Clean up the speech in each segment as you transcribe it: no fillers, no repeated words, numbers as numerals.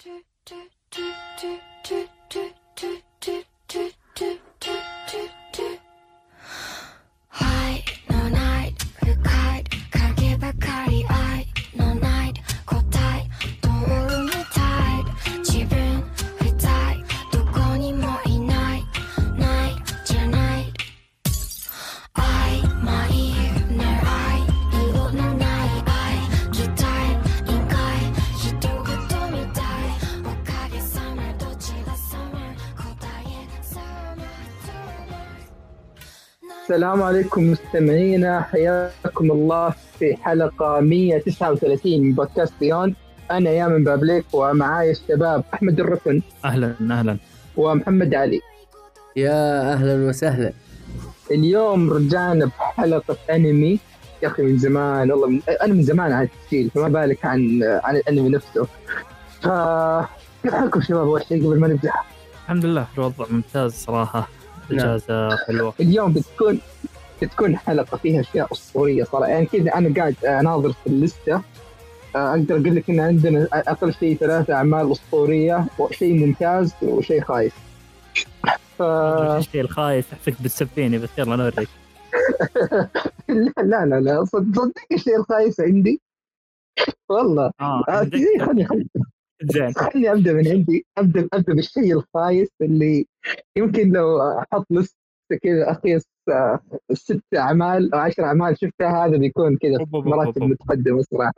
السلام عليكم مستمعينا، حياكم الله في حلقة 139 من بودكاست بيوند. أنا يامن بابليك ومعاي الشباب أحمد الركن. أهلا ومحمد علي. يا أهلا وسهلا. اليوم رجعنا بحلقة أنمي يا أخي، من زمان والله أنا من زمان عن التسجيل، فما بالك عن الأنمي نفسه. كيف حالكم شباب؟ أول شيء قبل ما نبدأ، الحمد لله الوضع ممتاز صراحة، إجازة حلوة. اليوم بتكون حلقة فيها أشياء أسطورية صراحة. يعني كذا أنا قاعد أناظر في الليستة، أقدر أقول لك إن عندنا أقل شيء 3 أعمال أسطورية وشيء ممتاز وشيء خايس. الشيء الخايس أحسك بتسبيني، بس يلا نوريك. لا صدق الشيء الخايس عندي والله. خليني أبدأ من عندي. أبدأ بالشيء الخايس اللي يمكن لو أحط لستة كذا أقيس 6 أعمال أو 10 أعمال شفتها، هذا بيكون كذا مراتب متقدمة صراحة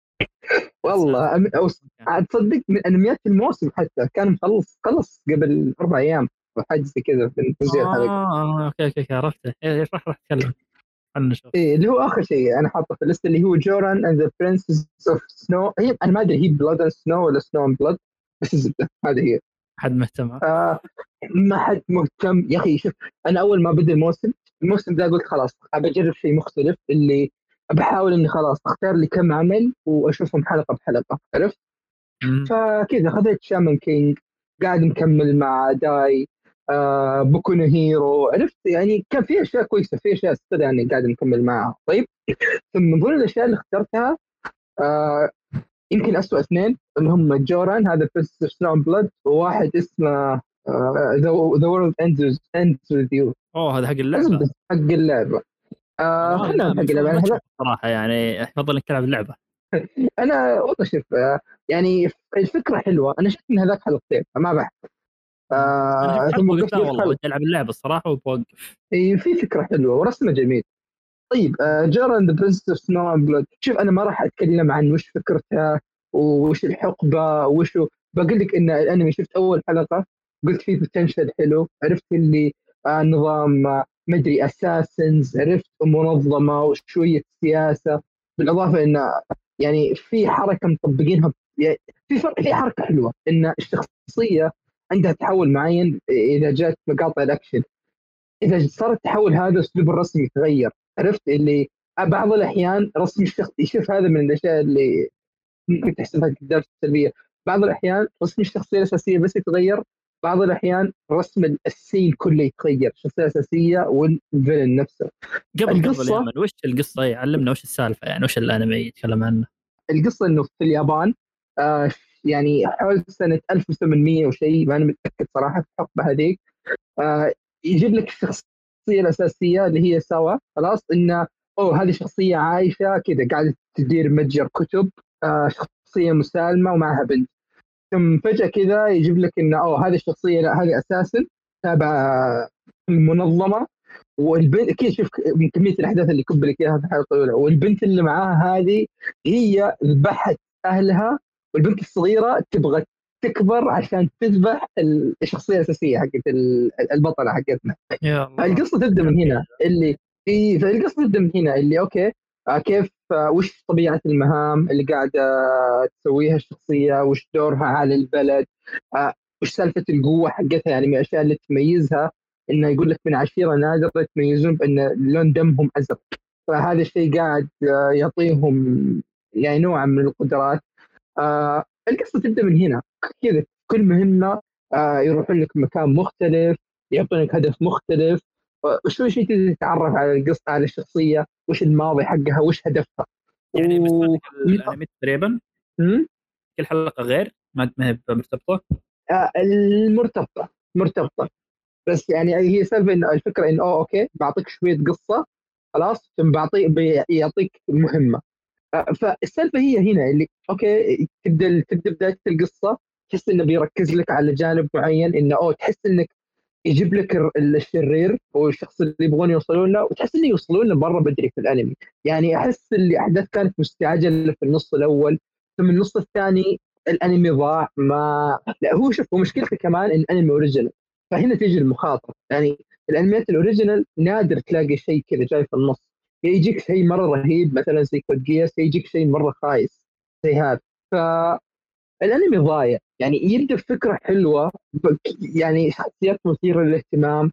والله. تصدق من أنميات الموسم حتى كان خلص قبل 4 أيام وحاجة زي كذا في تنزيل الحلقة. اوكي عرفته. راح اتكلم عنه شوف. اللي هو آخر شيء أنا حاطه في الليست اللي هو جوران and the Princess of Snow. هي أنا ما أدري هي Blood and Snow ولا Snow and Blood، بس الزبدة هذه هي. حد مهتم؟ ما حد مهتم يا أخي. شوف، أنا أول ما بدأ الموسم ده قلت خلاص أبى أجرب شيء مختلف، اللي بحاول إني خلاص أختار لي كم عمل وأشوفهم حلقة بحلقة، عرفت؟ فكذا خذيت شامان كينج، قاعد مكمل مع داي، بوكو نو هيرو، عرفت؟ يعني كان في أشياء كويسة، في أشياء استر يعني قاعد مكمل معها. طيب، من ضمن الأشياء اللي اخترتها يمكن أسوأ 2 اللي هم جوران هذا Princess of Snow and Blood، وواحد اسمه The World Ends With You. هذا حق اللعبة. حق اللعبة. خلنا حق اللعبة صراحة، يعني أفضل إنك تلعب اللعبة. أنا والله شوف، يعني الفكرة حلوة، أنا شفت إن هذاك حلقتين ما بحث. ثم قلت والله بدي ألعب اللعبة الصراحة وبوقف. في فكرة حلوة ورسمة جميل. طيب، جوران The Princess of Snow and Blood، شوف أنا ما راح أتكلم عن وش فكرتها وش الحقبة وشو. بقول لك إن الأنمي شفت أول حلقة قلت فيه potential حلو، عرفت اللي نظام مدري أساسنز، عرفت منظمة وشوية سياسة، بالإضافة إن يعني في حركة مطبقينها، يعني في حركة حلوة إن الشخصية عندها تحول معين إذا جات مقاطع الأكشن، إذا صار التحول هذا أسلوب الرسم يتغير، عرفت اللي بعض الأحيان رسم الشخص يشوف هذا من الأشياء اللي ممكن تحسبها قدام سلبية. بعض الأحيان رسم الشخصية الأساسية بس يتغير، بعض الأحيان رسم السين كله يتغير، الشخصية الأساسية والفيلن نفسه. قبل وش القصة؟ علمنا وش السالفة، يعني وش الأنمي يتكلم عنه؟ القصة إنه في اليابان، يعني حول سنة 1800 وشيء، ما أنا متأكد صراحة في الحقبة هذيك. يجيب لك الشخصية الأساسية اللي هي سوا، خلاص إنه هذه شخصية عايشة كذا قاعدة تدير متجر كتب، شخصية مسالمة ومعها بنت. ثم فجأة كذا يجيب لك إنه هذه الشخصية لا، هذه أساسا تابعة المنظمة، والبنت كذا شوف من كمية الأحداث اللي كب لك إياها في الحلقة الأولى، والبنت اللي معاها هذه هي ذبحت أهلها، والبنت الصغيرة تبغى تكبر عشان تذبح الشخصية الأساسية حقت البطلة حقتنا. القصة تبدأ من هنا فالقصة تبدأ من هنا اللي أوكي، كيف وش طبيعة المهام اللي قاعدة تسويها الشخصية، وش دورها على البلد، وش سالفة القوة حقتها. يعني من الأشياء اللي تميزها إنه يقول لك من عشيرة نادرة يتميزون بأن لون دمهم أزرق، فهذا الشيء قاعد يعطيهم يعني نوع من القدرات. القصة تبدأ من هنا كذا، كل مهمة يروحون لك مكان مختلف، يعطونك هدف مختلف، وشوي شوي تتعرف على القصة، على الشخصية، وش الماضي حقها، وش هدفها. يعني بس الأنمي تقريبا كل حلقة غير ما هي مرتبطه. المرتبطه بس يعني هي سالفه انه الفكره انه اوكي بعطيك شويه قصه خلاص ثم يعطيك مهمه. فالسالفه هي هنا اللي اوكي تبدا بدايه القصه تحس انه بيركز لك على جانب معين انه تحس انك يجيب لك الشرير والشخص اللي يبغون يوصلون له وتحس انه يوصلون له مره بدري في الانمي. يعني احس الاحداث كانت مستعجله في النص الاول ثم النص الثاني الانمي ضاع. ما لا هو شوف هو مشكلته كمان ان الانمي اوريجينال فهنا تيجي المخاطره. يعني الانميات الاوريجينال نادر تلاقي شيء كذا جاي في النص، يجيك شيء مره رهيب مثلا زي كود جياس يجيك شيء مره خايس زي هذا. الانمي ضايع. يعني يبدا بفكره حلوه يعني شخصيات مثيره للاهتمام،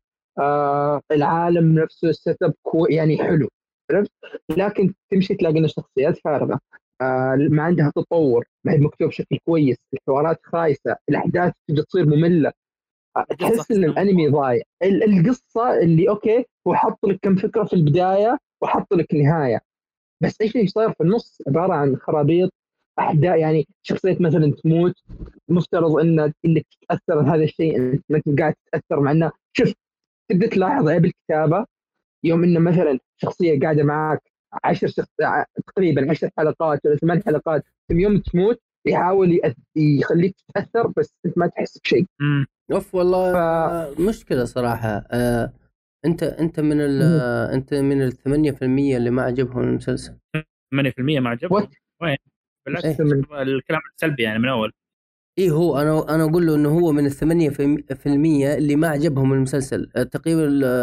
العالم نفسه السيت اب يعني حلو عرفت، لكن تمشي تلاقي ان الشخصيات فارغه، ما عندها تطور، ما هي مكتوب بشكل كويس، الحوارات خايسه، الاحداث تبدا تصير ممله. تحس ان الانمي ضايع. القصه اللي اوكي هو حط لك كم فكره في البدايه وحط لك نهايه، بس ايش صاير في النص عباره عن خرابيط احداث. يعني شخصيه مثلا تموت مفترض ان انك تتاثر بهذا الشيء، انت ما أنت قاعد تتاثر مع انه شوف تبدا تلاحظ عيب الكتابه يوم انه مثلا شخصيه قاعده معك 10 تقريبا 10 حلقات ولا 8 حلقات ثم يوم تموت يحاول يخليك تتاثر بس انت ما تحس بشيء. اوف والله مشكله صراحه. انت من انت من ال 8% اللي ما عجبهم المسلسل. 8% ما عجبهم وين؟ بالعكس الكلام السلبي يعني من اول. ايه هو انا اقول له انه هو من ال 8% اللي ما عجبهم المسلسل. تقريبا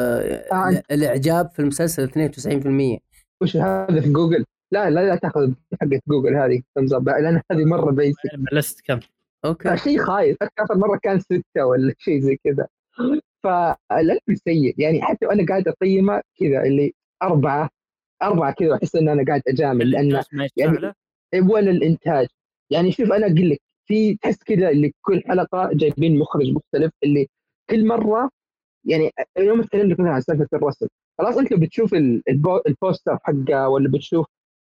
الاعجاب في المسلسل 92%. وش هذا في جوجل؟ لا تاخذ حقت جوجل هذه لان هذه مره بيسك. لست كم اوكي شيء خايف. اخر مره كان 6 ولا شيء زي كذا. فالانمي سيء يعني حتى وانا قاعد اقيمه كذا اللي 4 كذا واحس ان انا قاعد اجامل لان يعني ولا الانتاج. يعني شوف انا اقول لك في تحس كذا اللي كل حلقه جايبين مخرج مختلف اللي كل مره يعني يوم اتكلم لك مثلا عن سالفه الرسم خلاص انت لو بتشوف البوستر حقه ولا بتشوف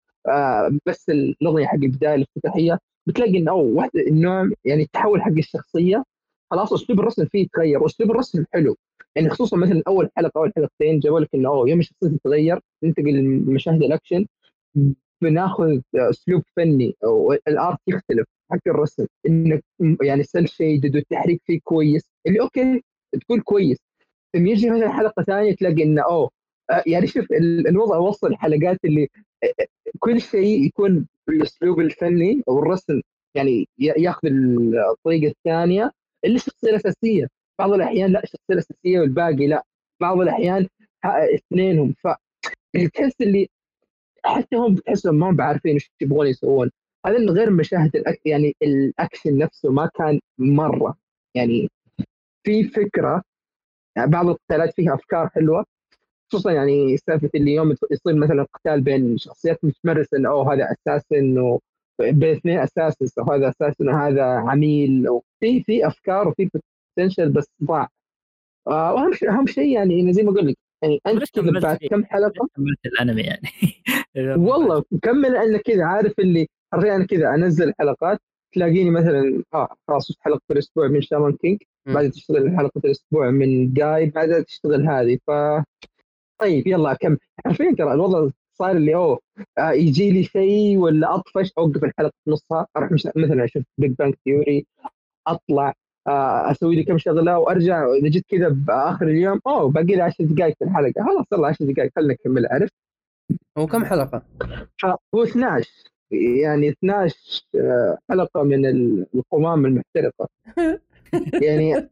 بس الاغنيه حق البدايه الافتتاحيه بتلاقي انه واحد النوع يعني التحول حق الشخصيه خلاص اسلوب الرسم فيه يتغير واسلوب الرسم حلو. يعني خصوصا مثلا اول حلقه اول حلقتين جابوا لك انه يوم الشخصيه تتغير ننتقل لمشاهد الاكشن بناخذ اسلوب فني او الارت يختلف حق الرسم انك يعني سيل شيدد والتحريك فيه كويس اللي اوكي تقول كويس. ثم يجي مثلا حلقه ثانيه تلاقي انه يعني شوف الوضع وصل الحلقات اللي كل شيء يكون بالاسلوب الفني او الرسم يعني ياخذ الطريقه الثانيه اللي الشخصيه الاساسيه. بعض الاحيان لا الشخصيه الاساسيه والباقي لا، بعض الاحيان اثنينهم. فتحس اللي حتى هم تحسهم ما هم بعارفين ايش يبغون يسوون. هذا من غير مشاهد يعني الاكشن نفسه ما كان مره يعني في فكره. يعني بعض القتالات فيها افكار حلوه خصوصا يعني سالفه اللي يوم يصير مثلا قتال بين شخصيات متمرسه انه هذا اساسا بين اثنين اساسا وهذا اساسا وهذا عميل في افكار وفي بوتنشل بس ضاع. واهم شيء يعني زي ما قلت لك يعني انت كذا بعد كم حلقه كملت الانمي يعني والله كمل انك كذا عارف اللي حرفيا انا كذا انزل حلقات تلاقيني مثلا خلاص حلقه الاسبوع من شامان كينج بعد تشتغل حلقه الاسبوع من جاي بعد تشتغل هذه. طيب يلا كم حرفيا ترى الوضع صار اللي يجي لي شيء ولا اطفش اوقف الحلقه في نصها اروح مثلا اشوف بيج بانك ثيوري اطلع اسوي لي كم شغله وارجع اذا جيت كذا باخر اليوم باقي لي 10 دقائق في الحلقه خلاص يلا 10 دقائق خلينا نكمل. عرفت هو كم حلقه؟ هو 12 يعني 12 حلقه من القمام المحترقه يعني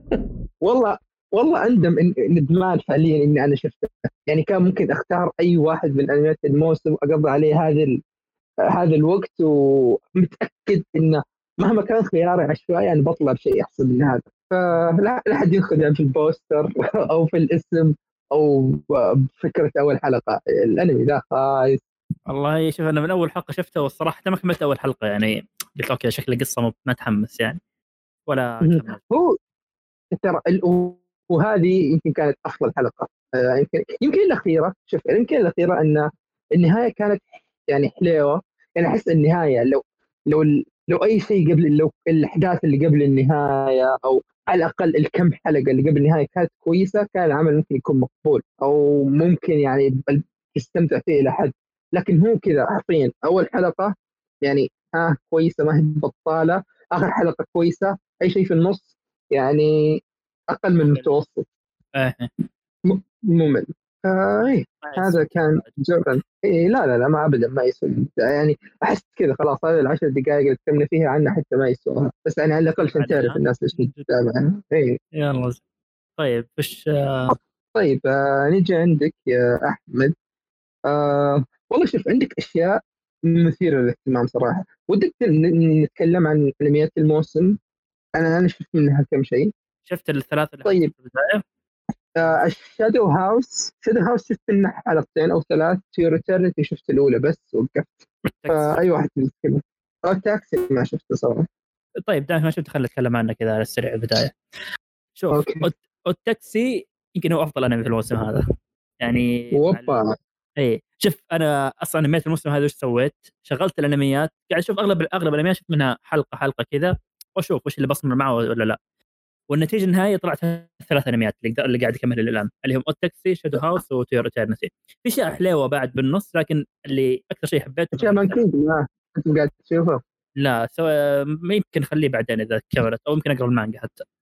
والله اندم ندمان فعليا اني انا شفته. يعني كان ممكن اختار اي واحد من انميات الموسم اقضي عليه هذا الوقت ومتاكد انه مهما كان خياري عشوائي انا بطلع بشيء احسن من هذا. فلا حد ينخدع في البوستر او في الاسم او بفكره اول حلقه. الانمي ذا خايس والله. شوف انا من اول حلقه شفته والصراحه ما كملت اول حلقه يعني قلت اوكي شكل القصه ما تحمس يعني ولا كملت. هو ترى وهذه يمكن كانت افضل حلقه. يمكن الاخيره شوف يمكن الاخيره ان النهايه كانت يعني حليوه. يعني احس النهايه لو لو اي شيء قبل، لو الاحداث اللي قبل النهايه او على الاقل الكم حلقه اللي قبل النهايه كانت كويسه، كان العمل ممكن يكون مقبول او ممكن يعني تستمتع فيه الى حد. لكن هو كذا حرفيا اول حلقه يعني كويسه، ما هي بطاله. اخر حلقه كويسه، اي شيء في النص يعني اقل من المتوسط، ايه ممل. إيه ما هذا يسوى كان بعد. جوردن. إيه لا ما أبدا ما يسوى يعني. أحس كذا خلاص، هذه العشر دقائق اللي تكلمنا فيها عنها حتى ما يسوى، بس يعني على الأقل عشان تعرف عليها الناس ليش من جد. بتتابعها. إيه. يلا طيب وش طيب نيجي عندك يا أحمد. والله شوف، عندك أشياء مثيرة للاهتمام صراحة. ودك نتكلم عن أنميات الموسم؟ أنا شفت منها كم شيء. شفت الثلاث اللي حطيت طيب في البدايه؟ شادو هاوس شفت منه حلقتين او ثلاث. في ريتيرنتي شفت الاولى بس وقفت. والتاكسي اي شفت؟ واحد يتكلم. التاكسي ما شفته صراحه. طيب دام ما شفت خلينا نتكلم عنه كذا على السريع البدايه. شوف اوكي. التاكسي يمكن هو افضل انمي في الموسم هذا يعني مع وبا. اي شوف انا اصلا انميات الموسم هذا وش سويت؟ شغلت الانميات قاعد اشوف اغلب الانميات، شفت منها حلقه كذا واشوف وش اللي بصمر معه ولا لا. والنتيجه النهائيه طلعت الثلاث انميات اللي قاعد اكمل الان، اللي هم التاكسي، شادو هاوس، وتيور ايترنتي. في اشياء حلوه بعد بالنص، لكن اللي اكثر شيء حبيته اشياء هم مان الثلاث. كينج ما كنت قاعد تشوفه. لا سواء ما يمكن نخليه بعدين اذا كملت، او يمكن اقرا المانجا حتى.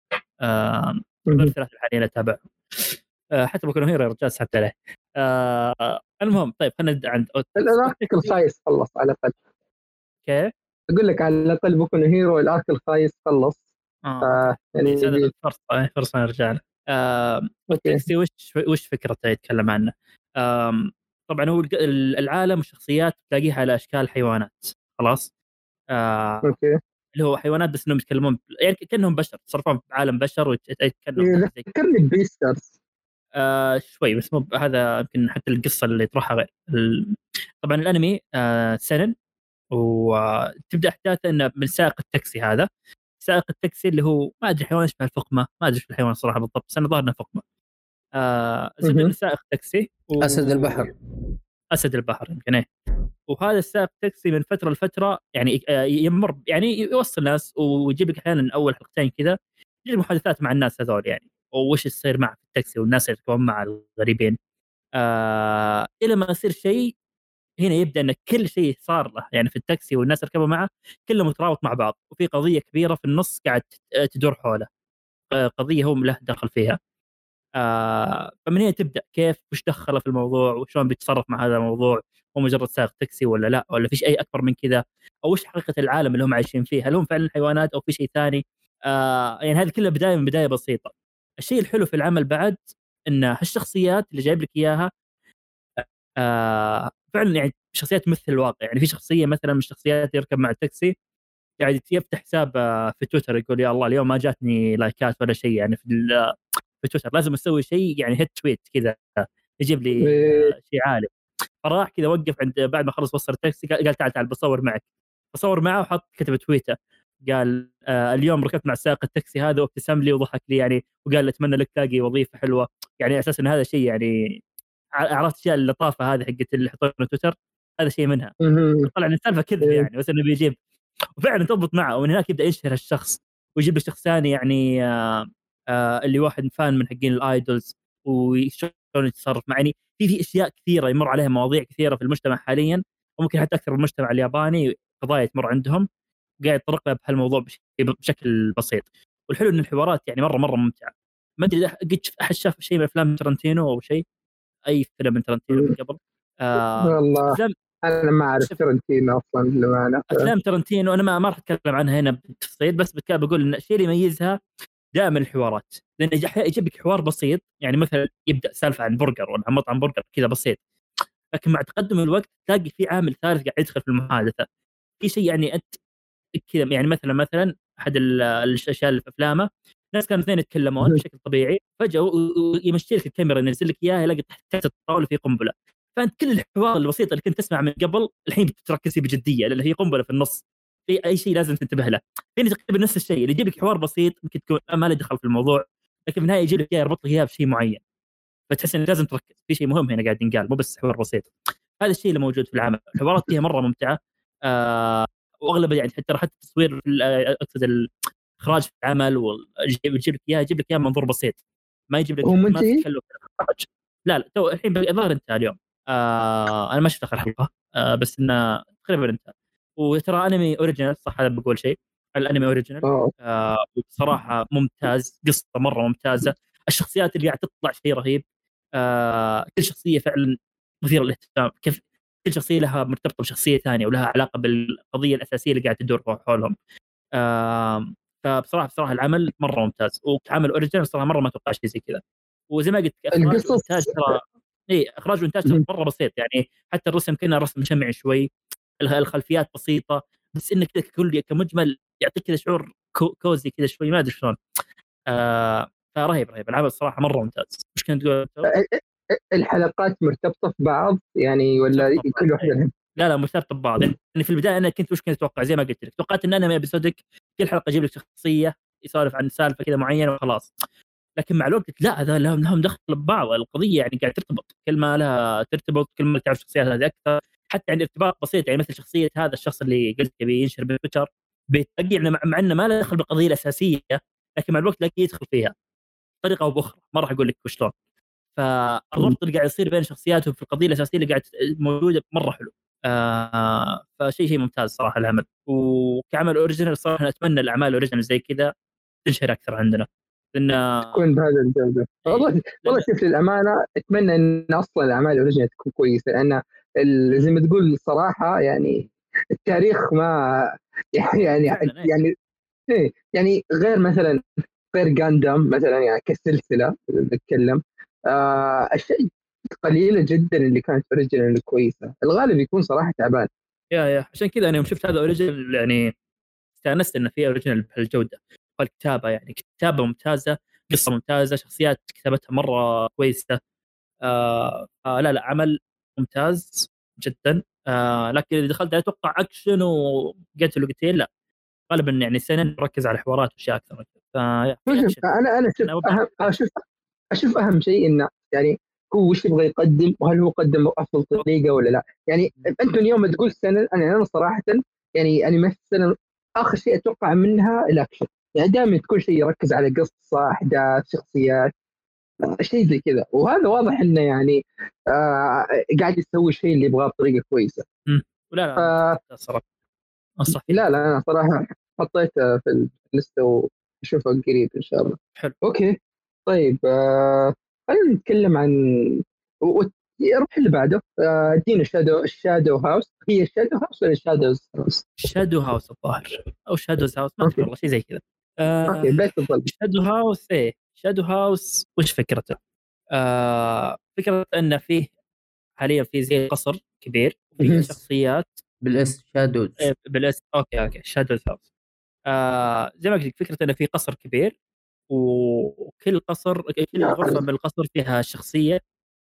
غير مهم. الثلاث الحاليين اتابع. حتى بكون هيرو يا رجال سحبت عليه. المهم طيب خلينا نبدا عند الارك التاكسي. الخايس خلص على الاقل. كيف؟ اقول لك على الاقل بكون هيرو الارك الخايس خلص. اوكي. يعني هذا فرصه نرجع له. اوكي. التاكسي وش فكرته يتكلم عنه؟ طبعا هو العالم والشخصيات تلاقيها على اشكال حيوانات. خلاص. آه اوكي. اللي هو حيوانات بس انهم يتكلمون يعني كانهم بشر، تصرفون بعالم بشر ويتكلمون ناس زي ذكرني بيسترز. شوي، بس مو هذا يمكن حتى القصه اللي يطرحها غير طبعا الانمي سنن، وتبدا احداثه انه من سائق التاكسي هذا. سائق التاكسي اللي هو ما ادري حيوان يشبه الفقمه، ما ادري ايش الحيوان الصراحه بالضبط، بس انا ظاهر انه فقمه. الزبده انه سائق تاكسي اسد البحر. اسد البحر يمكن ايه. وهذا السائق تاكسي من فتره لفتره يعني يمر يعني يوصل ناس ويجيب لك احيانا اول حلقتين كذا يجيب محادثات مع الناس هذول يعني، وش يصير معه في التاكسي والناس اللي يركبون مع الغريبين. الى ما يصير شيء هنا يبدا ان كل شيء صار له يعني في التاكسي والناس ركبوا معه كله مترابط مع بعض، وفي قضيه كبيره في النص قاعد تدور حوله. قضيه هو له دخل فيها. فمن هنا تبدا كيف وش دخله في الموضوع وشلون بيتصرف مع هذا الموضوع. هو مجرد سائق تاكسي ولا لا، ولا في شيء اكبر من كذا، او وش حقيقه العالم اللي هم عايشين فيه، هل هم فعلا حيوانات او في شيء ثاني. يعني هذه كلها بدايه من بدايه بسيطه. الشيء الحلو في العمل بعد ان هالشخصيات اللي جايب لك اياها فعلا يعني شخصيات تمثل الواقع. يعني في شخصيه مثلا من الشخصيات يركب مع التاكسي قاعد يفتح حساب في تويتر يقول يا الله اليوم ما جاتني لايكات ولا شيء يعني في تويتر، لازم اسوي شيء يعني هيت تويت كذا يجيب لي شيء عالي. فراح كذا وقف عند بعد ما خلص وصل التاكسي قال تعال بصور معك. بصور معه وحط كتب تويته قال اليوم ركبت مع سائق التاكسي هذا وابتسم لي وضحك لي يعني، وقال اتمنى لك تلاقي وظيفه حلوه. يعني اساس ان هذا شيء يعني عرفت اشياء اللطافه هذه حقت اللي يحطونها تويتر، هذا شيء منها. طلع ان السالفه كذب يعني، بس انه بيجيب وفعلا تضبط معه. ومن هناك يبدا ينشهر الشخص ويجيب له شخص ثاني يعني اللي واحد فان من حقين الايدولز وشلون يتصرف مع يعني في اشياء كثيره يمر عليها، مواضيع كثيره في المجتمع حاليا وممكن حتى اكثر من المجتمع الياباني، قضايا تمر عندهم قاعد يتطرق لها بهالموضوع بشكل بسيط. والحلو ان الحوارات يعني مره ممتعه. ما ادري اذا قد احد شاف شيء من افلام ترنتينو او شيء، اي فيلم من ترنتينو من قبل. والله افلام انا ما اعرف ترنتينو اصلا للامانه. افلام ترنتينو انا ما راح اتكلم عنها هنا بالتفصيل، بس بقول ان الشيء اللي يميزها دائما الحوارات، لان يجيب لك حوار بسيط يعني مثلا يبدا سالفه عن برجر ولا عن مطعم برجر كذا بسيط، لكن مع تقدم الوقت تلاقي في عامل ثالث قاعد يدخل في المحادثه. في شيء يعني انت كذا يعني مثلا احد الاشياء اللي في افلامه ناس كانوا اثنين يتكلمون بشكل طبيعي فجاه ويمشي لك الكاميرا ينزل لك اياها يلاقي تحت الطاوله في قنبله. فانت كل الحوار البسيط اللي كنت تسمع من قبل الحين بتركز فيه بجديه لان هي قنبله في النص. في اي شيء لازم تنتبه له. هنا تقريبا نفس الشيء اللي يجيب لك حوار بسيط ممكن تكون ما له دخل في الموضوع، لكن في النهايه يجيب لك اياه يربط لك اياه بشيء معين، فتحس انك لازم تركز في شيء مهم هنا قاعد ينقال مو بس حوار بسيط. هذا الشيء اللي موجود في العمل، الحوارات فيها مره ممتعه. واغلب يعني حتى التصوير اقصد الاخراج في العمل ويجيب لك اياه منظور بسيط، ما يجيب لك هو ما منتهي؟ تتكلم في الاخراج. لا لا تو الحين الظاهر انتهى اليوم. انا ما شفت اخر حلقه، بس انه تقريبا انتهى. وترى انمي اوريجينال صح، هذا بقول شيء. الانمي اوريجينال اه وبصراحه ممتاز، قصه مره ممتازه، الشخصيات اللي قاعد تطلع شيء رهيب. كل شخصيه فعلا مثيره للاهتمام، كيف كل شخصيه لها مرتبطه بشخصيه ثانيه ولها علاقه بالقضيه الاساسيه اللي قاعد تدور حولهم. فبصراحه العمل مره ممتاز، وكعمل اوريجينال صراحه مره ما اتوقع شيء زي كذا. وزي ما قلت اخراج وانتاج القصص. ترى، اي اخراج وانتاج ترى مره بسيط يعني، حتى الرسم كنا رسم شمعي شوي، الخلفيات بسيطه، بس انك كذا كمجمل يعطيك كذا شعور كوزي كذا شوي، ما ادري شلون. فرهيب العمل صراحه مره ممتاز. مش كنت تقول أنت؟ الحلقات مرتبطة في بعض يعني ولا مرتبطه ببعض كل واحدة إيه. لها؟ لا مرتبطه ببعض يعني. في البدايه انا كنت وش كنت اتوقع، زي ما قلت لك توقعت ان انا ابيسودك كل حلقه يجيب لك شخصيه يسولف عن سالفه كذا معينه وخلاص، لكن مع الوقت لا، هذا لهم دخل ببعض، القضيه يعني قاعد ترتبط، كل ما لها ترتبط كل ما تعرف الشخصيات هذه اكثر. حتى عند ارتباط بسيط يعني، مثل شخصيه هذا الشخص اللي قلت يبي ينشر بتويتر، بتلاقي يعني مع انه ما له دخل بالقضيه الاساسيه، لكن مع الوقت تلاقيه يدخل فيها بطريقه او باخرى، ما راح اقول لك وشلون. فالربط اللي قاعد يصير بين شخصياتهم في القضيه الاساسيه اللي قاعد موجوده مره حلو. فشيء ممتاز صراحه العمل، وكعمل اوريجينال صراحه اتمنى الاعمال الاوريجينال زي كذا تنشر اكثر عندنا، لان تكون بهذا الجودة. إيه، والله شوف للأمانة أتمنى أن أصلا الأعمال الأوريجينال تكون كويسة، لأن زي ما تقول الصراحة يعني التاريخ ما يعني فعلا ايه. يعني إيه يعني غير مثلا غير جاندام مثلا يعني كسلسلة نتكلم، الشيء قليلة جدا اللي كانت اوريجينال كويسة، الغالب يكون صراحة تعبان. يا عشان كذا انا يوم شفت هذا اوريجينال يعني استانست انه في اوريجينال بهالجوده، والكتابه يعني كتابه ممتازه، قصه ممتازه، شخصيات كتابتها مره كويسه. لا عمل ممتاز جدا. لكن اذا دخلت اتوقع اكشن وقتل وقتيل لا، غالبا يعني سنه نركز على حوارات واشياء اكثر من كذا. في شوف اكشن أنا شوف انا ابغى أهم أشوف أهم شيء إنه يعني هو وش يبغى يقدم، وهل هو قدم بأفضل طريقة ولا لا. يعني أنتم اليوم تقول سنة، أنا صراحة يعني أنا مثلا آخر شيء أتوقع منها الأكشن، يعني دائما تكون شيء يركز على قصة أحداث شخصيات، شيء زي كذا، وهذا واضح انه يعني قاعد يسوي الشيء اللي يبغاه بطريقه كويسه. لا ف ممتاز صراحه، انصح فيه لا بقوه. انا صراحه حطيته في الليسته واشوفه قريب ان شاء الله. حلو. اوكي طيب خلينا نتكلم عن روح اللي بعده. ادينا الشادو هاوس، هي الشادو هاوس ولا الشادوز هاوس؟ شادو هاوس الظاهر، او شادوز هاوس، ما ادري اوكي والله، شيء زي كذا. اوكي بيت الظل. شادو هاوس ايه، شادو هاوس وش فكرته؟ فكرة انه فيه حاليا في زي قصر كبير وفيه مهم. شخصيات. بالاس شادوز. بالاس اوكي شادو هاوس. زي ما قلت لك، فكرة انه في قصر كبير، وكل قصر كل غرفة من القصر فيها شخصية.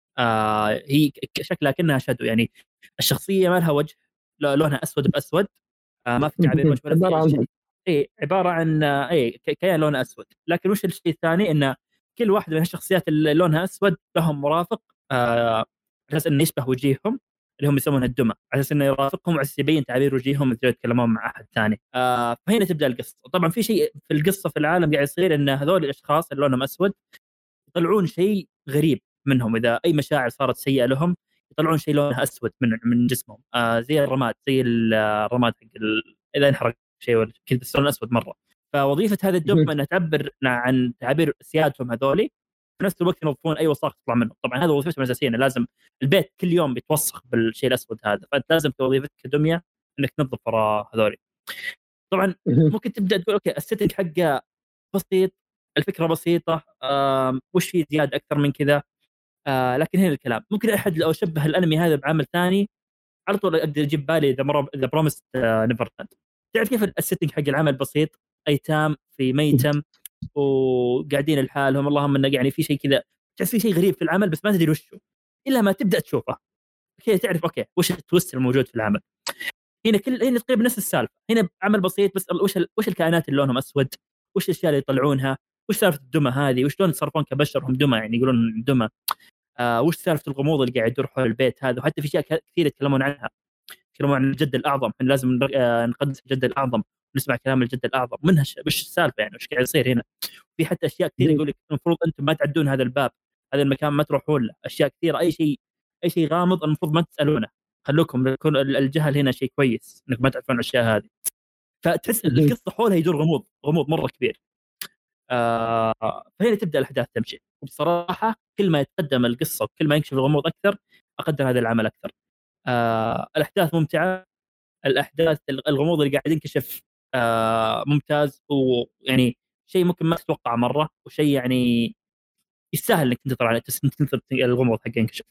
هي شكلها كأنها شادو يعني، الشخصية ما لها وجه، لونها اسود باسود. ما في تعابير وجه ولا في عباره اي عن شيء. اي عباره عن كيان لونه اسود، لكن وش الشيء الثاني انه كل واحده من الشخصيات اللي لونها اسود لهم مرافق، على اساس انه يشبه وجيههم، اللي هم يسمونها الدمى، على اساس انه يرافقهم، على اساس يبين تعابير وجيههم مثل يتكلمون مع احد ثاني. فهنا تبدا القصه. طبعا في شيء في القصه في العالم قاعد يصير، ان هذول الاشخاص اللي لونهم اسود يطلعون شيء غريب منهم، اذا اي مشاعر صارت سيئه لهم يطلعون شيء لونها اسود من جسمهم، زي الرماد، زي الرماد حق اذا انحرق شيء ولا كذا، بس لون اسود مره. فوظيفه هذه الدمى انها تعبر عن تعابير سيادتهم هذولي، في نفس الوقت ينظفون اي وساخ تطلع منهم. طبعا هذا وظيفتهم الاساسيه، إنه لازم البيت كل يوم بيتوسخ بالشيء الاسود هذا، فانت لازم وظيفتك كدميه انك تنظف وراء هذولي. طبعا ممكن تبدا تقول اوكي السيتنج حقه بسيط، الفكره بسيطه، وش في زياده اكثر من كذا؟ لكن هنا الكلام، ممكن احد لو شبه الانمي هذا بعمل ثاني على طول اقدر اجيب بالي ذا بروميس نيفرلاند. تعرف كيف السيتنج حق العمل بسيط، ايتام في ميتم وقاعدين لحالهم، اللهم انه يعني في شيء كذا، تحس في شيء غريب في العمل بس ما تدري وشه الا ما تبدا تشوفه كذا، تعرف اوكي وش التويست الموجود في العمل. هنا تقريبا نفس السالفه، هنا عمل بسيط بس وش الكائنات اللي لونهم اسود، وش الاشياء اللي يطلعونها، وش سالفه الدمى هذه، وش لون يتصرفون كبشر، هم دمى يعني يقولون دمى. وش سالفه الغموض اللي قاعد يدور حول البيت هذا، وحتى في اشياء كثير يتكلمون عنها يتكلمون عن الجد الاعظم، احنا لازم نقدس الجد الاعظم، نسمع كلام الجد الاعظم منها وش السالفه يعني، وش قاعد يصير هنا. في حتى اشياء كثير يقول لك المفروض انتم ما تعدون هذا الباب، هذا المكان ما تروحون له، اشياء كثيره، اي شيء غامض المفروض ما تسالونه، خلوكم يكون الجهل هنا شيء كويس انك ما تعرفون الاشياء هذه. فتحس القصه حولها يدور غموض مره كبير. فهنا تبدا الاحداث تمشي. وبصراحه كل ما يتقدم القصه وكل ما يكشف الغموض اكثر اقدر هذا العمل اكثر. الاحداث ممتعه، الاحداث الغموض اللي قاعد ينكشف ممتاز، ويعني شيء ممكن ما تتوقع مره، وشيء يعني يستاهل انك تنتظر على تنتظر الغموض حق ينكشف.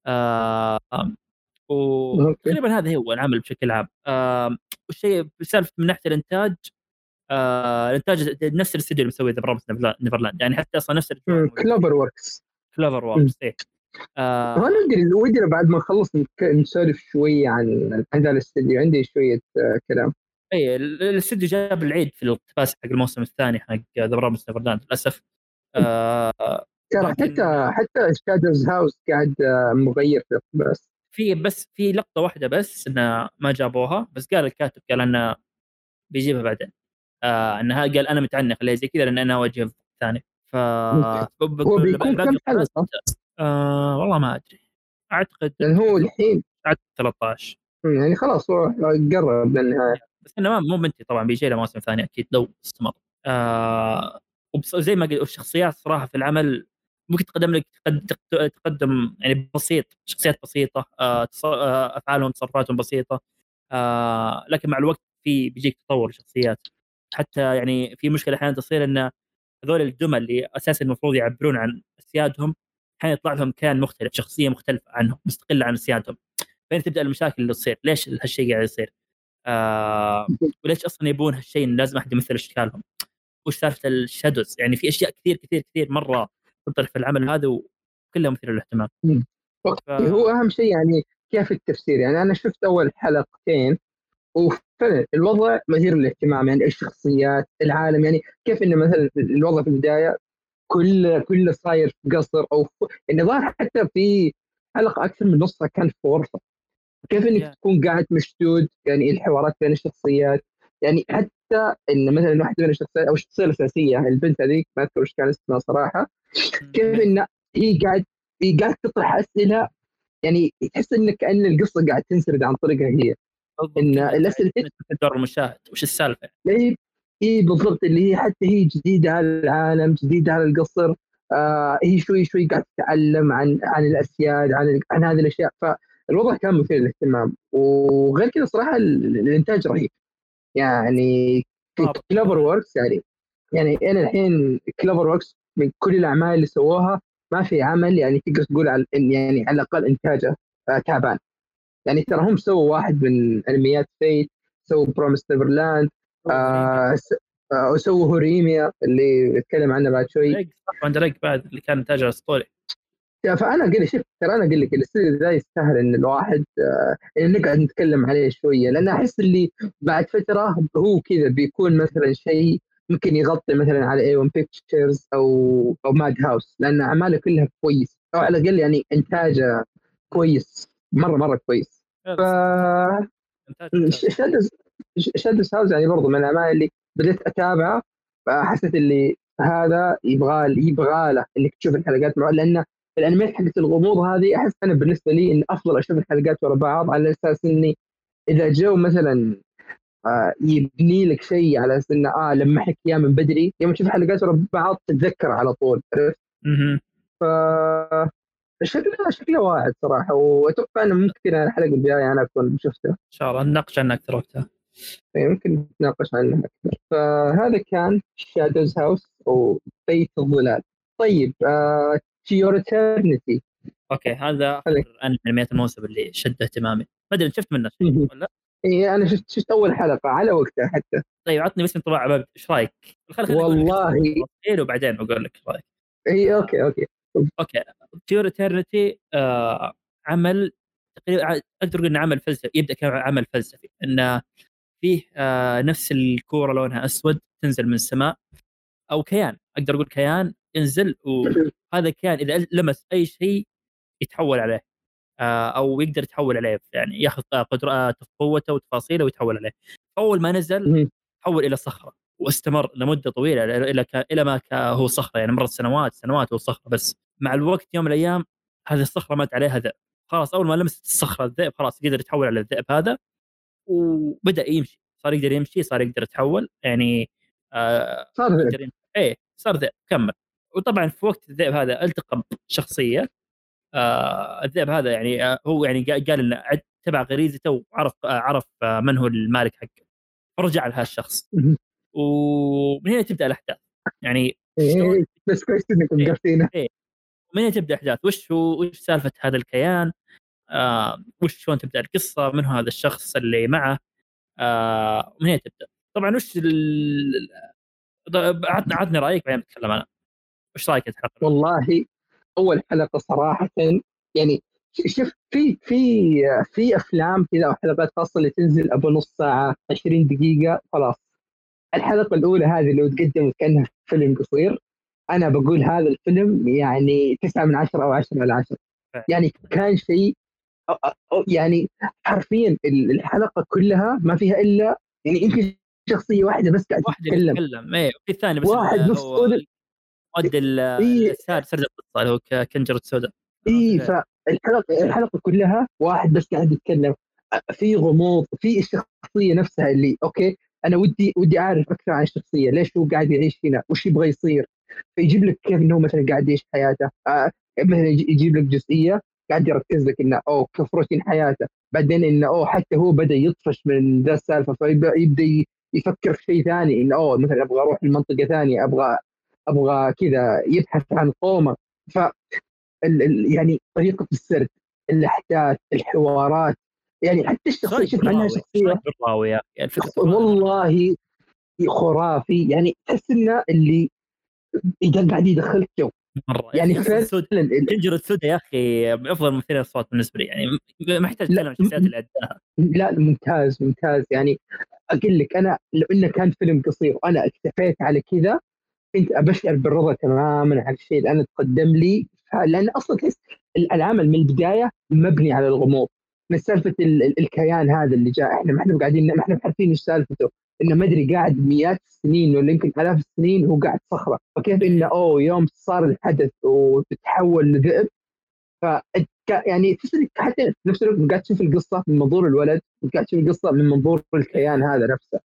وتقريبا هذا هو العمل بشكل عام. والشيء سالفه من ناحيه الانتاج، الانتاج نفس الاستوديو اللي مسوي ذا برومس نيفرلاند، يعني حتى اصلا نفس كلوفر ووركس. ايه. انا ودي بعد ما نخلص نسولف شويه عن هذا الاستوديو، عندي شويه كلام. اي الاستوديو جاب العيد في الاقتباس حق الموسم الثاني حق ذا برومس نيفرلاند للاسف. حتى شادوز هاوس قاعد مغير في الاقتباس، بس في لقطه واحده بس انه ما جابوها، بس قال الكاتب قال انه بيجيبها بعدين. انها قال انا متعني خليها زي كذا لان انا واجهه ثاني. هو بيكون كم حلقه؟ والله ما ادري، اعتقد لان هو الحين 13 يعني خلاص هو قرب للنهايه، بس انه مو منتهي طبعا، بيجي له موسم ثاني اكيد لو استمر. وزي ما قلت الشخصيات صراحه في العمل ممكن تقدم لك تقدم يعني بسيط، شخصيات بسيطه، افعالهم تصرفاتهم بسيطه، لكن مع الوقت بيجيك تطور شخصيات. حتى يعني في مشكله احيانا تصير ان هذول الدمى اللي اساسا المفروض يعبرون عن اسيادهم احيانا يطلع لهم كيان مختلف، شخصيه مختلفه عنهم مستقله عن اسيادهم. فين تبدا المشاكل اللي تصير، ليش هالشيء قاعد يصير؟ وليش اصلا يبون هالشيء لازم احد يمثل اشكالهم؟ وش سالفه الشادوز؟ يعني في اشياء كثير كثير كثير مره تنطرح في العمل هذا وكلها مثيره للاهتمام. هو اهم شيء يعني كيف التفسير. يعني انا شفت اول حلقتين وفعلا الوضع مثير للاهتمام، يعني الشخصيات، العالم، يعني كيف انه مثلا الوضع في البدايه كله صاير في قصر او يعني ظاهر حتى في حلقه اكثر من نصها كان في غرفه، كيف انك تكون قاعد مشدود، يعني الحوارات بين الشخصيات، يعني حتى ان مثلا واحده من الشخصيات او الشخصيه الاساسيه البنت هذيك ما اذكر ايش كان اسمها صراحه، كيف ان هي قاعد تطرح اسئله، يعني تحس انك كأن القصه قاعد تنسرد عن طريقها هي، ان الاسئله تدور المشاهد وش السالفه. هي بالضبط اللي هي حتى هي جديده على العالم، جديده على القصر، هي شوي شوي قاعد تتعلم عن الاسياد، عن هذه الاشياء. فالوضع كان مثير للاهتمام، وغير كذا صراحه الانتاج رهيب يعني في كلوفر ووركس. يعني انا الحين كلوفر ووركس من كل الاعمال اللي سووها ما في عمل يعني تقدر تقول يعني على الاقل انتاجه تعبان. يعني ترى هم سووا واحد من انميات فيت، سووا بروميس نيفرلاند، وسووا هوريميا اللي بتكلم عنه بعد شوي، واندريك بعد اللي كان انتاجه اسطوري. فانا اقول شوف ترى انا اقول لك الاستوديو ذا يستاهل ان الواحد إن نقعد نتكلم عليه شويه، لان احس اللي بعد فتره هو كذا بيكون مثلا شيء ممكن يغطي مثلا على اي 1 بيكتشرز او ماد هاوس، لان اعماله كلها كويس، او على الاقل يعني انتاجه كويس مره كويس. ف شادوز هاوس يعني برضو من الاعمال اللي بديت اتابعه، فحسيت اللي هذا يبغى له انك تشوف الحلقات معه، لان الانميات حقت الغموض هذه احس انا بالنسبه لي ان افضل اشوف الحلقات ورا بعض، على اساس اني اذا جو مثلا يبني لك شيء على اساس انه لمحك اياه من بدري، يوم تشوف الحلقات ورا بعض تتذكر على طول، عرفت؟ ف شكله واعد صراحه، واتوقع انه ممكن الحلقه الجايه انا اكون شفته ان شاء الله نناقش عنه اكثر وقتها، يمكن نتناقش عنه اكثر. فهذا كان شادوز هاوس او بيت الظلال. طيب تيوريترنتي، اوكي هذا اخر انميات الموسم اللي شد اهتمامي، ما ادري شفت منه ولا؟ اي انا شفت اول حلقه على وقتها حتى. طيب عطني بس انطباع، ايش رايك؟ والله وبعدين بقول لك رايك. اي اوكي تيور ايترنتي عمل تقريبا اقدر اقول انه عمل فلسفي، يبدا كعمل فلسفي، انه فيه نفس الكوره لونها اسود تنزل من السماء، او كيان، اقدر اقول كيان ينزل، وهذا كيان اذا لمس اي شيء يتحول عليه. او يقدر يتحول عليه، يعني ياخذ قدرات قوته وتفاصيله ويتحول عليه. اول ما نزل تحول الى صخره واستمر لمده طويله الى ما هو صخره، يعني مرت سنوات هو صخره. بس مع الوقت يوم من الايام هذه الصخره مات عليها ذئب، خلاص اول ما لمست الصخره الذئب خلاص قدر يتحول على الذئب هذا وبدا يمشي، صار يقدر يمشي، صار يقدر يتحول، يعني صار ذئب. يقدر ايه صار ذئب كمل. وطبعا في وقت الذئب هذا التقى بشخصيه، الذئب هذا يعني هو يعني قال انه تبع غريزته وعرف من هو المالك حقه، فرجع لهذا الشخص. ومن هنا تبدا الاحداث، يعني شلون إيه بس كويس انكم إيه قرتينا. إيه ومن هنا تبدا احداث وش سالفه هذا الكيان، وش شلون تبدا القصه، من هو هذا الشخص اللي معه، ومن هنا تبدا. طبعا وش عطني رايك بعدين نتكلم انا. وش رايك في الحلقه؟ والله اول حلقه صراحه يعني شوف في افلام كذا او حلقات خاصه اللي تنزل ابو نص ساعه 20 دقيقه خلاص. الحلقه الاولى هذه اللي تقدمت كانها فيلم قصير، انا بقول هذا الفيلم يعني 9 من 10 او 10 على 10. يعني كان شيء يعني حرفيا الحلقه كلها ما فيها الا يعني يمكن شخصيه واحده بس قاعده واحد اللي تتكلم، يتكلم، ايه وفي الثاني بس واحد هو مسؤول. مؤدي اي سرد القصه اللي هو كنجرة سوداء. اي فالحلقه كلها واحد بس قاعد يتكلم، في غموض في الشخصيه نفسها اللي اوكي انا ودي اعرف اكثر عن الشخصيه، ليش هو قاعد يعيش هنا، وش يبغى يصير. فيجيب لك كيف انه مثلا قاعد يعيش حياته، مثلا يجيب لك جزئيه قاعد يركز لك انه كيف روتين حياته، بعدين انه حتى هو بدا يطفش من ذا السالفه، فيبدا يفكر في شيء ثاني، انه مثلا ابغى اروح لمنطقه ثانيه، ابغى كذا يبحث عن قومه. ف يعني طريقه السرد، الاحداث، الحوارات، يعني حتى الشخصيه شوف عنها شخصيه بالراوي يا اخي الفكره والله خرافي، يعني تحس انه اللي اذا قاعد يدخلك جو مره يعني فعلا. فعلا. كنجرة سوداء يا اخي من افضل ممثلين الاصوات بالنسبه لي، يعني ما يحتاج اتكلم عن الشخصيات اللي اداها. لا ممتاز يعني. اقول لك انا لو انه كان فيلم قصير وانا اكتفيت على كذا كنت ابشر بالرضا تماما على الشيء اللي انا تقدم لي، لان اصلا تحس العمل من البدايه مبني على الغموض، من سالفه الكيان هذا اللي جاء، احنا ما احنا قاعدين، ما احنا عارفين ايش سالفته، انه ما ادري قاعد مئات السنين ولا يمكن الاف السنين هو قاعد صخره، فكيف انه يوم صار الحدث وتتحول لذئب. ف يعني حتى في نفس الوقت قاعد تشوف القصه من منظور الولد، وقاعد تشوف القصه من منظور الكيان هذا نفسه،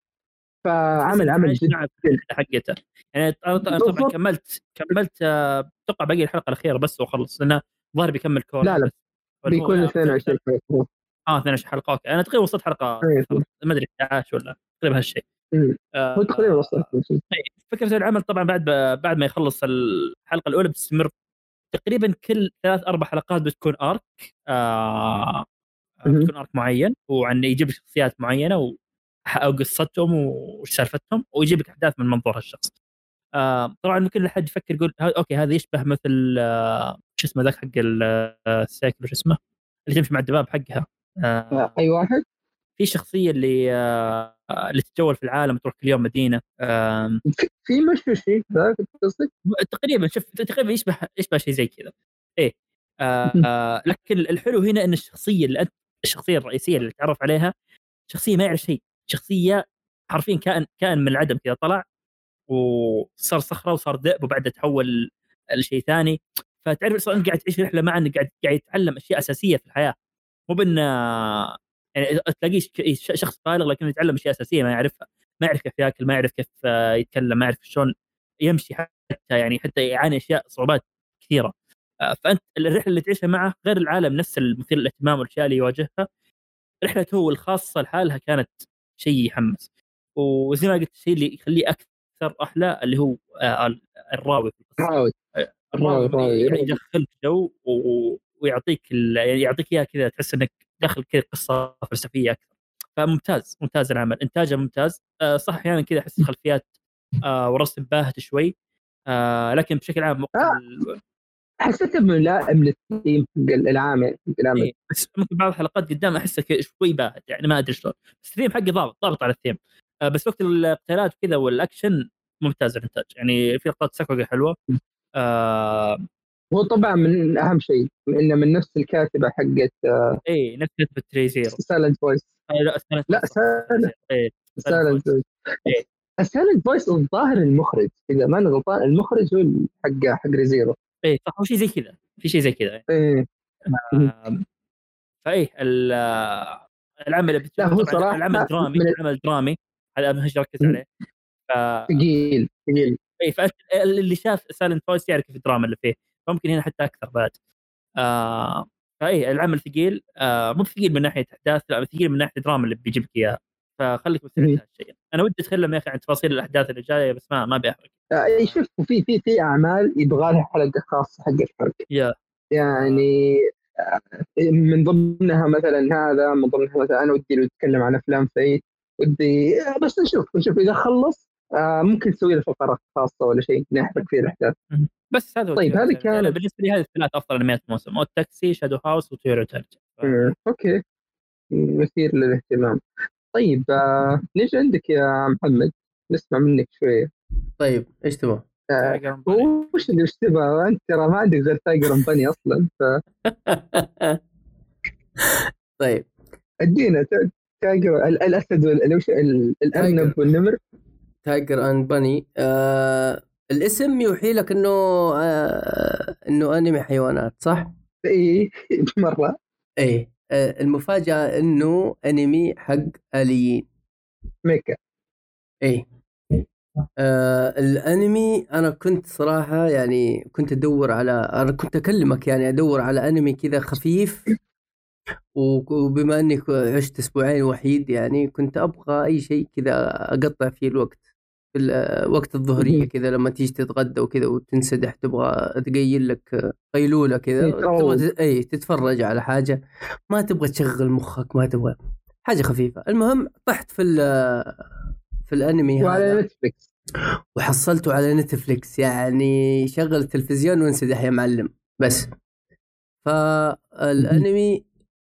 فعمل جدا حقته. يعني طبعا كملت اتوقع باقي الحلقه الاخيره بس وخلص، لانه ظهر بيكمل كورة. لا بيكون 22 حلقه. 22 حلقه. اوكي انا تقريبا وصلت حلقه ما ادري 11 ولا تقريبا هالشيء. هو تقريبا وصلت. فكره العمل طبعا بعد ما يخلص الحلقه الاولى بتستمر تقريبا كل 3-4 حلقات بتكون ارك، بتكون ارك معين، وعن يجيب شخصيات معينه وقصتهم وش سالفتهم، ويجيب لك احداث من منظور هالشخص. طبعا ممكن احد يفكر يقول اوكي هذا يشبه مثل شو اسمه ذاك حق السايكل، شو اسمه اللي تمشي مع الدباب حقها، اي واحد في شخصيه اللي تتجول في العالم تروح كل يوم مدينه، في مش شيء ذاك قصدك تقريبا شوف تقريبا يشبه شيء زي كذا. ايه لكن الحلو هنا ان الشخصيه الرئيسيه اللي تعرف عليها شخصيه ما يعرف شيء، شخصيه حرفيا كائن من العدم كذا، طلع وصار صخره وصار ذئب وبعدها تحول لشيء ثاني. فتعرف اصلا انت قاعد تعيش رحله معه، انك قاعد يتعلم اشياء اساسيه في الحياه، مو بان يعني تلاقيه شخص بالغ لكنه يتعلم اشياء اساسيه ما يعرفها، ما يعرف كيف ياكل، ما يعرف كيف يتكلم، ما يعرف شلون يمشي، حتى يعاني اشياء صعوبات كثيره. فانت الرحله اللي تعيشها معه غير العالم نفس المثير للاهتمام والاشياء اللي يواجهها، رحلته هو الخاصه لحالها كانت شيء يحمس. وزي ما قلت الشيء اللي يخليه اكثر احلى اللي هو الراوي في القصه. الراوي يدخلك جو ويعطيك يعطيك اياها كذا، تحس انك داخل كذا قصه فلسفيه اكثر. فممتاز العمل، انتاجه ممتاز. صح احيانا كذا احس الخلفيات ورسم باهت شوي، لكن بشكل عام حسيته ملائم للثيم العام يعني. إيه. بس ممكن بعض الحلقات قدام احسه شوي باهت، يعني ما ادري شلون، بس الثيم حقي ضابط على الثيم. بس وقت القتالات وكذا والاكشن ممتاز الانتاج، يعني في لقطات سكوكه حلوه. هو طبعا من اهم شيء انه من نفس الكاتبه حقت اي نفس كتبة ريزيرو. سايلنت فويس. لا سايلنت لا فويس. اي سايلنت فويس. اي سايلنت فويس الظاهر المخرج اذا ما انا غلطان، المخرج هو حق ريزيرو. اي صح، هو شيء زي كذا، في شيء زي كذا. ايه فايه العمل اللي لا بتشوفه هو طبعا العمل صراحه درامي، العمل درامي هذا اهم شيء ركز عليه. ف ثقيل. اي اللي شاف سايلنت فويس يعرف الدراما اللي فيه، فممكن هنا حتى اكثر بعد. فاي العمل ثقيل، مو ثقيل من ناحيه احداث، لا ثقيل من ناحيه الدراما اللي بيجيب لك اياها، فخليك مستعد لهذا الشيء. انا ودي اتكلم يا اخي عن تفاصيل الاحداث اللي جايه، بس ما بيحرق. شوف في اعمال يبغى لها حلقه خاصه حق الحرق يعني. من ضمنها مثلا هذا، من ضمنها مثلا انا ودي نتكلم عن افلام سعيد، ودي بس نشوف اذا خلص ممكن نسوي له فقره خاصه ولا شيء نحرق فيه الاحداث. بس هذا طيب هذا كان أنا بالنسبه لي هذه الثلاث افضل انميات الموسم، او التاكسي، شادو هاوس، وتويرو ترج. اوكي مثير للاهتمام. طيب نيجي عندك يا محمد، نسمع منك شويه. طيب ايش تبغى؟ وش اللي تبغى انت؟ ترى ما عندك غير تايجر بني اصلا طيب ادينا تايجر الاسد الارنب والنمر. تايجر اند بني. الاسم يوحي لك انه انمي حيوانات، صح؟ اي مره. ايه المفاجأة انه انمي حق آليين ميكا. ايه الانمي انا كنت صراحة يعني كنت ادور على، انا كنت اكلمك يعني ادور على انمي كذا خفيف، وبما اني عشت اسبوعين وحيد يعني كنت ابغى اي شيء كذا اقطع فيه الوقت في وقت الظهرية كذا، لما تيجي تتغدى وكذا وتنسدح تبغى تقيل لك قيلولة كذا، تبغى تتفرج على حاجة ما تبغى تشغل مخك، ما تبغى حاجة خفيفة. المهم طحت في الانمي وعلى هذا نتفليكس، وحصلته على نتفليكس، يعني شغل التلفزيون وانسدح يا معلم. بس فالانمي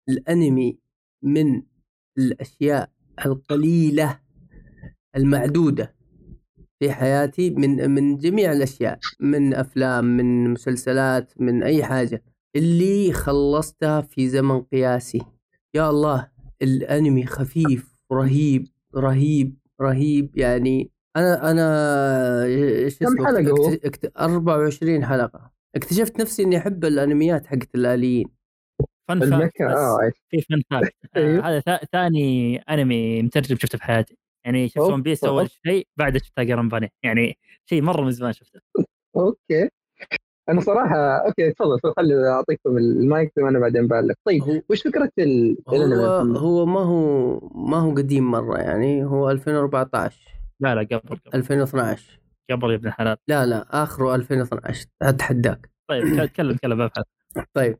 من الاشياء القليلة المعدودة في حياتي، من جميع الأشياء، من أفلام، من مسلسلات، من أي حاجة، اللي خلصتها في زمن قياسي. يا الله الأنمي خفيف رهيب رهيب رهيب يعني. أنا كم حلقة هو؟ 24 حلقة. اكتشفت نفسي إني أحب الأنميات حقت الآليين. فن فاكت، في فن فاكت هذا ثاني أنمي مترجم شفته في حياتي، يعني شفت ون بيس أول شيء، بعد شفت تايجر بني، يعني شيء مرة من زمان شفته. اوكي انا صراحه اوكي تفضل خلي اعطيكم المايك وانا بعدين بالك. طيب وش فكره هو ما هو قديم مره يعني، هو 2014. لا قبل 2012 قبل يا ابن الحلال. لا اخره 2012 اتحداك. طيب تكلم ابحث. طيب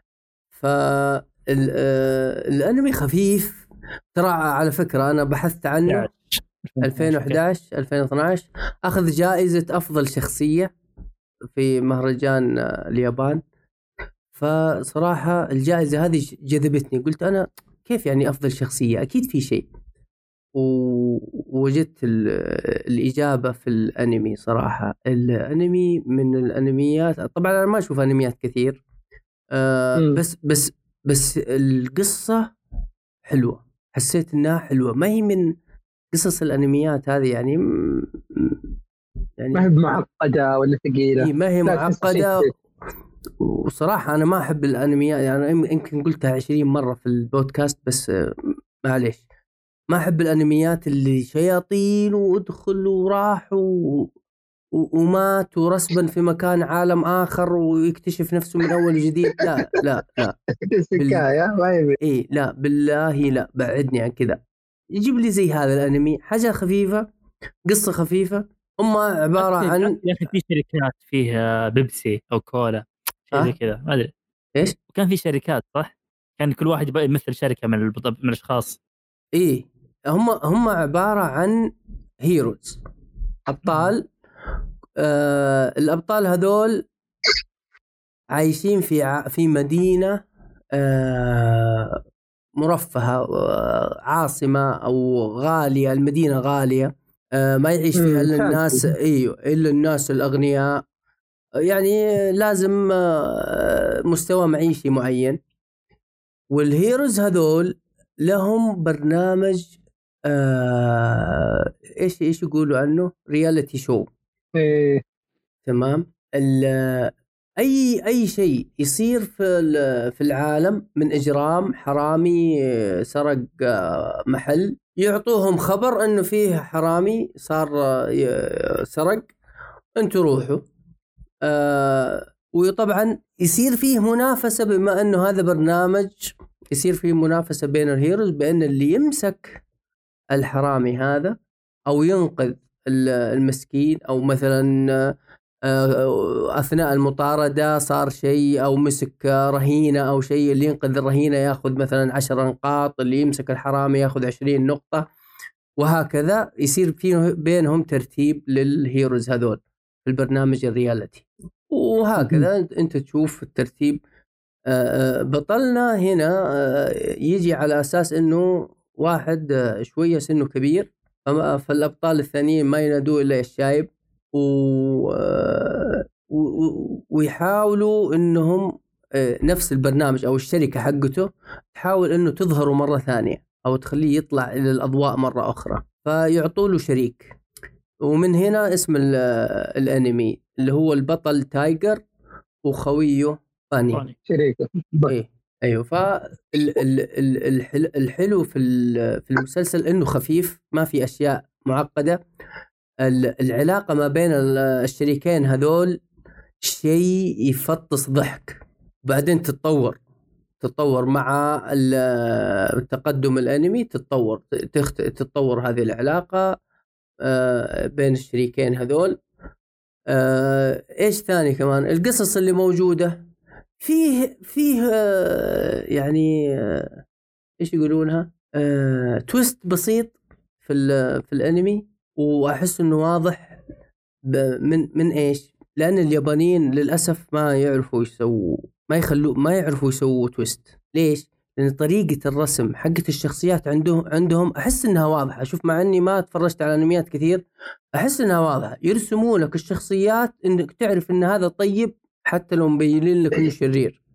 الانمي خفيف ترى، على فكره انا بحثت عنه 2011 2012 اخذ جائزه افضل شخصيه في مهرجان اليابان. فصراحة الجائزة هذه جذبتني، قلت أنا كيف يعني أفضل شخصية؟ أكيد في شيء. ووجدت الإجابة في الأنمي. صراحة الأنمي من الأنميات، طبعا أنا ما أشوف أنميات كثير، بس القصة حلوة، حسيت إنها حلوة، ما هي من قصص الأنميات هذه يعني ما هي معقدة ولا ثقيلة، ما هي معقدة. وصراحة أنا ما أحب الأنميات يعني، يمكن قلتها 20 مرة في البودكاست، بس معليش ما أحب الأنميات اللي شياطين وادخل وراح ومات ورسبا في مكان عالم آخر ويكتشف نفسه من أول جديد. لا لا لا إيه لا بالله لا، بعدني عن كذا. يجيب لي زي هذا الأنمي حاجة خفيفة، قصة خفيفة. هم عبارة عن يا أخي في شركات فيها بيبسي أو كولا شيء زي كذا، ما أدري إيش. وكان في شركات صح، كان كل واحد يمثل شركة من الأشخاص. إيه هم عبارة عن هيروز، أبطال. الأبطال هذول عايشين في مدينة مرفهة، عاصمة أو غالية، المدينة غالية، ما يعيش فيها إلا الناس، إلا الناس الأغنياء. يعني لازم مستوى معيشي معين. والهيروز هذول لهم برنامج ايش يقولوا عنه، رياليتي شو. إيه. تمام. اي شيء يصير في العالم من اجرام، حرامي سرق محل، يعطوهم خبر انه فيه حرامي صار سرق، انتوا روحوا. وطبعا يصير فيه منافسة، بما انه هذا برنامج يصير فيه منافسة بين الهيروز، بان اللي يمسك الحرامي هذا او ينقذ المسكين، او مثلا اثناء المطاردة صار شيء او مسك رهينة او شيء، اللي ينقذ الرهينة ياخذ مثلا 10 نقاط، اللي يمسك الحرامي ياخذ 20 نقطة، وهكذا يصير فيه بينهم ترتيب للهيروز هذول في البرنامج الرياليتي. وهكذا انت تشوف الترتيب. بطلنا هنا يجي على اساس انه واحد شوية سنه كبير، فالابطال الثانيين ما ينادوا الا الشايب، ويحاولوا انهم نفس البرنامج او الشركة حقته تحاول انه تظهره مرة ثانية او تخليه يطلع الى الاضواء مرة اخرى، فيعطوا له شريك. ومن هنا اسم الانمي اللي هو البطل تايجر وخويه فاني شريكه. ايوه. فالحلو في المسلسل انه خفيف، ما في اشياء معقدة. العلاقة ما بين الشريكين هذول شيء يفطس ضحك، بعدين تتطور مع التقدم الانمي، تتطور هذه العلاقة بين الشريكين هذول. ايش ثاني كمان؟ القصص اللي موجودة فيه يعني ايش يقولونها، تويست بسيط في الانمي، واحس انه واضح من ايش، لان اليابانيين للاسف ما يعرفوا يسووا، ما يعرفوا يسووا تويست. ليش؟ لان طريقة الرسم حقت الشخصيات عندهم احس انها واضحة. اشوف مع اني ما تفرجت على انميات كثير، احس انها واضحة، يرسموا لك الشخصيات انك تعرف ان هذا طيب حتى لو مبينين لك انه شرير.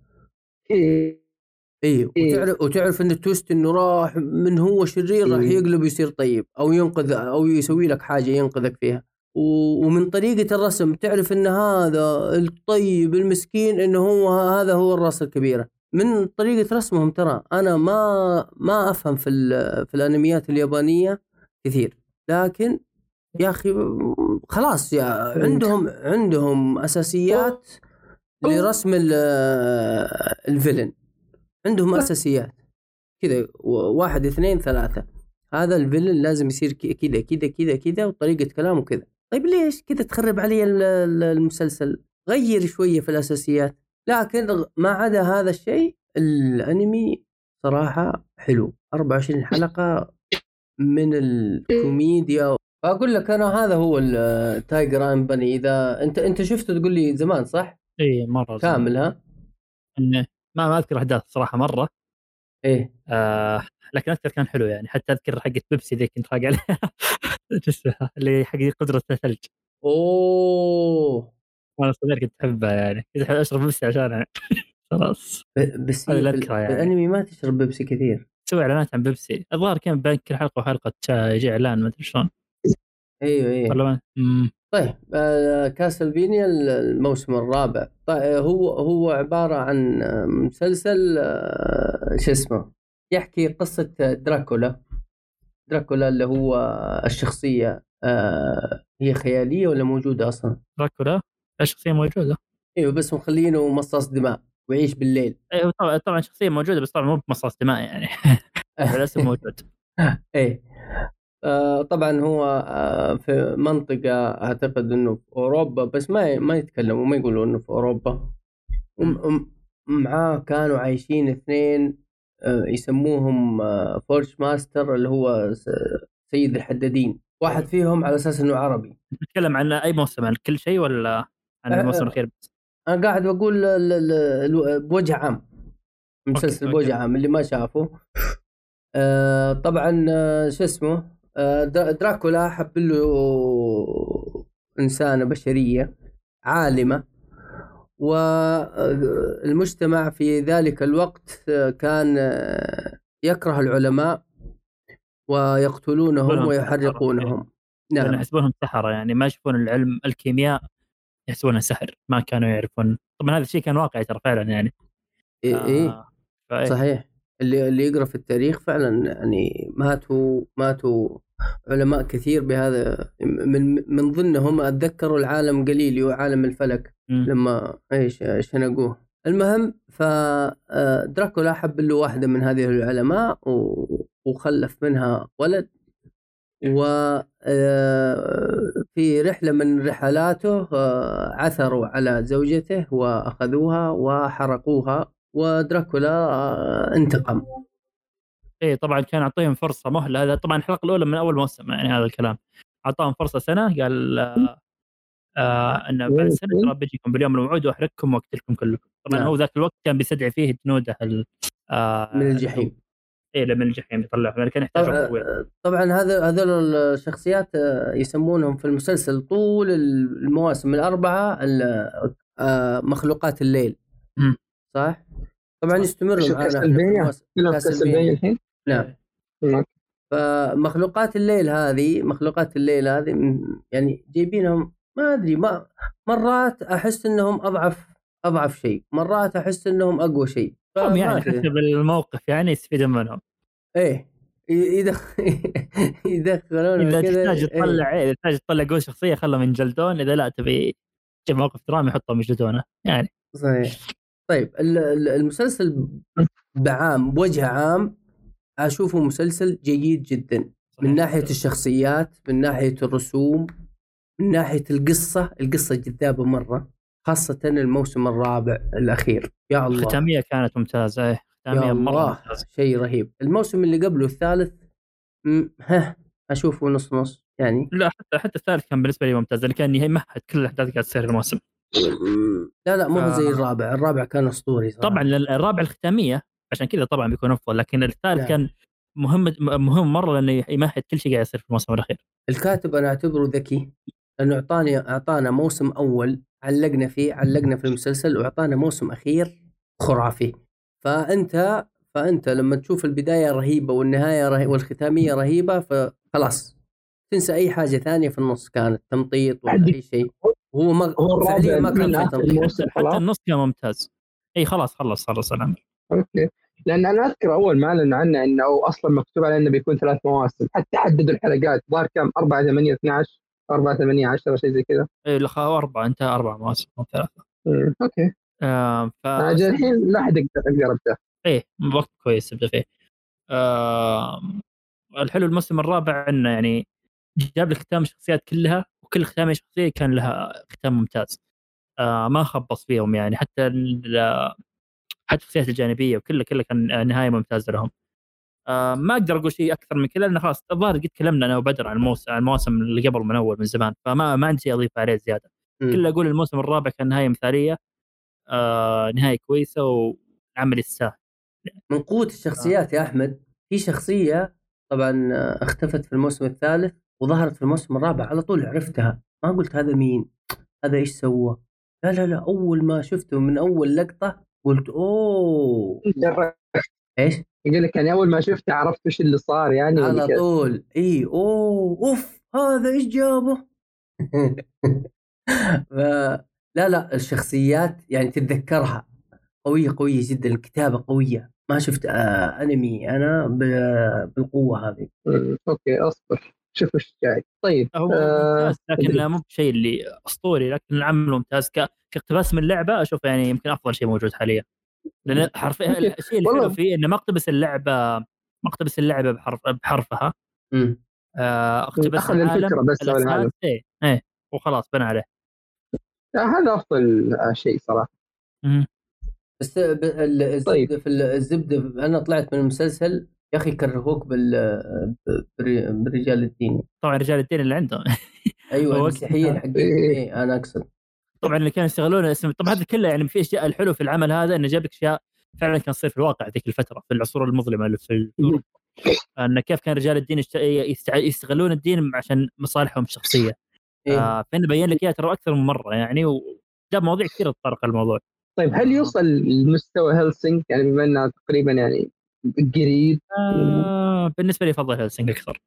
ايوه. وتعرف ان التويست انه راح من هو شرير راح يقلب يصير طيب، او ينقذ، او يسوي لك حاجة ينقذك فيها. ومن طريقة الرسم تعرف ان هذا الطيب المسكين انه هذا هو الراس الكبيرة. من طريقة رسمهم ترى انا ما افهم في الانميات اليابانية كثير، لكن يا اخي خلاص عندهم اساسيات لرسم الفيلن، عندهم اساسيات كذا 1 2 3، هذا الفيلن لازم يصير كذا كذا كذا كذا، وطريقة كلامه كذا. طيب ليش كذا تخرب علي المسلسل؟ غير شوية في الاساسيات. لكن ما عدا هذا الشيء الانمي صراحة حلو. 24 حلقة من الكوميديا. فأقول لك أنا هذا هو التايجر أند بني. إذا أنت شفته تقول لي زمان صح؟ إيه مرة كامل ها؟ إنه ما أذكر أحداث صراحة مرة. إيه. لكن أذكر كان حلو يعني، حتى أذكر حقة بيبسي ذيك كنت راجع عليها اللي حق قدرة الثلج. أوه. وأنا صغير كنت أحبها يعني، كنت أشرب بيبسي عشان خلاص. بس هي في يعني. الأنمي ما تشرب بيبسي كثير. تسوي إعلانات عن بيبسي الظاهر، كان بين كل حلقة وحلقة يجي إعلان ما أدري شلون. أيوه. طيب كاسلفينيا الموسم الرابع. طيب هو عبارة عن مسلسل شو اسمه، يحكي قصة دراكولا اللي هو الشخصية هي خيالية ولا موجودة أصلا؟ دراكولا الشخصية موجودة. ايوه بس مخلينه مصاص دماء ويعيش بالليل. ايوه طبعا شخصية موجودة، بس طبعا مو بمصاص دماء يعني الاسم موجود. ايه. طبعا هو في منطقة اعتقد انه في اوروبا، بس ما يتكلموا، ما يقولوا انه في اوروبا. معاه كانوا عايشين 2 يسموهم فورش ماستر، اللي هو سيد الحدادين. واحد فيهم على اساس انه عربي. نتكلم عن اي موسم، عن كل شيء ولا عن الموسم الاخير بس؟ انا قاعد بقول بوجه عام، مسلسل بوجه عام اللي ما شافه. طبعا شو اسمه دراكولا حب له إنسانة بشرية عالمة والمجتمع في ذلك الوقت كان يكره العلماء ويقتلونهم ويحرقونهم. نعم. نعم. يحسبونهم سحرة، يعني ما يشوفون العلم الكيمياء يحسبونه سحر، ما كانوا يعرفون. طبعا هذا الشيء كان واقعي ترى فعلا يعني. إيه فإيه. صحيح. اللي يقرأ في التاريخ فعلا يعني ماتوا علماء كثير بهذا. من ضمنهم أتذكروا العالم قليلي وعالم الفلك لما شنقوه. المهم فدراكولا حب له واحدة من هذه العلماء وخلف منها ولد. وفي رحلة من رحلاته عثروا على زوجته وأخذوها وحرقوها، ودراكولا انتقم. ايه طبعا كان اعطيهم فرصه مهله. هذا طبعا الحلقه الاولى من اول موسم يعني هذا الكلام. اعطاهم فرصه سنه، قال ان بعد سنه ترى بيجيكم باليوم الموعود واحرقكم واقتلكم كلكم. طبعا هو ذاك الوقت كان بيستدعي فيه جنوده من الجحيم. ايه من الجحيم يطلعهم، يعني كان يحتاج وقت طويل. طبعا هذول الشخصيات يسمونهم في المسلسل طول المواسم الأربعة مخلوقات الليل. صح؟ طبعا يستمروا معنا في كاسلفينيا الحين. نعم. فمخلوقات الليل هذه يعني جايبينهم ما أدري، مرات أحس إنهم أضعف شيء، مرات أحس إنهم أقوى شيء. يعني حسب الموقف يعني يستفيدون منهم. إيه يدخلون إذا تحتاج تطلع إذا تحتاج تطلع قوة شخصية خلهم ينجلدون، إذا لا تبي موقف درامي يحطهم يجلدونه يعني. صحيح. طيب المسلسل بوجه عام أشوفه مسلسل جيد جدا. من ناحية الشخصيات، من ناحية الرسوم، من ناحية القصة جذابة مرة، خاصة الموسم الرابع الأخير. يا الله الختامية كانت ممتازة. ختامية مرة ممتازة، شيء رهيب. الموسم اللي قبله الثالث أشوفه نص يعني. لا حتى الثالث كان بالنسبة لي ممتاز، لأن كان يمهد كل الأحداث قاعدة تصير الموسم. لا مو زي الرابع كان أسطوري صراحة. طبعا الرابع الختامية عشان كذا طبعا بيكون أفضل، لكن الثالث كان مهم مرة لأنه يمهد كل شيء قاعد يصير في الموسم الأخير. الكاتب أنا أعتبره ذكي، لأنه أعطانا موسم أول علقنا في المسلسل، وأعطانا موسم أخير خرافي. فأنت لما تشوف البداية رهيبة والنهاية والختامية رهيبة، فخلاص تنسى أي حاجة ثانية في النص كانت تمطيط ولا أي شيء. هو فعليا ما كان في تمطيط، حتى النص كان ممتاز. أي خلص العمل. أوكي. لأن أنا أذكر أول ما أعلن عنه إنه أصلا مكتوب عليه إنه بيكون 3 مواسم، حتى حددوا الحلقات ظهر كم 4 8 12 4 8 10 شيء زي كذا. إيه 4 مواسم أو 3. أوكي. الحين لا أحد يقدر أبدأ. إيه وقت كويس أبدأ فيه. الحلو الموسم الرابع إنه يعني جاب لك ختام الشخصيات كلها، وكل ختام شخصية كان لها ختام ممتاز. ما خبص فيهم يعني، حتى الشخصيات الجانبية وكله كان نهاية ممتازة لهم. ما أقدر أقول شيء أكثر من كذا، لأن خلاص الظاهر قد تكلمنا أنا وبدر عن المواسم اللي قبل من زمان، فما عندي شيء أضيف عليه زيادة. كل أقول الموسم الرابع كان نهاية مثالية، نهاية كويسة وعمل الساعة. من قوة الشخصيات يا أحمد، في شخصية طبعا اختفت في الموسم الثالث وظهرت في الموسم الرابع على طول عرفتها. ما قلت هذا مين، هذا إيش سوى. لا أول ما شفته من أول لقطة قلت أوه إيش. يقول لك يعني أول ما شفته عرفت إيش اللي صار يعني على طول. أوف هذا إيش جابه. لا الشخصيات يعني تتذكرها قوية جدا، الكتابة قوية. ما شفت أنمي أنا بالقوة هذه. أوكي أصبر شوف إيش جاي. طيب هو ممتاز، لكن مو بشيء اللي أسطوري، لكن العمل ممتاز. كاقتباس من اللعبة أشوف يعني يمكن أفضل شيء موجود حاليا، لأن حرفيا الشيء اللي حلو فيه إنه مقتبس اللعبة بحرفها. اقتبس العالم بس الأساس. إيه وخلاص بنى عليه. هذا أفضل شيء صراحة. بس الزبدة طيب. في الزبدة أنا طلعت من المسلسل يا أخي كرهوك بالرجال الدين. طبعا رجال الدين اللي عندهم أيوة المسيحيين حقين. أنا أقصد طبعا اللي كانوا يشتغلون اسم. طبعا هذا كله يعني في أشياء الحلو في العمل هذا، إنه جاب لك أشياء فعلا كان تصير في الواقع ذيك الفترة في العصور المظلمة اللي في أوروبا. أن كيف كان رجال الدين يستغلون الدين عشان مصالحهم الشخصية. فإنه بين لك إياه ترى أكثر من مرة يعني، جاب مواضيع كثير تطرق الموضوع. طيب هل يوصل لمستوى هيلسينج يعني بما انه تقريبا يعني قريب؟ بالنسبه لي افضل هيلسينج اكثر.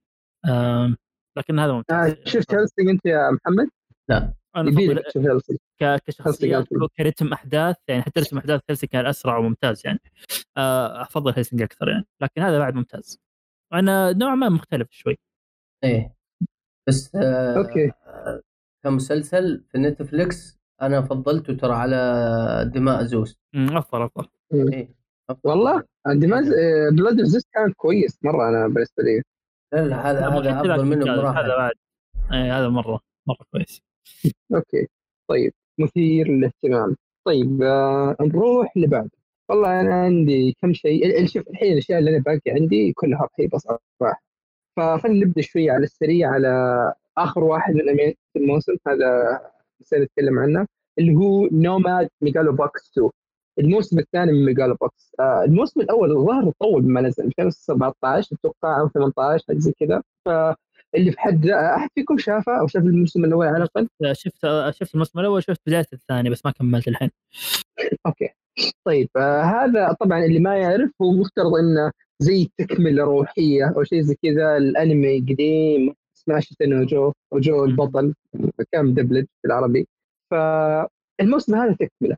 لكن هذا ممتاز. شفت هيلسينج انت يا محمد؟ لا انا يبي افضل لك تشوف هيلسينج. كشخصيات وكرتم احداث، يعني حتى رتم احداث هيلسينج كان اسرع وممتاز يعني. افضل هيلسينج اكثر يعني، لكن هذا بعد ممتاز. انا نوعا ما مختلف شوي. ايه بس اوكي. كمسلسل في نتفليكس انا فضلته ترى على دماء زوس. افضل. ايه والله عندي ما بلاد اوف زيست كان كويس مره انا بالنسبه لي. لا هذا افضل منه بمراحل. هذا بعد هذا مره كويس. اوكي طيب، مثير للاهتمام. طيب نروح لبعد. والله انا عندي كم شيء. شوف الحين الاشياء اللي انا باقي عندي كلها رهيبه صراحه. فخلينا نبدا شويه على السريع على اخر واحد من انميات الموسم هذا نتكلم عنه، اللي هو نوماد ميجالو بوكس 2. الموسم الثاني من ميجالو بوكس. الموسم الاول الظاهر طول بما نزل 2017 اتوقع او 18 حاجه زي كذا. فاللي في حد احد فيكم شافه او شاف الموسم الاول على الاقل؟ شفت الموسم الاول، شفت بدايه الثاني بس ما كملت الحين. اوكي طيب هذا طبعا اللي ما يعرف هو مفترض انه زي تكمله روحيه او شيء زي كذا. الانمي قديم اسمه شيتانو جو البطل كان مدبلج في العربي. فالموسم هذا تكمله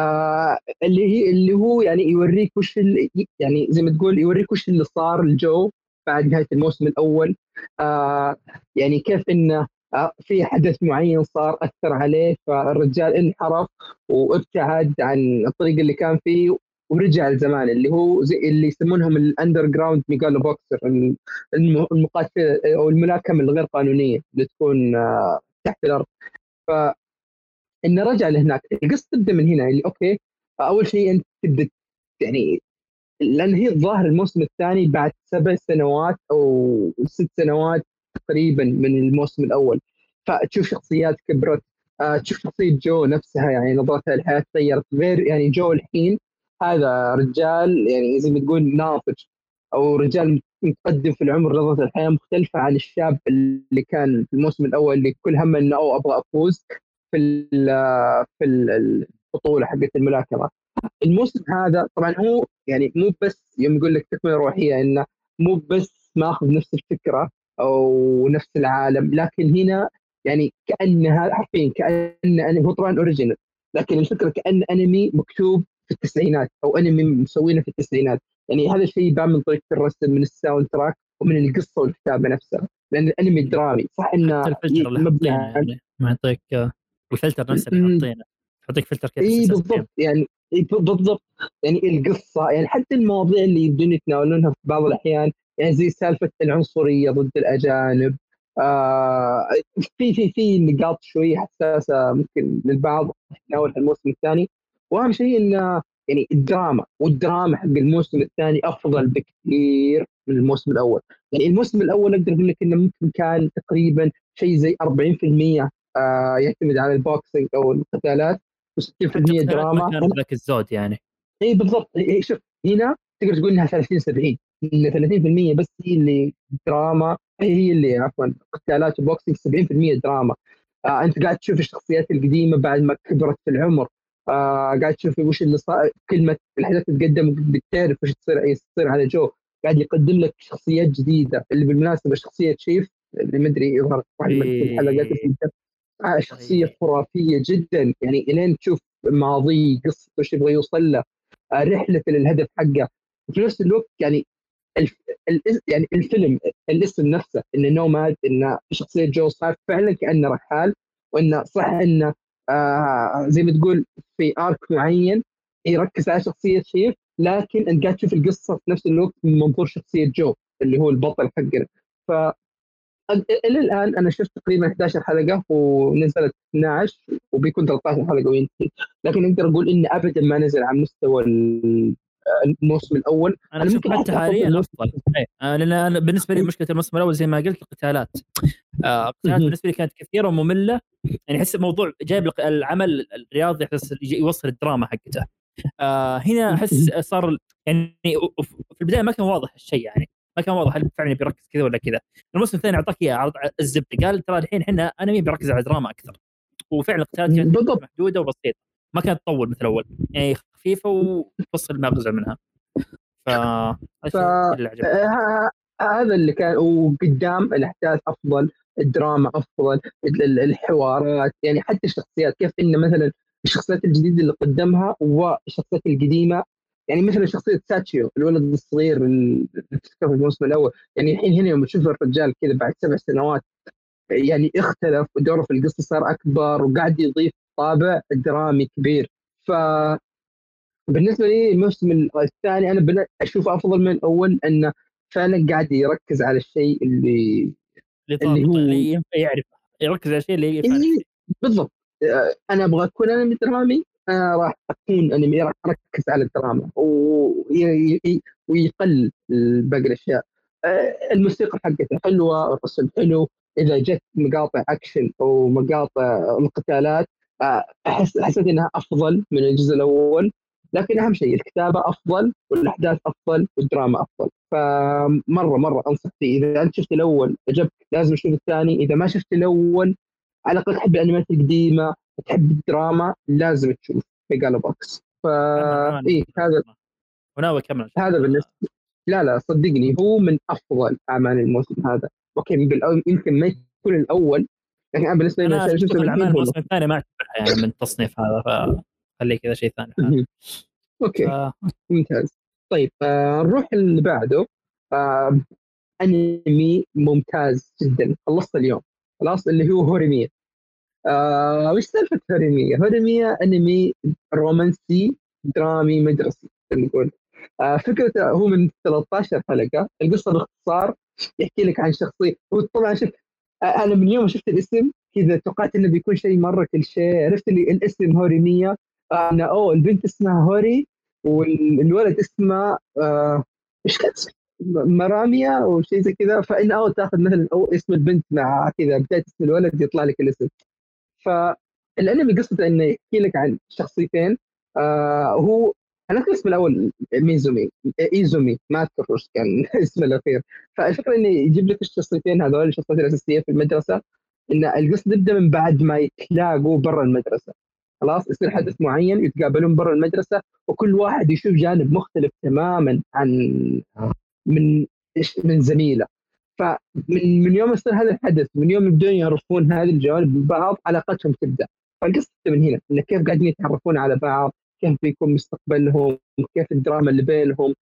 اللي هو يعني يوريك وش يعني زي ما تقول يوريك وش اللي صار الجو بعد نهايه الموسم الاول. يعني كيف انه في حدث معين صار اثر عليه فالرجال انحرف وابتعد عن الطريق اللي كان فيه ورجع لزمان اللي هو زي اللي يسمونهم الاندر جراوند ميجالو بوكسر، المقاتل او الملاكمه الغير قانونيه اللي تكون تحت الارض. فانه رجع لهناك. القصه تبدا من هنا اللي اوكي اول شيء انت تبدا يعني لان هي الظاهر الموسم الثاني بعد 7 سنوات او 6 سنوات تقريبا من الموسم الاول. فتشوف شخصيات كبرت، تشوف شخصيه جو نفسها يعني نظرتها للحياه تغيرت. غير يعني جو الحين هذا رجال يعني زي ما تقول ناضج او رجال متقدم في العمر. نظرة الحياه مختلفه عن الشاب اللي كان في الموسم الاول اللي كل همه انه ابغى افوز في في البطوله حقت الملاكمه. الموسم هذا طبعا هو يعني مو بس يوم يقول لك تكمله روحيه انه مو بس ماخذ نفس الفكره او نفس العالم، لكن هنا يعني كانها حرفيا كان هو طبعا اوريجينال، لكن الفكره كان انمي مكتوب في التسعينات او انمي مسوينه في التسعينات. يعني هذا الشيء يبان من طريقه الرسم من الساوند تراك ومن القصه والكتابه نفسها، لان الانمي درامي صح انه الفلتر اللي حاطينه يعني ما يعطيك الفلتر نفسه اللي حاطينه يعطيك فلتر كيف اي بالضبط يعني بالضبط. يعني القصه يعني حتى المواضيع اللي يبدون يتناولونها في بعض الاحيان يعني زي سالفه العنصريه ضد الاجانب. آه في نقاط شوي حساسه ممكن للبعض تتناولها الموسم الثاني. واهم شيء انه يعني الدراما حق الموسم الثاني افضل بكثير من الموسم الاول. يعني الموسم الاول اقدر اقول لك انه ممكن كان تقريبا شيء زي 40% يعتمد على البوكسينج او القتالات و60% دراما. ما كان ذاك الزود يعني. اي بالضبط. شوف هنا تقدر تقول انها 30-70، ان 30% بس هي اللي دراما، هي اللي عفوا قتالات وبوكسينج، 70% دراما. انت قاعد تشوف الشخصيات القديمه بعد ما كبرت في العمر. قاعد تشوف وش اللي صار، كلمه الاحداث تتقدم بتعرف وش تصير على جو. قاعد يقدم لك شخصيات جديده اللي بالمناسبه شخصيه شيف اللي ما ادري يظهر واحد من الحلقات شخصيه خرافيه جدا. يعني الين تشوف ماضي قصته وش يبغى يوصل له، رحلته للهدف حقه. وفي نفس الوقت يعني يعني الفيلم الاسم نفسه انه نوماد، انه شخصيه جو صار فعلا كانه رحال، وانه صح انه زي ما تقول في ارك معين يركز على شخصيه شيف، لكن انت قاعد تشوف القصه في نفس الوقت من منظور شخصيه جو اللي هو البطل حقنا. ف الى الان انا شفت تقريبا 11 حلقه ونزلت 12 وبيكون 13 حلقه وينتهي، لكن اقدر اقول انه ابدا ما نزل عن مستوى الموسم الاول. انا اشوف حتى حاليا افضل لان أنا بالنسبه لي مشكله الموسم الاول زي ما قلت القتالات. القتالات بالنسبه لي كانت كثيره وممله، يعني احس الموضوع جايب العمل الرياضي يوصل الدراما حقته. هنا احس صار يعني في البدايه ما كان واضح الشيء، يعني ما كان واضح هل فعلا بيركز كذا ولا كذا. الموسم الثاني اعطاك اياه عرض الزبده، قال ترى الحين احنا انمي بيركز على دراما اكثر، وفعلا القتالات كانت بالضبط. محدوده وبسيطه، ما كانت تطول مثل الاول، يعني خفيفه وتوصل المغزى منها. فهذا الشيء اللي عجبني. هذا اللي كان. وقدام الاحداث افضل، الدراما افضل، الحوارات، يعني حتى الشخصيات، كيف ان مثلا الشخصيات الجديده اللي قدمها والشخصيات القديمه. يعني مثلا شخصيه ساتشيو الولد الصغير اللي تذكره في الموسم الاول، يعني الحين هنا يوم تشوف الرجال كذا بعد 7 سنوات، يعني اختلف ودوره في القصه صار اكبر وقاعد يضيف طابع درامي كبير. فبالنسبه لي الموسم الثاني انا اشوفه افضل من الاول، انه فعلا قاعد يركز على الشيء اللي اللي طابق هو اللي يعرف يركز على الشيء اللي يفهم إيه، فيه. بالضبط. انا ابغى اكون انمي درامي، انا راح اكون انمي، راح اركز على الدراما ويقل باقي الاشياء. الموسيقى حقتها حلوه، الرسم حلو، اذا جت مقاطع اكشن او مقاطع القتالات حسيت انها افضل من الجزء الاول. لكن اهم شيء الكتابه افضل والاحداث افضل والدراما افضل. فمره مره انصح فيه، اذا انت شفت الاول عجبك لازم تشوف الثاني، اذا ما شفت الاول على الاقل تحب الانميات القديمه وتحب الدراما لازم تشوف ميجالو بوكس. انا ايه هذا وناوي اكمل هذا بالنسبه. لا صدقني هو من افضل اعمال الموسم هذا. اوكي يمكن ما يكون الاول، لكن انا بالنسبه لي من انا الاشياء اللي اشوف شفتها من الاعمال الحين هو الموسم الثاني ما اعتبرها يعني من التصنيف هذا، فخليه كذا شيء ثاني حال. اوكي ممتاز. طيب نروح اللي بعده. آه انمي ممتاز جدا خلصت اليوم خلاص، اللي هو هوريميا. وش سالفة هوريميا؟ هوريميا أنمي رومانسي درامي مدرسي نقول. فكرة هو من 13 حلقة. القصة باختصار يحكي لك عن شخصية. هو طبعا شوف، أنا من يوم ما شفت الاسم كذا توقعت إنه بيكون شيء مرة كل شيء. عرفت اللي الاسم هوريميا، أنا البنت اسمها هوري والولد اسمه إيش كان اسمه؟ مراميا أو شيء زي كذا. فإن تاخذ مثلا أو اسم البنت مع كذا بداية اسم الولد يطلع لك الاسم. فالانمي قصته انه يحكي لك عن شخصيتين. هو انا أذكر اسمه الاول ميزومي، ايزومي، ما اذكر وش كان اسمه الاخير. فالفكره انه يجيب لك الشخصيتين هذول الشخصيات الاساسيه في المدرسه، ان القصه تبدا من بعد ما يتلاقوا برا المدرسه. خلاص يصير حدث معين يتقابلون برا المدرسه، وكل واحد يشوف جانب مختلف تماما عن من من زميله. فمن يوم يصير هذا الحدث، من يوم يبدون يعرفون هذه الجوانب من بعض، علاقتهم تبدا. فالقصه من هنا ان كيف قاعدين يتعرفون على بعض، كيف بيكون مستقبلهم، كيف الدراما اللي بينهم.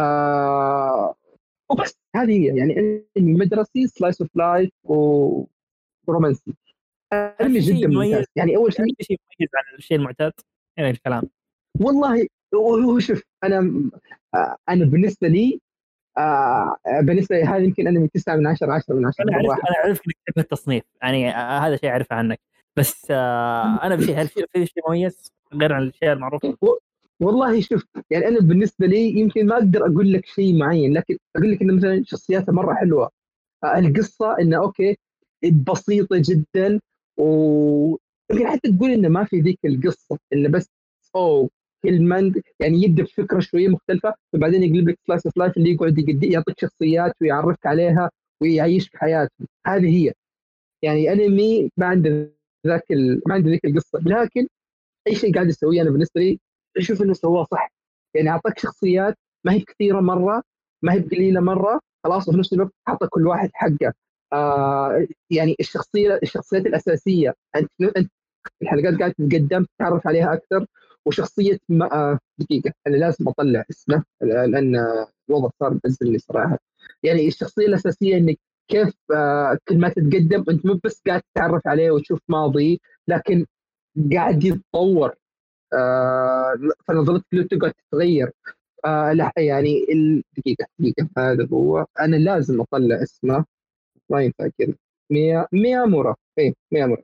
وبس هذه هي يعني انمي مدرسي سلايس اوف لايف ورومانسي. هل انمي في شيء جدا مميز؟ ممتاز. يعني اول هل شيء في شيء مميز عن الشيء المعتاد؟ يعني الكلام. والله هو شوف، انا بالنسبه لي بالنسبه لي هذا يمكن انمي 9 من 10، 10 من 10 بالراحه. انا عرفت انك تحب التصنيف، يعني هذا شيء اعرفه عنك. بس انا هل في شيء مميز غير عن الاشياء المعروفه؟ و- والله شوف، يعني انا بالنسبه لي يمكن ما اقدر اقول لك شيء معين، لكن اقول لك انه مثلا شخصياتها مره حلوه. القصه انه اوكي بسيطه جدا، ويمكن حتى تقول انه ما في ذيك القصه انه بس كل من يعني يبدا بفكره شويه مختلفه، وبعدين يقلب لك سلايس اوف لايف اللي يقعد يعطيك شخصيات ويعرفك عليها ويعيشك حياتهم. هذه هي يعني انمي ما عنده ما عنده ذيك القصه. لكن اي شيء قاعد يسويه انا بالنسبه لي اشوف انه سواه صح. يعني اعطاك شخصيات ما هي كثيره مره، ما هي قليله مره، خلاص، وفي نفس الوقت اعطى كل واحد حقه. يعني الشخصيات الاساسيه انت الحلقات قاعده تتقدم تتعرف عليها اكثر. وشخصيه دقيقه انا لازم اطلع اسمه لان الوضع صار بزل لي صراحه. يعني الشخصيه الاساسيه انك كيف كل ما تتقدم انت مو بس قاعد تتعرف عليه وتشوف ماضي، لكن قاعد يتطور. فنظرتك له تقعد تتغير. لا يعني دقيقة هذا هو، أنا لازم أطلع اسمه، ما ينفع كذا. ميامورا، إيه ميامورا.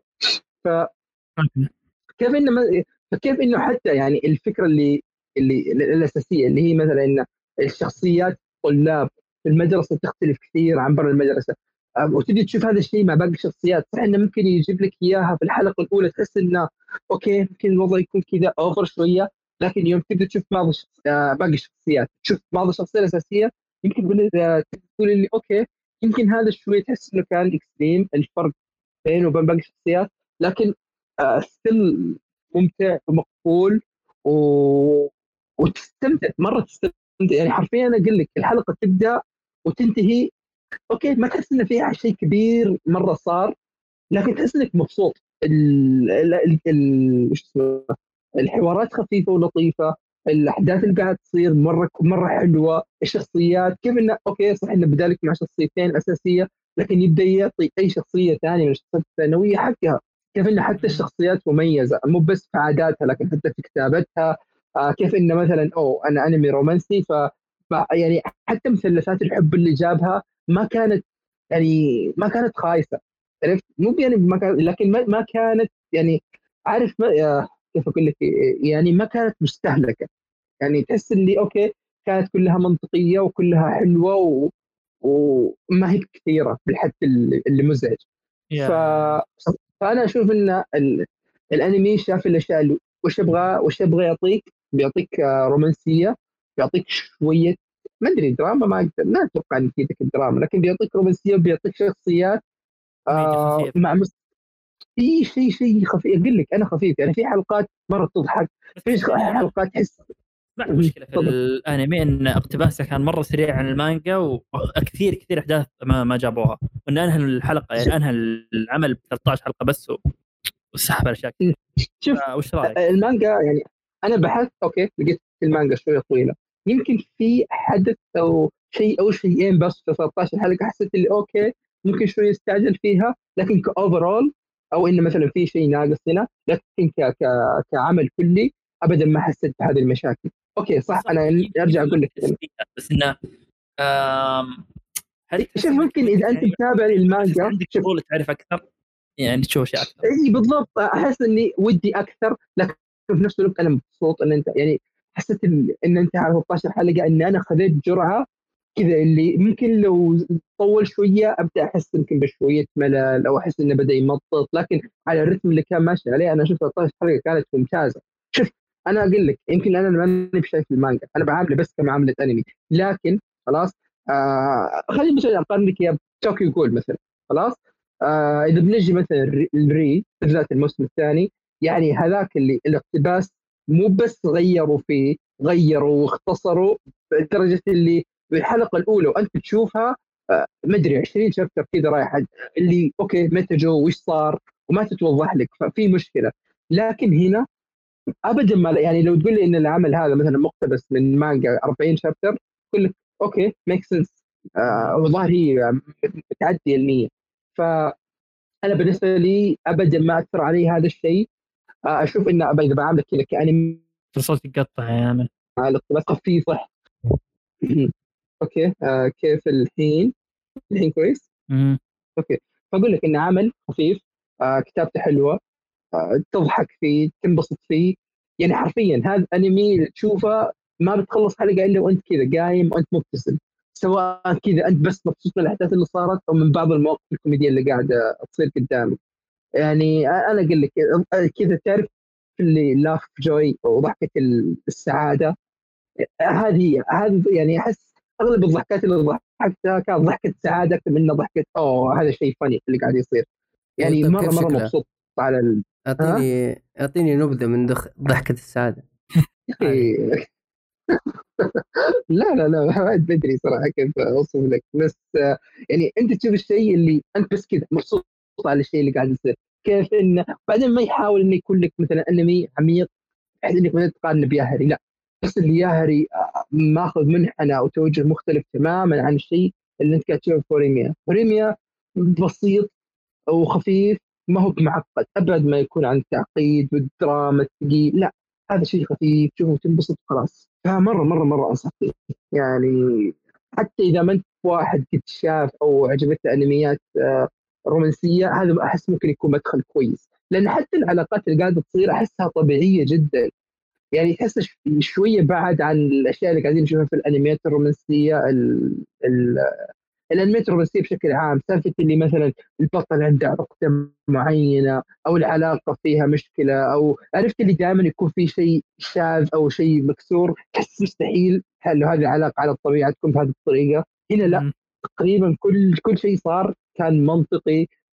فكيف إنه فكيف إنه حتى يعني الفكرة اللي الأساسية اللي هي مثلا إن الشخصيات طلاب في المدرسة تختلف كثير عن برا المدرسة. وتجي تشوف هذا الشيء مع باقي الشخصيات، صح انه ممكن يجيب لك اياها في الحلقه الاولى تحس انه اوكي ممكن الوضع يكون كذا اوفر شويه، لكن يوم تبدا تشوف بعض باقي الشخصيات، تشوف بعض الشخصيات الاساسيه، يمكن تقول لي اوكي يمكن هذا شوي تحس انه كان اكستريم الفرق بينه وبين باقي الشخصيات. لكن ستيل ممتع ومقبول و... وتستمتع مره، تستمتع. يعني حرفيا انا اقول لك الحلقه تبدا وتنتهي، اوكي ما تحس ان فيها شيء كبير مره صار، لكن تحس انك مبسوط. وش اسمه، الحوارات خفيفه ولطيفه، الاحداث اللي قاعد تصير مره حلوه، الشخصيات كيف انه اوكي صح انه بدالك مع شخصيتين اساسيه، لكن يبدا يعطي اي شخصيه ثانيه من الشخصيات الثانويه حقها. كيف ان حتى الشخصيات مميزه، مو بس في عاداتها لكن حتى في كتابتها. كيف انه مثلا انا انمي رومانسي يعني حتى مثلثات الحب اللي جابها ما كانت، يعني ما كانت خايسه. عرفت؟ مو يعني ما كان، لكن ما كانت يعني، عارف ما كيف اقول لك، يعني ما كانت مستهلكه. يعني تحس اللي اوكي كانت كلها منطقيه وكلها حلوه وما هي كثيره بالحد اللي مزعج. ف... يا فانا اشوف ان الانمي شاف الاشياء اللي وش يبغى يعطيك، بيعطيك رومانسيه، بيعطيك شويه ما ادري دراما، ما اتوقع ان يفيدك الدراما، لكن بيعطيك رومانسيه وبيعطيك شخصيات كوميديا خفيف. مع في شيء خفيف. اقول لك انا خفيف، يعني في حلقات مره تضحك، في بس يعني انا حلقات تحس. سمعت مشكله في تفضل. الانمي ان اقتباسه كان مره سريع عن المانجا، وكثير كثير احداث ما جابوها، وان انهى الحلقه يعني انهى العمل ب 13 حلقه بس وسحب على اشياء كثير. شوف وش رايك؟ المانجا يعني، انا بحثت اوكي لقيت المانجا شويه طويله، يمكن في حدث او شيء او شيئين بس في 13 حلقه حسيت اللي اوكي ممكن شويه استعجل فيها، لكن كاوفرول او انه مثلا في شيء ناقص هنا، لكن كعمل كلي ابدا ما حسيت بهذه المشاكل. اوكي صح، بالضبط، انا ارجع يمكن ما اقول في لك إنه تسبيحات، بس انه هل تحس شوف انك ممكن اذا انت يعني متابع تحس المانجا، عندك شوف فضول تعرف اكثر، يعني تشوف اشياء اكثر؟ اي بالضبط، احس اني ودي اكثر، لكن في نفس الوقت انا مبسوط ان انت يعني حسيت ان انت على 13 حلقه ان انا خذيت جرعه كذا، اللي ممكن لو طول شويه ابدا احس يمكن بشويه ملل او احس انه بدا يمطط، لكن على الرتم اللي كان ماشي عليه انا شفت 13 حلقه كانت ممتازه. شوف انا اقول لك يمكن انا ماني بشايف المانجا، انا بعامله بس كمعامله انمي، لكن خلاص خليني مثلا اقارن لك يا توكيو جول مثلا. خلاص اذا بنجي مثلا بالذات الموسم الثاني، يعني هذاك اللي الاقتباس مو بس غيروا فيه، غيروا واختصروا لدرجه اللي بالحلقه الاولى وانت تشوفها ما ادري 20 شابتر كذا رايح، اللي اوكي متى جو وش صار وما تتوضح لك، ففي مشكله. لكن هنا ابدا ما، يعني لو تقول لي ان العمل هذا مثلا مقتبس من مانجا 40 شابتر، اقول لك اوكي ميك سنس، والظاهر هي بتعدي ال 100. فانا بالنسبه لي ابدا ما اثر علي هذا الشيء. اشوف انه اذا بعاملك كذا كانمي في صوت يقطع يعني. على الاقتباس خفيفه. اوكي كيف الحين كويس. امم اوكي، فاقول لك انه عمل خفيف، كتابته حلوه، تضحك فيه تنبسط فيه. يعني حرفيا هذا انمي تشوفه ما بتخلص حلقه الا وانت كذا قايم وانت مبتسم، سواء كذا انت بس مبسوط من الاحداث اللي صارت او من بعض المواقف الكوميديه اللي قاعده تصير قدامك. يعني انا اقول لك كذا، تعرف اللي لاف جوي وضحكه السعاده، هذه يعني احس اغلب الضحكات اللي ضحكتها كانت ضحكه سعاده اكثر من ضحكه اوه هذا شيء فني اللي قاعد يصير. إيه يعني طيب كيف مره شكله؟ مبسوط على ها اعطيني نبذة من ضحكة السعادة. يا عادي. اخي. لا ما بدري صراحه كيف اوصف لك، بس يعني انت تشوف الشيء اللي انت بس كذا مبسوط على الشيء اللي قاعد يصير، كيف انه بعدين ما يحاول انه يكون لك مثلا انمي عميق بحيث انك مثلا تقارن بياهري، لا، بس اللي ياهري ماخذ منحنى او توجه مختلف تماما عن الشيء اللي انت قاعد تشوفه في هوريميا بسيط وخفيف، ما هو معقد ابعد ما يكون عن التعقيد والدراما الثقيل، لا، هذا شيء خفيف تشوفه وتنبسط خلاص. فمره انصح فيه يعني. حتى اذا ما انت واحد قد شاف او عجبته انميات رومانسيه، هذا احس ممكن يكون مدخل كويس، لان حتى العلاقات اللي قاعده تصير احسها طبيعيه جدا. يعني تحس شويه بعد عن الاشياء اللي قاعدين نشوفها في الانميات الرومانسيه. الانميات الرومانسيه بشكل عام، سالفه اللي مثلا البطل عنده عقده معينه او العلاقه فيها مشكله، او عرفت اللي دائما يكون في شيء شاذ او شيء مكسور، تحس مستحيل لو هذه العلاقه على الطبيعه تكون بهذه الطريقه. هنا لا، مم. تقريبا كل شيء صار كان منطقي،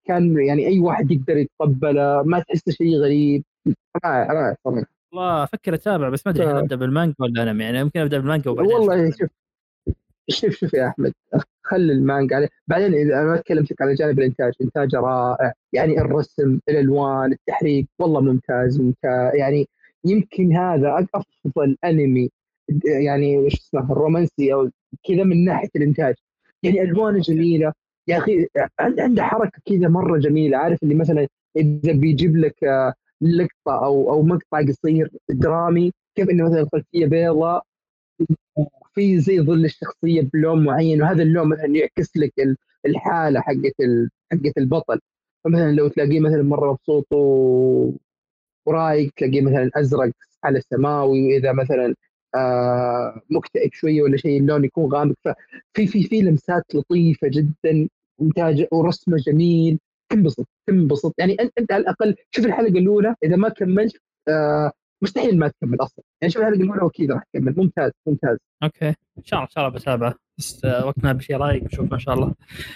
كان يعني اي واحد يقدر يتقبله، ما تحس شيء غريب. رائع صراحه. والله افكر اتابع، بس ما ادري هل ابدا بالمانجا ولا انمي. يعني ممكن ابدا بالمانجا وبعدين والله شوف يا احمد، خلي المانجا عليه. بعدين اذا انا اتكلمتك على جانب الانتاج، انتاج رائع يعني، الرسم، الالوان، التحريك والله ممتاز يعني يمكن هذا افضل انمي يعني وش اسمه الرومانسي او كذا من ناحيه الانتاج. يعني الوانه جميله يا اخي، عنده حركه كذا مره جميله. عارف اللي مثلا اذا بيجيب لك لقطه او مقطع قصير درامي، كيف انه مثلا الخلفيه بيضاء وفي زي ظل الشخصيه بلون معين، وهذا اللون مثلا يعكس لك الحاله حقت البطل. فمثلا لو تلاقيه مثلا مره مبسوط ورايق، تلاقيه مثلا ازرق على سماوي، واذا مثلا مكتئب شويه ولا شيء اللون يكون غامق. ففي لمسات لطيفه جدا، انتاج ورسمه جميل، تنبسط يعني. انت على الاقل شوف الحلقه الاولى، اذا ما كملت مستحيل ما تكمل اصلا يعني. شوف الحلقه الاولى واكيد راح تكمل. ممتاز. اوكي ان شاء الله بتابعه، بس وقتنا بشيء رايق نشوف ان شاء الله.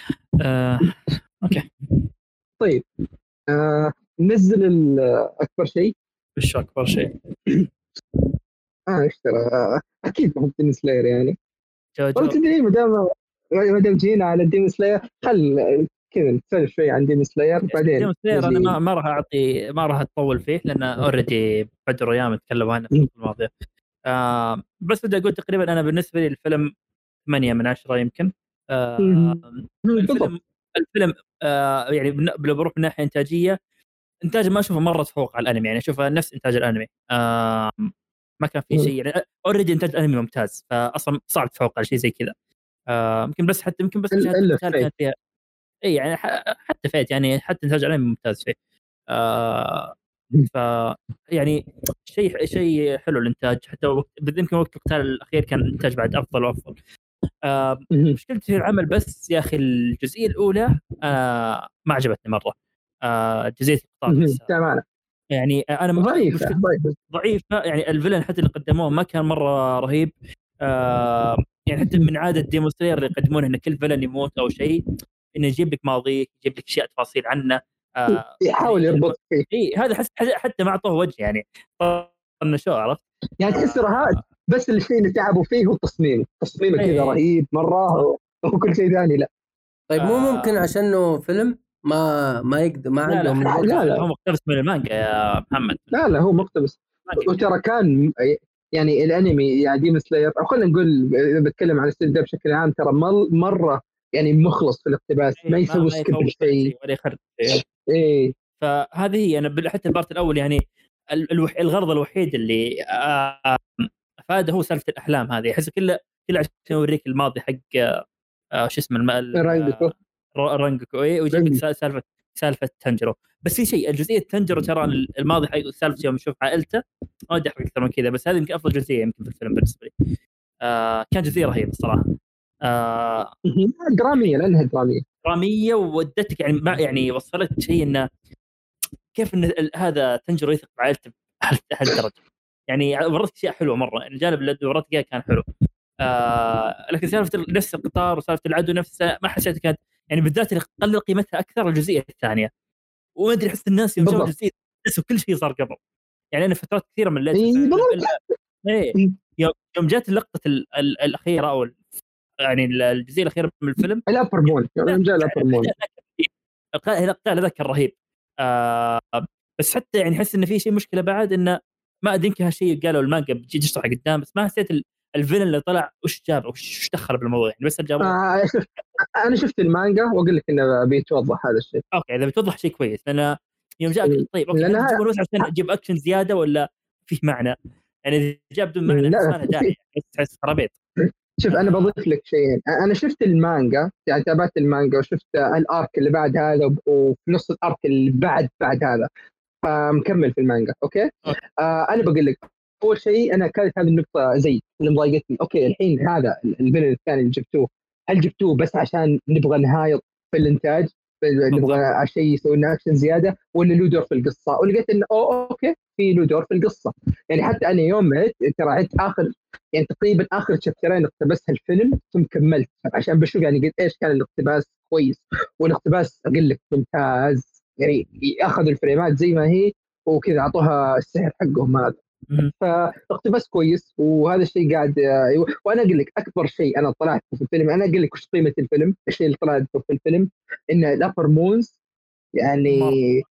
اوكي طيب نزل اكبر شيء. وش اكبر شيء؟ اشترى اكيد بحط ديمون سلاير يعني. جوجو. تدري ما دام جينا على ديمون سلاير، خل كذا نتسولف شوي عن ديمون سلاير بعدين. ديمون سلاير انا ما راح اطول فيه، لان اوريدي بدر ايام تكلموا عنه في الحلقه الماضيه. بس بدي اقول تقريبا انا بالنسبه لي الفيلم 8 من 10 يمكن. الفيلم يعني لو بروح من ناحيه انتاجيه، انتاج ما اشوفه مره تفوق على الانمي، يعني اشوفه نفس انتاج الانمي. ما كان في شيء يعني، اوريدي انتاج الانمي ممتاز، فاصلا صعب تفوق على شيء زي كذا. يمكن بس مشاهد القتال كانت فيها اي يعني حتى فيت يعني، حتى انتاج الانمي ممتاز فيه. ف يعني شيء حلو الانتاج، حتى يمكن وقت القتال الاخير كان الانتاج بعد افضل وافضل. مشكلتي في العمل بس يا اخي الجزئيه الاولى ما عجبتني مره. جزئيه القطار يعني انا ضعيفه يعني. الفيلن حتى اللي قدموه ما كان مره رهيب. يعني حتى من عاده ديمون سلاير اللي يقدمونه ان كل فيلن يموت او شيء، انه يجيب لك ماضيه، يجيب لك اشياء تفاصيل عنه. يحاول يربط فيه. اي هذا حتى ما اعطوه وجه يعني، طنشو عرفت يعني تحس رهاد. بس الشيء اللي تعبوا فيه هو تصميمه كذا رهيب مره، وكل شيء ثاني لا. طيب مو ممكن عشانه فيلم ما يقدر، ما عندهم الوقت. لا هو مقتبس من المانجا يا محمد. لا هو مقتبس. وترى كان يعني الانمي يعني ديمون سلاير، او خلينا نقول اذا بتكلم عن الستيل ده بشكل عام، ترى مره يعني مخلص في الاقتباس. ما يسوي سكيب شيء ولا يخرب. ايه فهذه هي. انا حتى البارت الاول يعني الغرض الوحيد اللي افاده هو سالفه الاحلام هذه. احس كله عشان يوريك الماضي حق شو اسمه رانجوكو ويجيب لك سالفه تانجيرو. بس في شيء الجزئيه تانجيرو ترى الماضي حق سالفه يوم يشوف عائلته ما ودي احرق اكثر من كذا، بس هذه يمكن افضل جزئيه يمكن في الفيلم بالنسبه لي. كان جزئيه رهيبه الصراحه. دراميه لانها دراميه وودتك يعني ما يعني وصلت شيء انه كيف ان هذا تنجر يثق بعائلته بهالدرجه. يعني ورتك اشياء حلوه مره، الجانب اللي ورتك كان حلو. لكن سالفه نفس القطار وسالفه العدو نفسه ما حسيت كانت يعني، بالذات اللي قلل قيمتها اكثر الجزئيه الثانيه. وما ادري احس الناس يوم شافوا الجزئيه نسوا كل شيء صار قبل. يعني انا فترات كثيره من يوم جات اللقطه الاخيره او يعني الجزئيه الاخيره من الفيلم الابر مون، يوم جاء الابر مون القتال هذا كان رهيب. بس حتى يعني احس انه في شيء مشكله بعد، انه ما ادري يمكن هالشيء قالوا المانجا بتجي تشرح قدام، بس ما حسيت الفيلن اللي طلع وش جاب وش دخل بالموضوع يعني. بس انا شفت المانجا واقول لك انه بيتوضح هذا الشيء. اوكي اذا بتوضح شيء كويس، لان يوم جاء طيب اوكي تجيبون بس عشان تجيب اكشن زياده ولا فيه معنى؟ يعني اذا جاب بدون معنى ما له داعي، تحس خرابيط. شوف انا بضيف لك شيئين. انا شفت المانجا يعني، تابعت المانجا وشفت الارك اللي بعد هذا، وفي نص الارك اللي بعد هذا، فمكمل في المانجا. اوكي انا بقول لك اول شيء، انا كانت هذه النقطه زي اللي مضايقتني. اوكي الحين هذا الفيلن الثاني اللي جبتوه، هل جبتوه بس عشان نبغى نهايط في الانتاج، نبغى شيء يسوي لنا اكشن زياده، ولا له دور في القصه؟ ولقيت انه اوكي في له دور في القصه. يعني حتى انا يوم ترى عدت اخر يعني تقريبا اخر شابترين اقتبسها الفيلم ثم كملت عشان بشوف يعني قد ايش كان الاقتباس كويس، والاقتباس اقول لك ممتاز، يعني اخذوا الفريمات زي ما هي وكذا اعطوها السحر حقهم هذا. فاقتباس كويس، وهذا الشيء قاعد وانا اقول لك اكبر شيء انا طلعت في الفيلم، انا اقول لك وش قيمه الفيلم، الشيء اللي طلعت في الفيلم ان الابر مونز يعني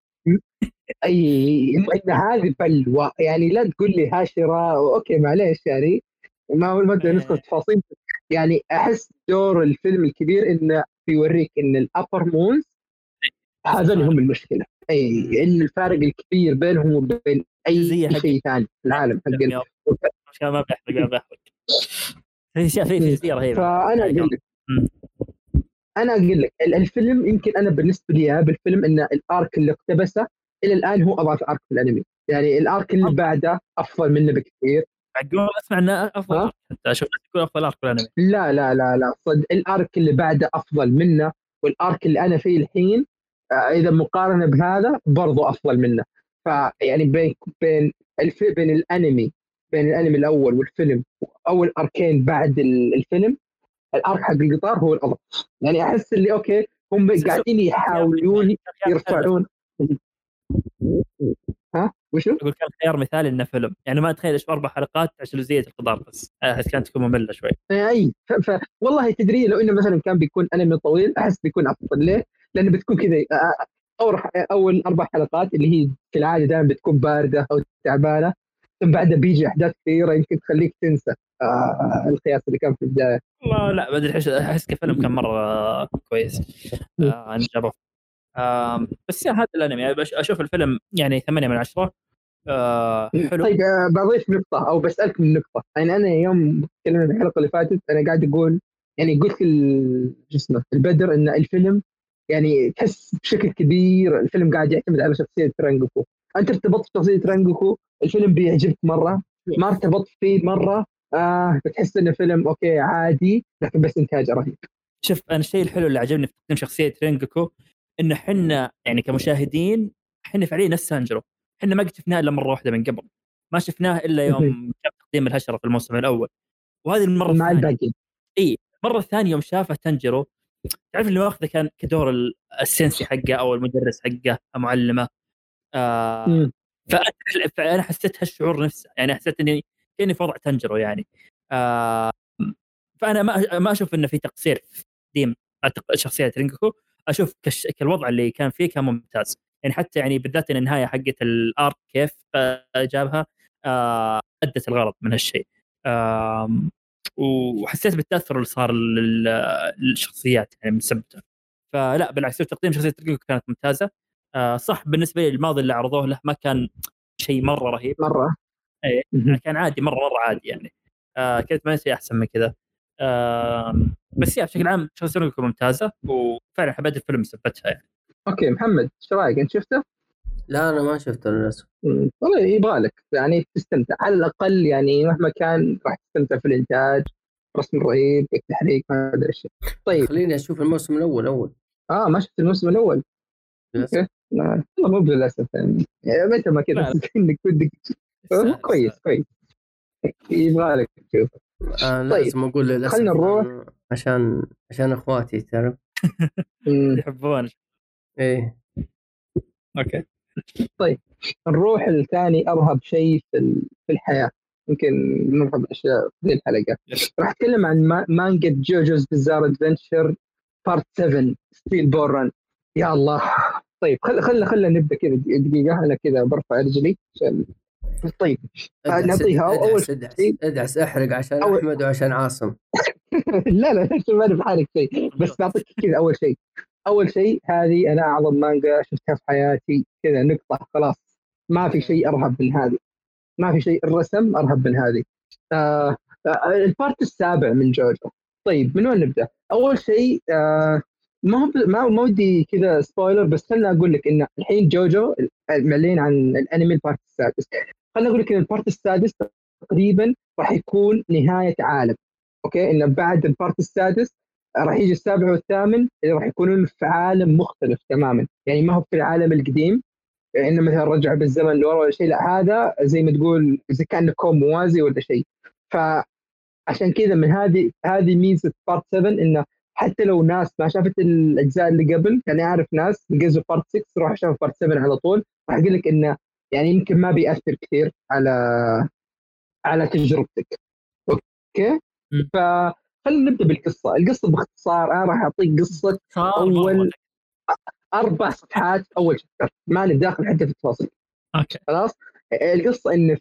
اي ان هذه بلوى، يعني لا تقول لي هاشره اوكي معليش، يعني ما بدنا ندخل تفاصيل، يعني احس دور الفيلم الكبير انه بيوريك ان الابر مونز هذول هم المشكله، اي ان الفارق الكبير بينهم وبين اي شيء ثاني في العالم حقنا. ما بحرق في اشياء في اشياء رهيبه. فانا اقول لك الفيلم يمكن انا بالنسبه لي بالفيلم ان الارك اللي اقتبسه الى الان هو اضعف ارك في الانمي، يعني الارك اللي بعده افضل منه بكثير. معقول اسمع انه افضل ارك، حتى اشوف يقول افضل ارك في الانمي. لا لا لا لا صد الارك اللي بعده افضل منه، والارك اللي انا فيه الحين اذا مقارنه بهذا برضو افضل منه. فيعني بين الانمي الاول والفيلم، اول اركين بعد الفيلم، الارك حق القطار هو الافضل. يعني احس اللي اوكي هم قاعدين يحاولون يرفعون. ها وشو؟ يقول كان خيار مثالي انه فيلم، يعني ما اتخيل ايش 4 حلقات عشان جزئيه القطار بس، احس كانت تكون ممله شوي. اي والله تدري لو انه مثلا كان بيكون انمي طويل احس بيكون افضل. ليه؟ لانه بتكون كذا اول 4 حلقات اللي هي في العاده دائما بتكون بارده او تعبانه، ثم بعدها بيجي احداث كثيره يمكن تخليك تنسى القياس اللي كان في البدايه. والله لا ما ادري، احس كفيلم كان مره كويس عن جرف. بس هذا الانمي يعني اشوف الفيلم يعني 8 من 10. حلو. طيب بضيف نقطه او بسالك من نقطه، يعني انا يوم تكلمنا في الحلقه اللي فاتت انا قاعد اقول، يعني قلت جسمه البدر ان الفيلم يعني تحس بشكل كبير الفيلم قاعد يعتمد على شخصيه رانجوكو. انت ارتبطت بشخصيه رانجوكو، الفيلم بيعجبك مره، ما ارتبطت فيه مره بتحس انه فيلم اوكي عادي لكن بس انتاج رهيب. شوف انا الشيء الحلو اللي عجبني في تقديم شخصيه رينجوكو انه احنا يعني كمشاهدين احنا فعليا نفس سانجرو، احنا ما قد شفناه الا مره واحده من قبل، ما شفناه الا يوم كان تقديم الهشره في الموسم الاول، وهذه المره مع الثانيه. الباقي اي المره الثانيه يوم شافه تنجرو، تعرف اللي واخذه كان كدور السنسي حقه او المدرس حقه معلمه. فانا حسيت هالشعور نفسه، يعني حسيت اني كاني في وضع تنجرو يعني. فانا ما اشوف انه في تقصير في تقديم شخصيه رينجوكو، اشوف كالوضع اللي كان فيه كان ممتاز، يعني حتى يعني بالذات ان النهايه حقت الارك كيف جابها ادت الغرض من هالشيء. وحسيت بالتاثر اللي صار للشخصيات يعني من سبته. فلا بالعكس تقديم شخصيه رينجوكو كانت ممتازه. صح بالنسبه لي الماضي اللي عرضوه له ما كان شيء مره رهيب مره كان عادي مره عادي يعني. كنت ما شيء احسن من كذا. بس بشكل عام شخصية رينجوكو ممتازه، وفعلا حبيت الفيلم سبتها يعني. اوكي محمد ايش رايك، انت شفته؟ لا انا ما شفته للاسف. والله يبغى لك يعني تستمتع على الاقل، يعني مهما كان راح تستمتع في الانتاج، رسم رهيب، التحريك، ما ادري ايش. طيب خليني اشوف الموسم الاول اول. ما شفت الموسم الاول؟ للاسف. والله مو للاسف يعني متى ما كذا انك بدك كويس يبغى لك تشوف. طيب لازم اقول للاسف خلينا نروح عشان اخواتي تعرف يحبون. ايه اوكي طيب نروح لثاني ارهب شيء في الحياه، يمكن نرهب اشياء في الحلقه. راح اتكلم عن مانجا جوجوز بيزار ادفنتشر بارت 7 ستيل بورن. يا الله. طيب خلنا نبدا كذا دقيقه، انا كذا برفع رجلي عشان طيب نعطيها اول شيء. ادعس احرق عشان احمد وعشان عاصم. لا ما انا بحارق شيء، بس بعطيك كذا اول شيء هذه انا اعظم مانجا شفتها في حياتي، كذا نقطه خلاص، ما في شيء ارهب من هذه، ما في شيء الرسم ارهب من هذه. البارت السابع من جوجو. طيب من وين نبدا؟ اول شيء ما ودي كذا سبويلر، بس خلنا اقول لك ان الحين جوجو معلن عن الانمي البارت السادس. خلنا اقول لك ان البارت السادس تقريبا راح يكون نهايه عالم. اوكي ان بعد البارت السادس راح يجي السابع والثامن اللي راح يكونون في عالم مختلف تماما، يعني ما هو في العالم القديم انه مثلا رجع بالزمن لورا ولا شيء، لا هذا زي ما تقول زي كانه كون موازي ولا شيء. فعشان كذا من هذه ميزه بارت 7 انه حتى لو ناس ما شافت الاجزاء اللي قبل، كان يعرف ناس نزلوا بارت 6 روح شاف بارت 7 على طول، راح اقول لك انه يعني يمكن ما بيأثر كثير على تجربتك. اوكي، مم. فخلينا نبدا بالقصه. القصه باختصار انا راح اعطيك قصه صار مرة. اول 4 صفحات اول شابتر، ما نداخل حتى في التفاصيل. اوكي. خلاص. القصه ان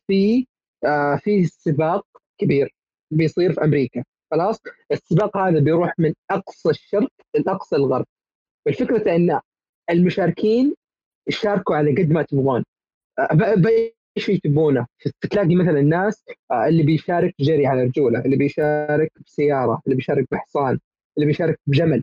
في سباق كبير بيصير في امريكا. خلاص. السباق هذا بيروح من اقصى الشرق لاقصى الغرب. والفكره ان المشاركين يشاركوا على قد ما تبغون، باي شيء تبونه. تلاقي مثلا الناس اللي بيشارك جري على رجوله، اللي بيشارك بسياره، اللي بيشارك بحصان، اللي بيشارك بجمل.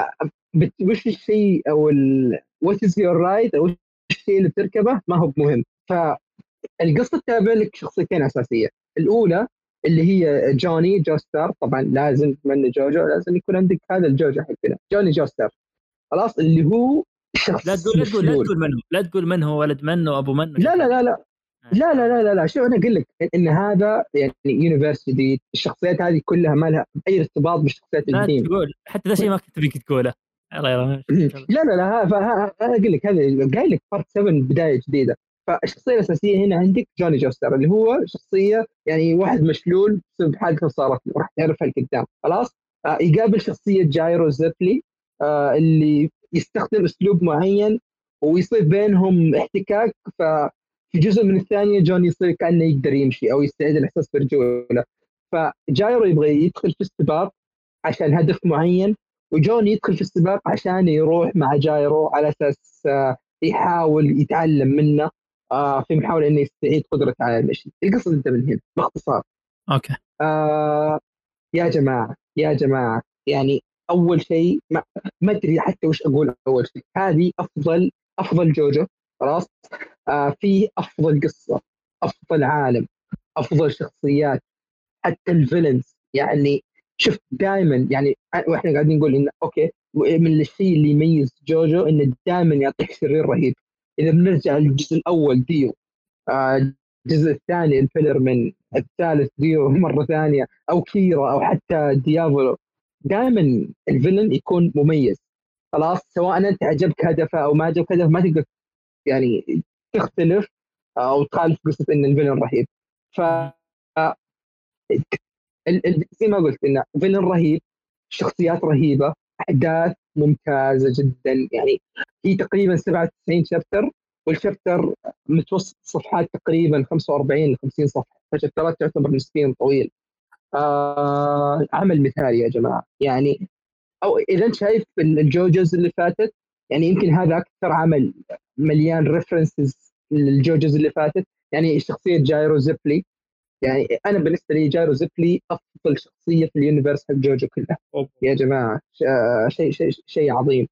وش الشيء او وات از يور رايد، او الشيء اللي بتركبه ما هو مهم. فالقصه تتابع لك شخصيتين اساسيه. الاولى اللي هي جوني جوستر، طبعا لازم من جوجو لازم يكون عندك هذا الجوجو حقنا جوني جوستر. خلاص، اللي هو شخص لا تقول مشلول. لا تقول من هو ولد منه ابو منه. لا لا لا لا لا شوف انا اقول لك ان هذا يعني يونيفرس جديد. الشخصيات هذه كلها ما لها اي ارتباط بالشخصيات لا القديمه. تقول حتى ذا شيء ما كنت بيك تقوله. يلا لا لا لا انا اقول لك هذا قايل لك بارت 7 بدايه جديده. فالشخصيه الاساسيه هنا عندك جوني جوستر، اللي هو شخصيه يعني واحد مشلول بسبب حادثه صارت له، راح تعرفها قدام. خلاص. يقابل شخصيه جايرو زيبلي، اللي يستخدم اسلوب معين ويصير بينهم احتكاك. في جزء من الثانيه جوني يصير كانه يقدر يمشي او يستعيد الاحساس برجوله. فجايرو يبغى يدخل في السباق عشان هدف معين، وجوني يدخل في السباق عشان يروح مع جايرو على اساس يحاول يتعلم منه في محاولة انه يستعيد قدرته على المشي. القصة تبدأ من هنا باختصار. اوكي. يا جماعة يا جماعة، يعني اول شيء ما ادري حتى وش اقول. اول شيء هذه افضل جوجو. خلاص. في افضل قصة، افضل عالم، افضل شخصيات، حتى الفيلنز. يعني شفت دائما، يعني واحنا قاعدين نقول انه اوكي، من الشيء اللي يميز جوجو انه دائما يعطيك شرير رهيب. اذا بنرجع للجزء الاول ديو، الجزء الثاني الفيلرمن، الثالث ديو مره ثانيه، او كيرا، او حتى ديافولو، دائما الفيلن يكون مميز. خلاص، سواء انت عجبك هدفه او ما عجبك هدفه، ما تقدر يعني تختلف او تخالف قصه ان الفيلن رهيب. ف زي ما قلت انه فيلن رهيب، شخصيات رهيبه، احداث ممتازه جدا. يعني هي تقريبا 97 شابتر، والشابتر متوسط صفحات تقريبا 45 ل 50 صفحه، فشابترات تعتبر نسبيا طويل. عمل مثالي يا جماعه. يعني او اذا انت شايف الجوجوز اللي فاتت، يعني يمكن هذا اكثر عمل مليان ريفرنسز للجوجوز اللي فاتت. يعني شخصيه جايرو زيبلي، يعني انا بالنسبه لي جايرو زيبلي افضل شخصيه في اليونيفرس حق جوجو كله. يا جماعه شيء عظيم.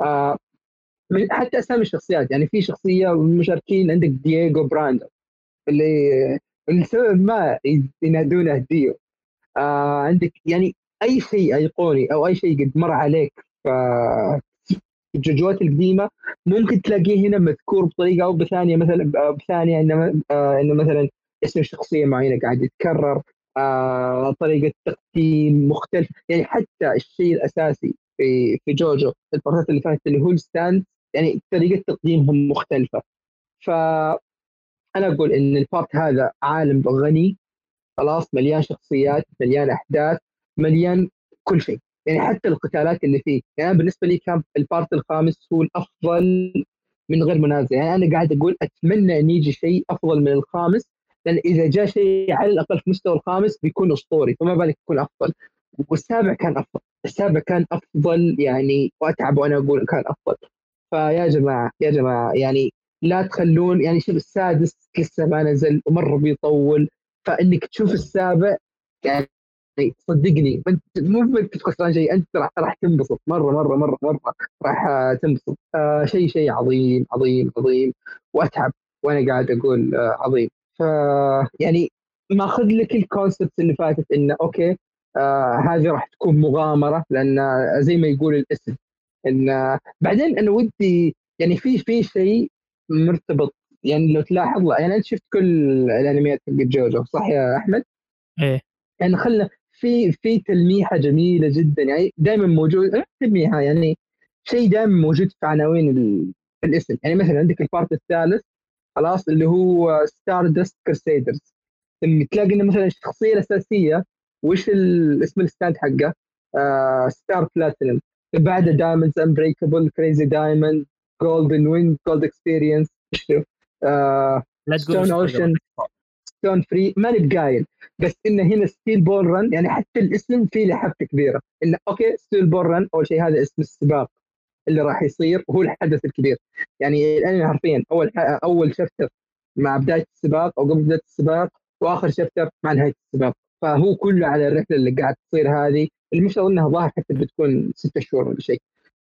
حتى اسامي الشخصيات، يعني في شخصيه من المشاركين عندك دييغو براندو، اللي لسبب ما ينادونه ديو. عندك يعني اي شيء ايقوني او اي شيء قد مر عليك في الجوجوات القديمه ممكن تلاقيه هنا مذكور بطريقه او بثانيه. مثلا بثانيه انه مثلا اسم شخصيه معينه قاعد يتكرر، طريقه تقديم مختلفه. يعني حتى الشيء الاساسي في جوجو البارتات اللي فاتت اللي هو الستاند، يعني طريقه تقديمهم مختلفه. فانا اقول ان البارت هذا عالم غني، خلاص، مليان شخصيات، مليان احداث، مليان كل شيء. يعني حتى القتالات اللي فيه، يعني بالنسبه لي كان البارت الخامس هو الافضل من غير منازع. يعني انا قاعد اقول اتمنى ان يجي شيء افضل من الخامس، لان اذا جاء شيء على الاقل في مستوى الخامس بيكون اسطوري، فما بالك يكون افضل. والسابع كان افضل، السابع كان افضل يعني، واتعب وانا اقول كان افضل. فيا جماعه يا جماعه، يعني لا تخلون، يعني شوف السادس لسه ما نزل ومره بيطول، فانك تشوف السابع يعني صدقني انت مو انت خسران شيء، انت راح تنبسط مره مره مره مره، راح تنبسط. شيء عظيم عظيم عظيم. واتعب وانا قاعد اقول عظيم. ف يعني ماخذ لك الكونسبت اللي فاتت انه اوكي، هذه راح تكون مغامره، لان زي ما يقول الاسم ان بعدين انا ودي يعني في شيء مرتبط. يعني لو تلاحظ، يعني انت شفت كل الانميات حق جوجو صح يا احمد؟ ايه. يعني في تلميحه جميله جدا، يعني دائما موجود تلميحه، يعني شيء دائما موجود في عناوين الاسم. يعني مثلا عندك البارت الثالث خلاص اللي هو ستار دست كرسيدرز، تلاقي انه مثلا الشخصيه الاساسيه وش اسم الستاند حقه؟ ستار بلاتينم، بعده دايموندز انبريكابل، كريزي دايموند، جولدن ويند، جولد اكسبيرينس، لا تقول ستون اوشن، ستون فري، ماني بقايل. بس انه هنا ستيل بول رن، يعني حتى الاسم فيه له حبكه كبيره. انه اوكي ستيل بول رن اول شيء هذا اسم السباق اللي راح يصير، وهو الحدث الكبير. يعني الانمي حرفيا اول شابتر مع بدايه السباق او قبل بدايه السباق، واخر شابتر مع نهايه السباق. فهو كله على الرحله اللي قاعد تصير هذه، المشهد انها ظاهر حتى بتكون 6 شهور ولا شيء.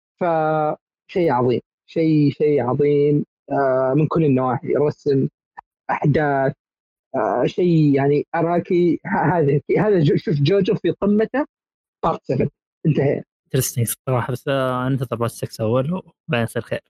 فشيء عظيم، شيء عظيم من كل النواحي، رسم، احداث، شيء يعني اراكي. هذا شوف جوجو في قمته، بارت 7 انتهى. انترستنج صراحه، بس انتظر بس 6 اول وبعدين يصير خير.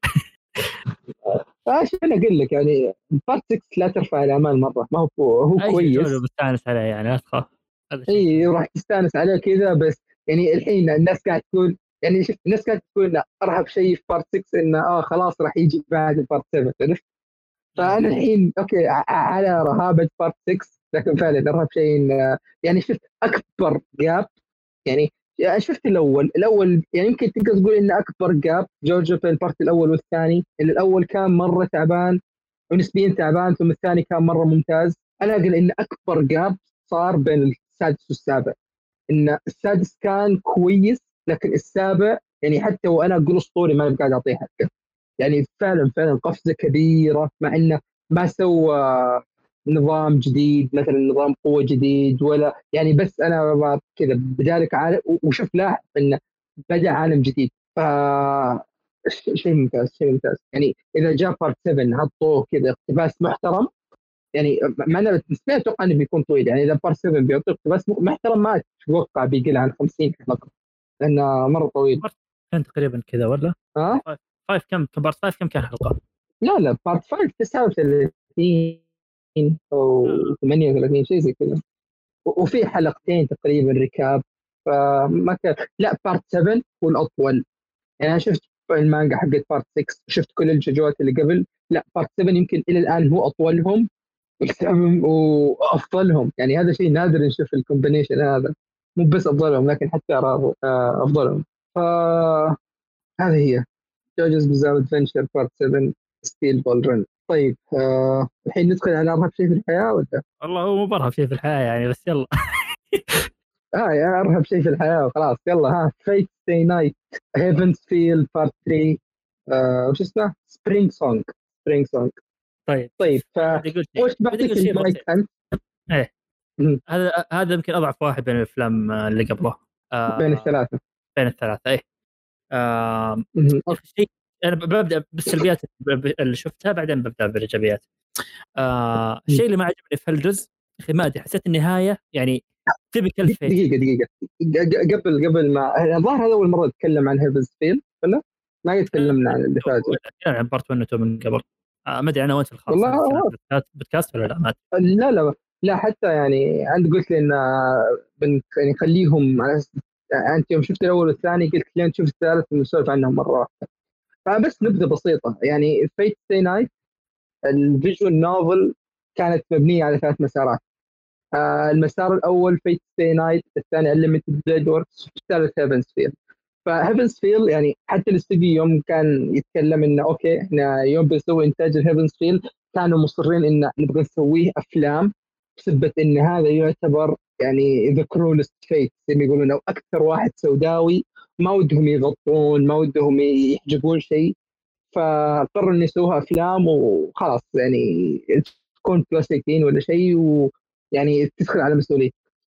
عشان اقول لك يعني بارت 6 لا ترفع الامال مره، ما هو اي شيء كويس. جوجو بستانس عليه يعني، لا تخاف. هذا شيء اي راح تستانس عليه كذا، بس يعني الحين الناس قاعد تقول، يعني شفت الناس قاعد تقول لا ارهب شيء في بارت 6 انه خلاص راح يجي بعد البارت 7، عرفت؟ فانا الحين اوكي على رهابه بارت 6، لكن فعلا ارهب شيء انه يعني شفت اكبر جاب. يعني شفت الاول يعني يمكن تقدر تقول ان اكبر جاب جوجو في البارت الاول والثاني، اللي الاول كان مره تعبان ونسبيا تعبان، ثم الثاني كان مره ممتاز. انا اقول ان اكبر جاب صار بين السادس والسابع، ان السادس كان كويس لكن السابع يعني حتى وانا اقول اسطوري ما قاعد اعطيه حقه. يعني فعلا قفزه كبيره، مع انه ما سوى نظام جديد مثلا نظام قوه جديد ولا يعني، بس انا كذا بذلك عالم، وشوف لاحظ انه بدا عالم جديد. ف شيء ممتاز، شيء ممتاز. يعني اذا جاء بارت 7 حطوه كذا اقتباس محترم، يعني ما انا بالنسبه اتوقع انه بيكون طويل. يعني اذا بارت 7 بيعطي اقتباس محترم ما اتوقع بيقل عن 50 حلقه، لانه مره طويل. كان تقريبا كذا ولا ها 5 كم بارت 5 كم كان حلقه؟ لا بارت 5 39 او 38 شيء زي كذا، وفي حلقتين تقريبا ركاب. فما كان، لا بارت 7 هو الاطول. يعني انا شفت المانجا حقت بارت 6، شفت كل الجوجوات اللي قبل، لا بارت 7 يمكن الى الان هو اطولهم وافضلهم. يعني هذا شيء نادر نشوف الكومبينيشن هذا، مو بس افضلهم لكن حتى افضلهم. فهذه هي جوجوز بزار ادفنشر بارت 7 ستيل بول رن. طيب الحين ندخل على ارهب شيء في الحياه ولا؟ والله هو مو برهب شيء في الحياه يعني، بس يلا. يا ارهب شيء في الحياه وخلاص. يلا فيت ستي نايت هيفنز فيل بارت 3. وش اسمه؟ سبرينج سونج. طيب طيب بدي اقول شيء، وش بعطيك بسيط. المايك انت؟ ايه هذا يمكن اضعف واحد بين الافلام اللي قبله، بين الثلاثه. بين الثلاثه. ايه أوكي. شيء، انا ببدا بالسلبيات اللي شفتها، بعدين ببدا بالايجابيات. الشيء اللي ما عجبني في هالجزء، اخي ما ادري، حسيت النهايه يعني تبكل فيت. دقيقة قبل ما الظاهر هذا أول مرة أتكلم عن هيفنز فيل ولا؟ ما يتكلمنا عن اللي فاتوا. عن بارت 1 و 2 من قبل. ما ادري انا وانت الخاص والله بودكاست ولا لا، ما لا حتى يعني أنت قلت لي إن يعني خليهم على أنت يوم شفت الأول والثاني قلت لي أنت شفت الثالث ونسولف عنهم مرة واحدة. فبس نبذة بسيطة. يعني فيت ستي نايت الفيجوال نوفل كانت مبنية على 3 مسارات. المسار الاول فيت ستي نايت، الثاني انليمتد بليد وركس، الثالث هيفنز فيل. فهيفنز فيل يعني حتى الاستوديو يوم كان يتكلم انه اوكي احنا يوم بنسوي انتاج الهيفنز فيل كانوا مصرين ان نبغى نسويه افلام، بسبب ان هذا يعتبر يعني ذا كرولست فيت زي ما يقولون، او اكثر واحد سوداوي، ما ودهم يغطون، ما ودهم يحجبون شيء. فاضطروا ان يسووها افلام وخلاص، يعني تكون كلاسيكيين ولا شيء، ويعني تدخل على مسؤوليه.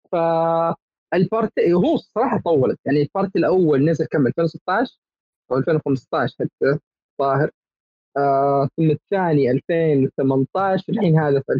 فالبارت هو الصراحه طولت. يعني البارت الاول نزل كم 2016 او 2015 حتى ظاهر. ثم الثاني 2018، الحين هذا في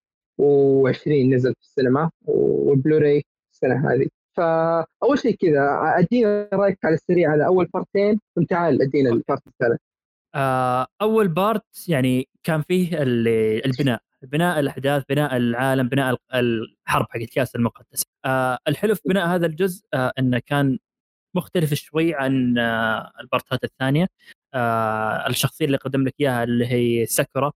2020 نزل في السينما والبلوراي السنه هذه. فاول شيء كذا ادينا رايك على السريع على اول بارتين، ثم تعال ادينا البارت الثالث. اول بارت يعني كان فيه البناء، بناء الاحداث، بناء العالم، بناء الحرب حق كاس المقدس. الحلو في بناء هذا الجزء انه كان مختلف شوي عن البارتات الثانيه. الشخصيه اللي قدم لك اياها اللي هي ساكورا،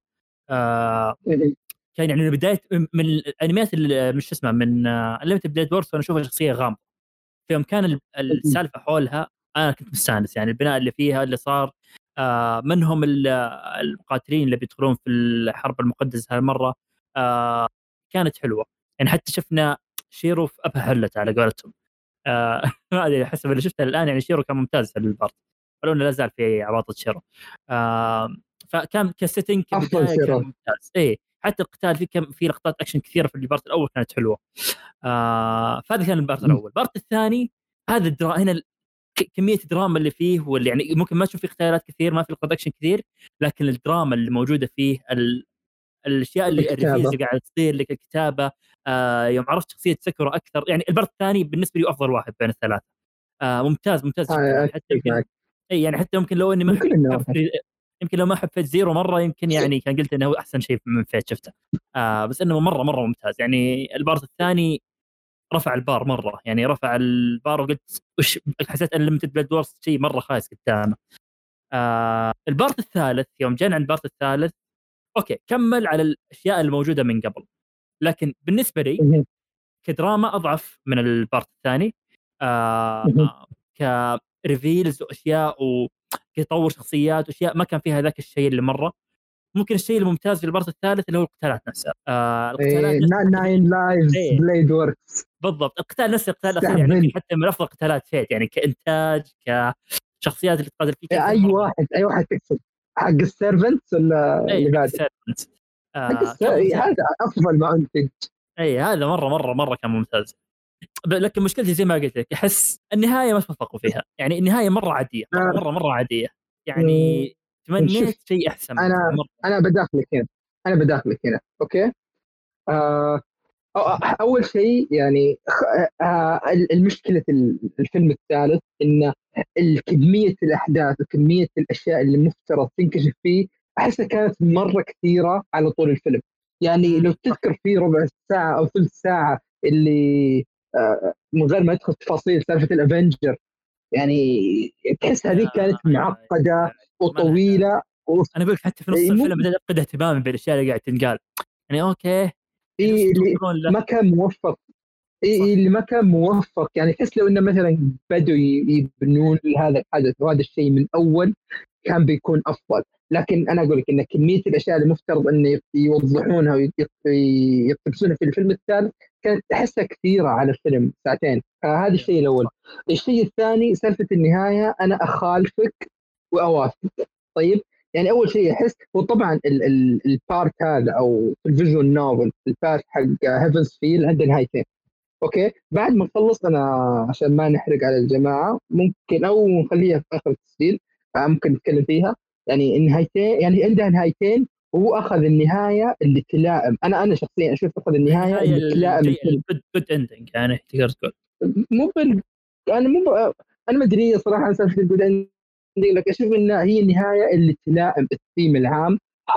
كان يعني بدايه من الانميات مش اسمها من الليمت بليد وورز، وانا اشوفها شخصيه غامضه. في يوم كان السالفه حولها انا كنت مستانس، يعني البناء اللي فيها اللي صار، منهم المقاتلين اللي بيدخلون في الحرب المقدسه هالمره، كانت حلوه. يعني حتى شفنا شيرو في ابها حلت على قولتهم. ما ادري، حسب اللي شفته الان يعني شيرو كان ممتاز في البارت، ولو انه لا زال في عواطف شيرو. فكان كستنج افضل كبدايه كان سيرة. ممتاز. ايه حتى القتال فيه كم في لقطات اكشن كثيره في البارت الاول كانت حلوه. فهذا كان البارت الاول. البارت الثاني هذا هنا كميه الدراما اللي فيه، واللي يعني ممكن ما تشوف فيه قتالات كثير، ما في لقطات اكشن كثير، لكن الدراما اللي موجوده فيه، الاشياء اللي الريفيلز الكتابة اللي قاعده تصير لك، الكتابه. يوم عرفت شخصيه ساكورا اكثر، يعني البارت الثاني بالنسبه لي افضل واحد بين الثلاثه. ممتاز ممتاز جدا، يعني حتى اتفق يمكن معك. اي يعني حتى يمكن لو اني ما من كل النواحي. يمكن لو ما حب فيت زيرو مره، يمكن يعني كان قلت انه هو احسن شيء من فيت شفته. بس انه مره مره ممتاز. يعني البارت الثاني رفع البار مره، يعني رفع البار، وقلت وش، حسيت ان ليمتد بلاد وورز شيء مره خايس قدامه. البارت الثالث يوم جينا عند البارت الثالث، اوكي كمل على الاشياء الموجوده من قبل، لكن بالنسبه لي كدراما اضعف من البارت الثاني. كريفيلز واشياء وكيطور شخصيات واشياء ما كان فيها ذاك الشيء اللي مره. ممكن الشيء الممتاز في البارت الثالث اللي هو القتالات نفسها. القتالات نفسها حتى ناين لايفز إيه، بليد وركس. بالضبط. القتال نفسه، القتال الاخير يعني يمكن استهبل. حتى من افضل قتالات فيت، يعني كانتاج، كشخصيات اللي تقاتل فيه، كان اي مره واحد اي واحد تقصد، حق السيرفنتس ولا اي اللي حق بعده؟ السيرفنت. حق كان ممتاز. هذا افضل ما انتج. اي هذا مره مره مره كان ممتاز. لكن مشكلتي زي ما قلت لك، احس النهايه ما توفقوا فيها، يعني النهايه مره عاديه، مره مره عاديه. يعني شوف، تمنيت شيء احسن من كذا انا مره. انا بداخلك هنا، اوكي. آه اول شيء يعني المشكله الفيلم الثالث ان كميه الاحداث وكميه الاشياء اللي مفترض تنكشف فيه احسها كانت مره كثيره على طول الفيلم. يعني لو تذكر فيه ربع ساعه او ثلث ساعه اللي من غير ما ادخل تفاصيل سالفه الافنجر، يعني تحس يا هذه كانت معقده ما لها داعي. وطويله انا اقول لك حتى في نص الفيلم بدأت افقد اهتمامي بالاشياء اللي قاعد تنقال. يعني اوكي، يعني وش اللي توصلون له؟ ما كان موفق. صح. اللي ما كان موفق، يعني تحس لو انه مثلا بدوا يبنون هذا الحدث وهذا الشيء من اول كان بيكون افضل. لكن انا اقول لك ان كميه الاشياء اللي مفترض انه يوضحونها ويقتبسونها في الفيلم الثالث كانت احسها كثيره على الفيلم ساعتين. هذا الشيء الاول. الشيء الثاني سالفه النهايه، انا اخالفك واوافق. طيب، يعني اول شيء احس، وطبعا البارت هذا او في الفيجوال نوفل البارت حق هيفنز فيل عنده نهايتين. اوكي، بعد ما نخلص انا عشان ما نحرق على الجماعه ممكن او نخليها في اخر التسجيل، ممكن نتكلم فيها. يعني النهايتين، يعني عندها نهايتين، وهو اخذ النهايه اللي تلائم. انا شخصيا اشوف اخذ النهايه النهايه اللي تلائم الجي الفيلم. الجود اندنج يعني تقدر تقول. مو انا مو انا ما ادري صراحه عن سالفه الجود اندنج، لكن اشوف انها هي النهايه اللي تلائم الثيم العام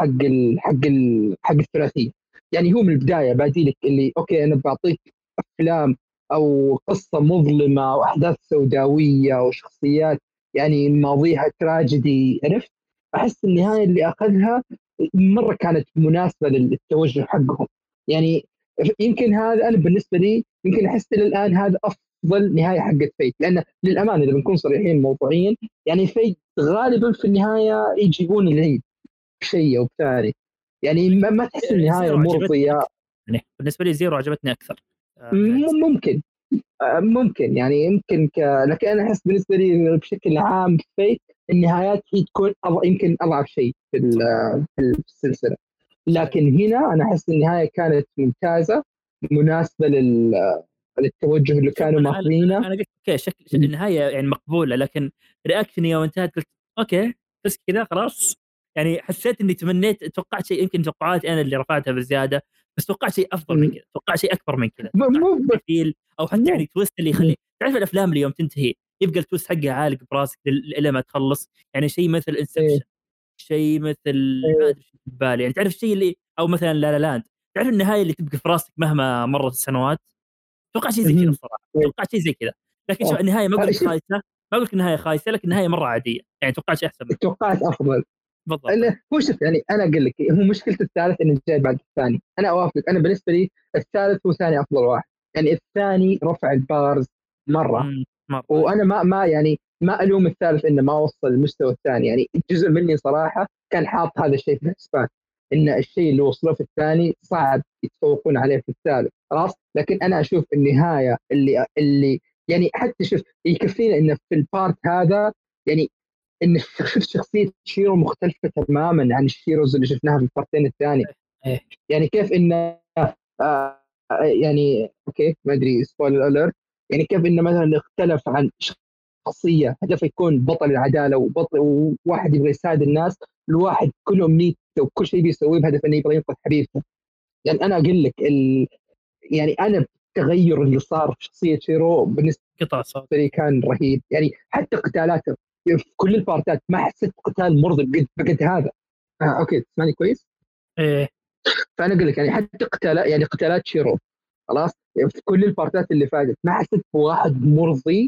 حق الثلاثيه. يعني هو من البدايه بادي لك اللي اوكي انا بعطيك افلام او قصه مظلمه واحداث سوداويه وشخصيات يعني ماضيها تراجيدي، عرفت؟ احس النهايه اللي اخذها مره كانت مناسبه للتوجه حقهم. يعني يمكن هذا انا بالنسبه لي يمكن احس الى الان هذا افضل نهايه حقت فيت، لان للامانه اذا بنكون صريحين موضوعيا يعني فيت غالبا في النهايه يجيبون العيد بشيء او بثاني. يعني ما تحس النهايه زيرو عجبتني مرضيه. اكثر، يعني بالنسبه لي زيرو عجبتني اكثر من اكس. ممكن ممكن يعني يمكن لكن انا احس بالنسبه لي بشكل عام في النهايات هي تكون يمكن اضعف شيء صح في السلسله. صحيح. لكن هنا انا احس النهايه كانت ممتازه، مناسبه للتوجه اللي شوف كانوا ماخذينه. انا قلت اوكي النهايه يعني مقبوله، لكن رياكشني يوم انتهت قلت اوكي بس كذا خلاص. يعني حسيت اني تمنيت، توقعت شيء، يمكن توقعاتي انا اللي رفعتها بزياده، بس توقعت شيء افضل من كذا، توقعت شيء اكبر من كذا، توقعت مو ريفيل او حتى مو يعني تويست اللي يخلي تعرف الافلام اللي يوم تنتهي يبقى التويست حقها عالق براسك الى ما تخلص. يعني شيء مثل إيه انسبشن، شيء مثل ما إيه ادري شو في بالي، يعني تعرف الشيء اللي او مثلا لا لا لاند، تعرف النهايه اللي تبقى في راسك مهما مرت السنوات. اتوقع شيء زي كذا مهم. الصراحه، اتوقع شيء زي كذا. لكن شوف أوه. النهايه ما اقول لك شوف، خايسه، ما اقول لك النهايه خايسه، لكن النهايه مره عاديه يعني، اتوقع شيء احسن منه. توقعت افضل. بالضبط إيه. هو شوف يعني انا اقول لك، هو مشكله الثالث انه جاي بعد الثاني. انا اوافقك، انا بالنسبه لي الثالث هو ثاني افضل واحد. يعني الثاني رفع البارز مره. مره إيه. وانا ما يعني ما الوم الثالث انه ما وصل للمستوى الثاني. يعني جزء مني صراحه كان حاط هذا الشيء في الحسبان، ان الشيء اللي وصلوه في الثاني صعب يتفوقون عليه في الثالث خلاص. لكن انا اشوف النهايه اللي يعني حتى شوف يكفينا انه في البارت هذا، يعني ان شفت شخصيه شيرو مختلفه تماما عن الشيروز اللي شفناها في البارتين الثاني. إيه. يعني كيف انه يعني اوكي ما ادري سبويلر اليرت، يعني كيف انه مثلا اختلف عن شخصيه هدفه يكون بطل العداله وبطل وواحد يبغى يساعد الناس، الواحد كل امنيته وكل شيء بيسويه بهدف انه يبغى ينقذ حبيبته. يعني انا اقول لك يعني انا التغير اللي صار في شخصيه شيرو بالنسبه قطع صوت. لي كان رهيب. يعني حتى قتالاته في كل البارتات ما حسيت قتال مرضي بقد هذا. اوكي تسمعني كويس؟ ايه فانا اقول لك يعني حتى قتالات، يعني قتالات شيرو خلاص في كل البارتات اللي فاتت ما حسيت بواحد مرضي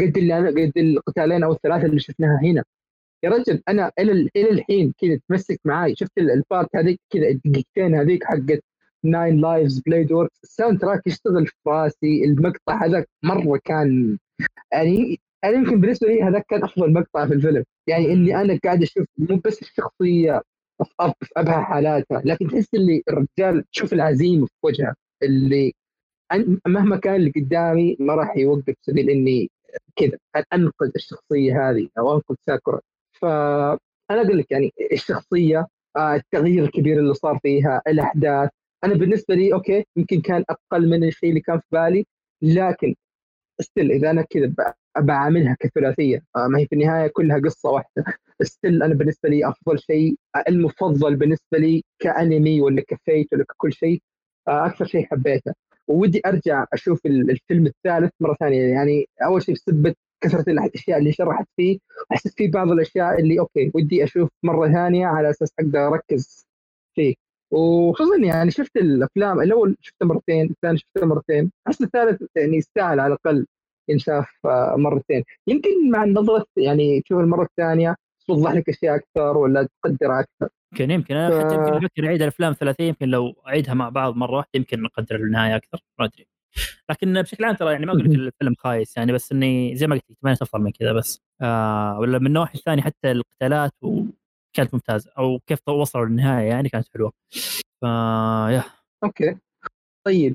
قد القتالين او الثلاثه اللي شفناها هنا. يا رجل انا الى الحين كذا تمسك معاي. شفت البارت هذيك كذا الدقيقتين هذيك حقت ناين لايفز بليد ووركس، الساوند تراك يشتغل في راسي. المقطع هذاك مره كان يعني انا يمكن بالنسبه لي هذا كان افضل مقطع في الفيلم. يعني اني انا قاعد اشوف مو بس الشخصيه في ابهى حالاتها، لكن تحس اللي الرجال تشوف العزيمه في وجهه، اللي مهما كان اللي قدامي ما راح يوقف سبيل اني كذا انقذ الشخصيه هذه او انقذ ساكورا. فانا اقول لك يعني الشخصيه، التغيير الكبير اللي صار فيها، الاحداث، انا بالنسبه لي اوكي يمكن كان اقل من الشيء اللي كان في بالي. لكن ستيل اذا انا كذا بعاملها كثلاثيه، ما هي في النهايه كلها قصه واحده. ستيل انا بالنسبه لي افضل شيء، المفضل بالنسبه لي كانمي ولا كفيت ولا ككل شيء، اكثر شيء حبيته. وودي ارجع اشوف الفيلم الثالث مره ثانيه. يعني اول شيء بسبب كثره الاشياء اللي شرحت فيه، احس في بعض الاشياء اللي اوكي ودي اشوف مره ثانيه على اساس اقدر اركز فيه. وخصوصا يعني شفت الافلام الاول شفته مرتين، الثاني شفته مرتين، احس الثالث يعني يستاهل على الاقل ينشاف مرتين. يمكن مع النظرة يعني تشوف المرة الثانية توضح لك أشياء أكثر ولا تقدر أكثر. يمكن انا حتى يمكن افكر اعيد الافلام ثلاثيه، يمكن لو اعيدها مع بعض مره واحده يمكن نقدر النهايه اكثر، ما ادري. لكن بشكل عام ترى يعني ما اقول لك الفيلم خايس يعني، بس اني زي ما قلت لك ما افضل من كذا بس. ولا من الناحيه الثانيه حتى القتالات كانت ممتازه، او كيف وصلوا للنهايه يعني كانت حلوه. ف يا أوكي طيب،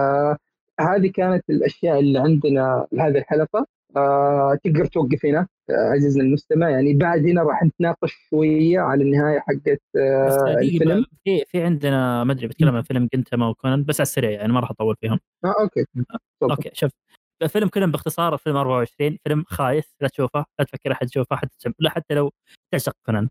هذه كانت الأشياء اللي عندنا لهذه الحلقة. تقدر توقف هنا عزيزنا المستمع. يعني بعد هنا راح نتناقش شوية على النهاية حقت بس الفيلم. دقيقه، في عندنا ما ادري بتكلم عن فيلم جنتما وكونان بس على السريع يعني، ما راح اطول فيهم. أوكي تفضل. اوكي شوف، فيلم كونان باختصار فيلم 24 فيلم خايس، لا تشوفه، لا تفكر احد يشوفه، لا حتى لو تعشق كونان.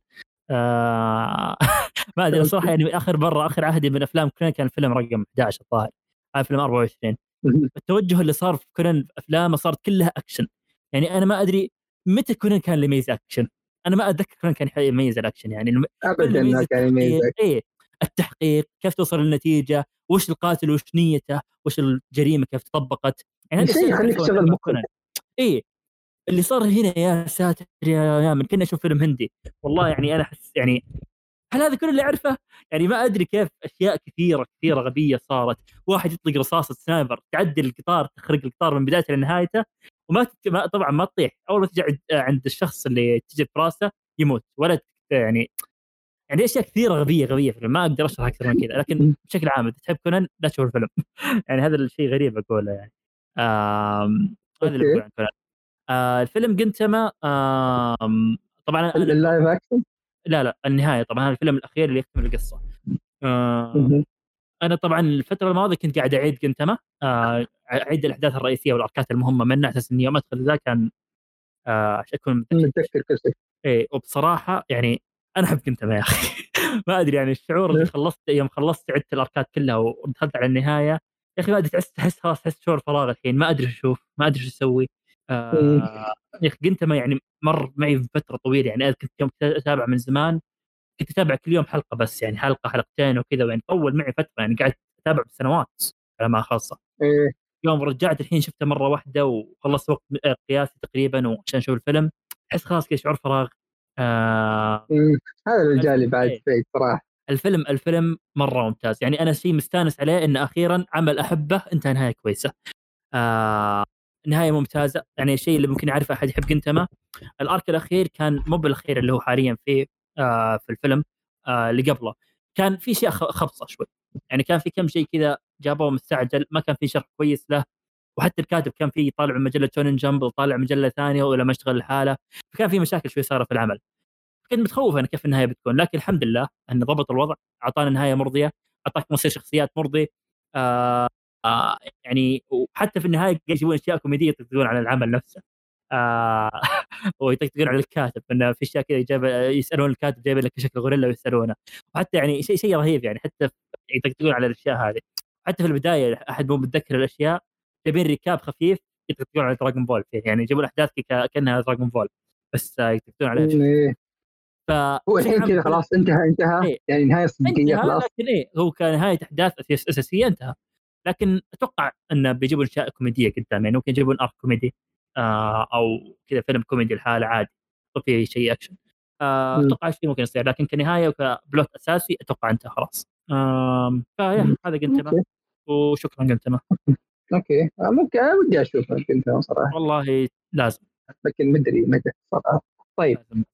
آه ما ادري الصراحه يعني، اخر عهدي من افلام كونان كان فيلم رقم 11 الظاهر، هذا فيلم 24. التوجه اللي صار في كونان افلامه صارت كلها اكشن. يعني انا ما ادري متى كونان كان اللي يميز اكشن. انا ما اتذكر كونان كان يميز الاكشن يعني كل اللي أبدا يميز ما كان التحقيق. يميزك. ايه التحقيق، كيف توصل للنتيجه، وش القاتل وش نيته، وش الجريمه كيف تطبقت، يعني هذه الاشياء شيء اللي يخليك تعرفها من تشغل افلام مخك. كونان. ايه اللي صار هنا يا ساتر يا من كنا نشوف فيلم هندي والله. يعني انا احس يعني هل هذا كل اللي اعرفه؟ يعني ما ادري كيف اشياء كثيره كثيره غبيه صارت. واحد يطلق رصاصه سنايبر تعدي القطار، تخرق القطار من بدايته لنهايته، طبعا ما تطيح، اول ما تجي عند الشخص اللي تجي براسه يموت ولا يعني اشياء كثيره غبيه في الفيلم، ما اقدر اشرح اكثر من كذا. لكن بشكل عام اذا تحب كونان لا تشوف الفيلم يعني هذا الشيء غريب اقوله يعني. هذا اللي بقول أوكي عن كونان. الفيلم جنتما طبعا انا اللايف أكشن. لا النهايه طبعا، هذا الفيلم الاخير اللي يكمل القصه. انا طبعا الفتره الماضيه كنت قاعد اعيد جنتما، اعيد الاحداث الرئيسيه والاركات المهمه منه، على اساس اني يوم ادخل ذا كان عشان اكون متذكر كل شيء. متذكر كل شيء. ايه وبصراحه يعني انا احب جنتما يا اخي ما ادري يعني الشعور اللي يوم خلصت عدت الاركات كلها ودخلت على النهايه، يا اخي ما ادري تحس خلاص، تحس شعور فراغ الحين، ما ادري اشوف، ما ادري ايش اسوي. يا اخي جنتما يعني مر معي فتره طويله يعني، أنا كنت يوم اتابع من زمان كنت أتابع كل يوم حلقة بس، يعني حلقة حلقتين وكذا، يعني طول معي فترة، يعني قاعد أتابع بسنوات على ما خلصه. إيه. يوم رجعت الحين شفته مرة واحدة وخلصت وقت قياسي تقريبا وعشان أشوف الفيلم، أحس خلاص كذا شعور فراغ. آه مم. هذا الرجال اللي الفيلم بعد إيه، فيه صراحة. الفيلم مرة ممتاز، يعني أنا شيء مستانس عليه إن أخيرا عمل أحبه انتهى نهاية كويسة. آه نهاية ممتازة، يعني الشيء اللي ممكن يعرفه أحد يحب جنتما. الارك الاخير كان مو بالاخير اللي هو حاليا فيه في الفيلم، اللي قبله كان في شيء خبصه شوي، يعني كان في كم شيء كذا جابوه مستعجل، ما كان في شرح كويس له. وحتى الكاتب كان فيه يطالع من مجله شونن جمب وطالع مجله ثانيه ولا ما اشتغل الحاله، فكان في مشاكل شوي صارت في العمل. كنت متخوف انا كيف النهايه بتكون، لكن الحمد لله انه ضبط الوضع، اعطانا نهايه مرضيه، اعطاك مصير شخصيات مرضي. آه يعني وحتى في النهايه يجيبون اشياء كوميديه يطقطقون على العمل نفسه. آه ويطقطقون على الكاتب انه في اشياء كذا يسالون الكاتب جايب لك شكل غوريلا ويسالونه. وحتى يعني شيء رهيب، يعني حتى يطقطقون على الاشياء هذه. حتى في البدايه احد مو متذكر الاشياء، جايبين ريكاب خفيف يطقطقون على دراغون بول فيه، يعني يجيبون الاحداث كانها دراغون بول بس يطقطقون عليها مم. بشكل. إيه. هو فبشكل الحين عام كذا الفيلم خلاص انتهى ايه يعني نهاية صدقية انتهى، خلاص. لكن ايه هو كنهايه احداث اساسيه انتهى. لكن اتوقع انه بيجيبون اشياء كوميديه قدام، يعني ممكن يجيبون ارك كوميدي، او كذا فيلم كوميدي الحالة عادي وفي شيء اكشن. مم. اتوقع شيء ممكن يصير، لكن كنهايه وكبلوت اساسي اتوقع انت خلاص. فيا مم. هذا قنتما، اوكي. وشكرا قنتما. اوكي ممكن انا ودي اشوفها كنت صراحة، والله لازم لكن مدري متى صراحة. طيب. لازم.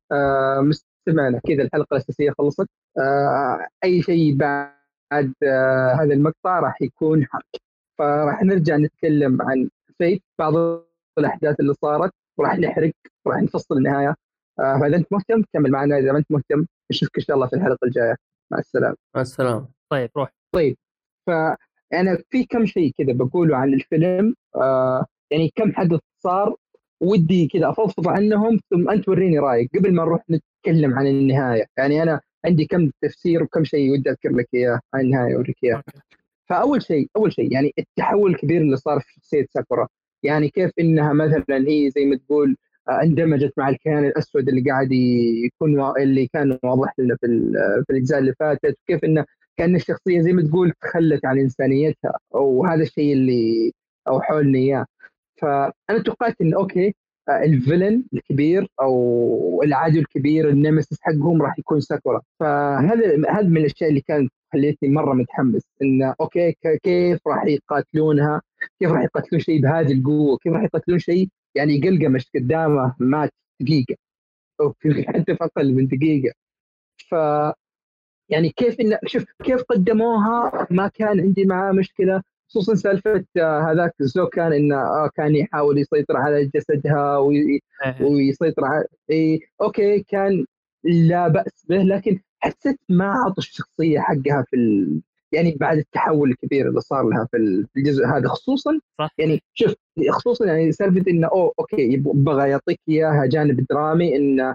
مستمعنا كذا الحلقة الأساسية خلصت. أي شيء بعد هذا المقطع راح يكون حرق، فراح نرجع نتكلم عن بعض الأحداث اللي صارت، وراح نحرق، وراح نفصل النهاية. فإذا أنت مهتم كمل معنا، إذا ما أنت مهتم نشوفك إن شاء الله في الحلقة الجاية. مع السلامة. مع السلامة. طيب روح. طيب. فأنا في كم شيء كذا بقوله عن الفيلم، يعني كم حدث صار ودي كذا أفضفض عنهم، ثم أنت وريني رأيك قبل ما نروح نتكلم عن النهاية. يعني أنا عندي كم تفسير وكم شيء ودي أذكر لك إياه عن النهاية أوريك إياه. اوكي. فأول شيء يعني التحول الكبير اللي صار في شخصية ساكورا، يعني كيف إنها مثلا هي زي ما تقول اندمجت مع الكيان الأسود اللي قاعد اللي كان واضح لنا في الأجزاء اللي فاتت، وكيف إنه كأن الشخصية زي ما تقول تخلت عن إنسانيتها، وهذا الشيء اللي أوحوا لنا إياه. فأنا توقعت إن أوكي الفيلن الكبير أو العدو الكبير النمسيس حقهم راح يكون ساكورا. فهذا من الأشياء اللي كانت خليتني مرة متحمس إنه أوكي كيف راح يقاتلونها، كيف راح يقتلون شيء بهذه القوة، كيف راح يقتلون شيء يعني قلقمش قدامه مات دقيقة، أو حتى في أقل من دقيقة. ف يعني كيف إن شوف كيف قدموها، ما كان عندي معاه مشكلة، خصوصا سالفة هذاك زوكان إنه كان يحاول يسيطر على جسدها إيه. ويسيطر على أوكي كان لا بأس به، لكن حسيت ما عطوا الشخصية حقها يعني بعد التحول الكبير اللي صار لها في الجزء هذا خصوصا. صح. يعني شوف خصوصا يعني سالفة إنه أوكي يبغى يعطيك إياها جانب درامي إنه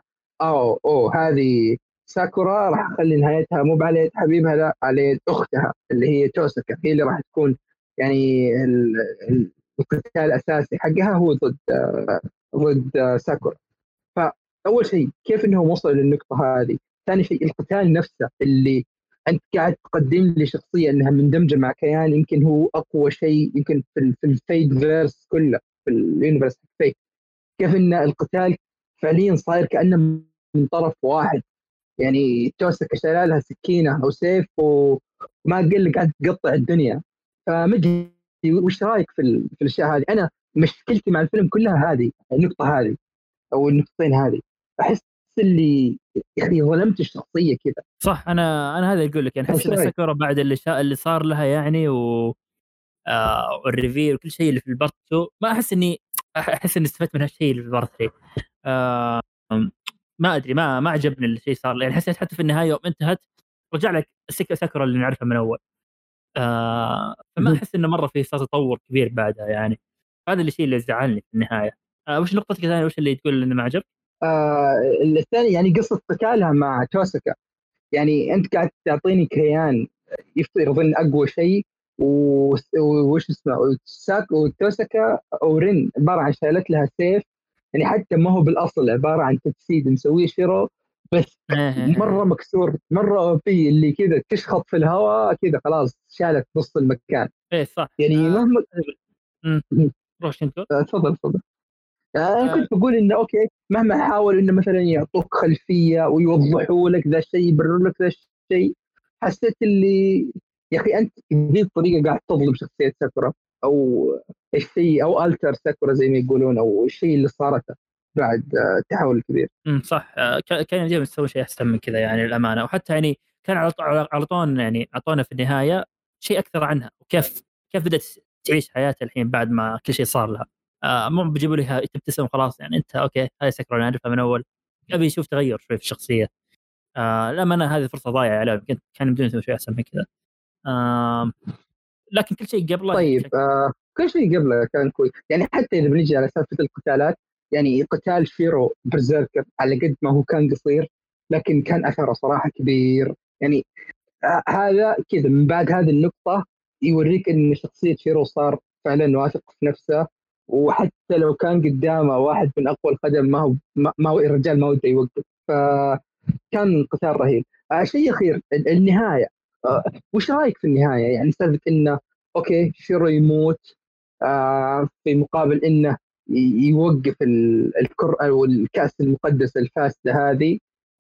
هذه ساكورا راح اخلي نهايتها مو على يد حبيبها، لا على يد اختها اللي هي توسكا، هي اللي راح تكون يعني القتال الاساسي حقها هو ضد ساكورا. فاول شيء كيف انهم وصلوا للنقطه هذه. ثاني شيء القتال نفسه، اللي انت قاعد تقدم لي شخصيه انها مندمجه مع كيان يمكن هو اقوى شيء يمكن في الفيد فيرس كله، في اليونيفرس فيد. كيف ان القتال فعليا صاير كانه من طرف واحد، يعني توسك شلالها سكينه او سيف وما قل قاعد تقطع الدنيا. فمجدي وش رايك في الاشياء هذه؟ انا مشكلتي مع الفيلم كلها هذه النقطه هذه او النقطتين هذه، احس اللي يعني ظلمت الشخصيه كذا. صح. انا هذا اقول لك، يعني احس وش ان رايك؟ ساكورا بعد اللي صار لها، يعني والريفير وكل شيء اللي في البارت 2، ما احس اني استفدت من هالشيء اللي في البارت 3. آه ما ادري، ما عجبني الشيء صار، يعني حسيت حتى في النهايه يوم انتهت رجع لك ساكورا اللي نعرفها من اول. فما احس انه مره في صار تطور كبير بعدها، يعني هذا الشيء اللي زعلني في النهايه. وش نقطتك الثانيه؟ وش اللي تقول انه ما عجب؟ الثاني يعني قصه قتالها مع توسكا، يعني انت قاعد تعطيني كيان يفترض انه اقوى شيء، وش اسمه وتوسكا او رين عباره عن شالت لها سيف، يعني حتى ما هو بالاصل عباره عن تجسيد مسويه شيرو، بس مره مكسور، مره في اللي كذا تشخط في الهواء كذا خلاص شالت نص المكان. ايه صح. يعني مهما روح انت. تفضل. انا كنت بقول انه اوكي مهما حاولوا انه مثلا يعطوك خلفيه ويوضحوا لك ذا الشيء يبرروا لك ذا الشيء، حسيت اللي يا اخي انت بهذه الطريقه قاعد تظلم شخصيه ساكورا او الشيء او التر ساكورا زي ما يقولون، او الشيء اللي صارته بعد التحول الكبير. صح. كان يجب يسوي شيء احسن من كذا يعني الامانه. وحتى يعني كان على طول يعني اعطونا في النهايه شيء اكثر عنها، وكيف بدات تعيش حياتها الحين بعد ما كل شيء صار لها. مو بيجيبوا لها تبتسم خلاص يعني انت اوكي هاي سكرة نعرفها من اول. ابي اشوف تغير شوي في الشخصيه. لما انا هذه فرصه ضايعه عليهم، كان بدون يسوي شيء احسن من كذا. لكن كل شيء قبله طيب كل شيء قبله كان كويس يعني. حتى اذا بنيجي على سالفه القتالات، يعني قتال شيرو برزيركر على قد ما هو كان قصير لكن كان اثره صراحه كبير يعني. هذا كذا من بعد هذه النقطه يوريك ان شخصيه شيرو صار فعلا واثق في نفسه، وحتى لو كان قدامه واحد من اقوى القدم ما هو الرجال ما وده يوقف. فكان قتال رهيب. شيء اخير، النهايه. وش رايك في النهايه؟ يعني سالفه انه اوكي شيرو يموت في مقابل انه يوقف الكرة او الكأس المقدس الفاسدة هذه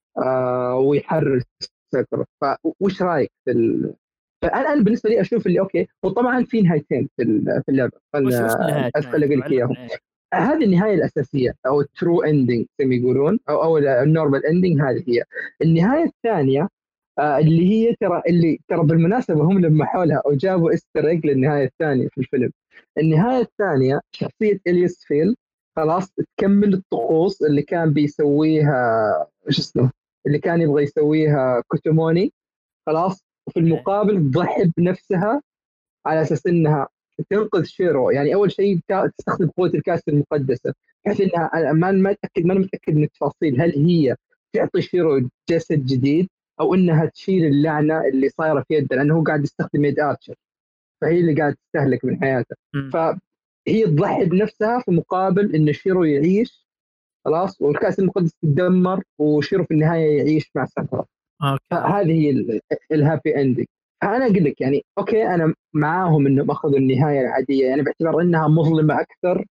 ويحرر ساكورا. فوش رايك في فأنا بالنسبة لي أشوف اللي أوكي، وطبعا في نهايتين في اللعبة. وش النهاية؟ أقول لك إياهم. هذه النهاية الأساسية أو الترو إندينج زي ما يقولون، أو النورمال إندينج. هذه هي النهاية الثانية اللي هي ترى بالمناسبة هم لما حولها أو جابوا إستر إيج للنهاية الثانية في الفيلم. النهاية الثانية شخصية إلياس فيل خلاص تكمل الطقوس اللي كان بيسويها إيش اسمه، اللي كان يبغى يسويها كوتوموني خلاص، وفي المقابل تضحي بنفسها على أساس إنها تنقذ شيرو. يعني أول شيء تستخدم قوة الكأس المقدسة، بحيث إنها ما متأكد من التفاصيل، هل هي تعطي شيرو جسد جديد أو إنها تشيل اللعنة اللي صايرة في يده، لأنه هو قاعد يستخدم يد آرشر فهي اللي قاعد تستهلك من حياته. فهي تضحي بنفسها في مقابل إن شيرو يعيش خلاص، والكأس المقدس تدمر وشيرو في النهاية يعيش مع ساكورا. هذه هي الهابي اندنج. انا اقول لك يعني اوكي انا معاهم انهم اخذوا النهايه العاديه، يعني باعتبار انها مظلمه اكثر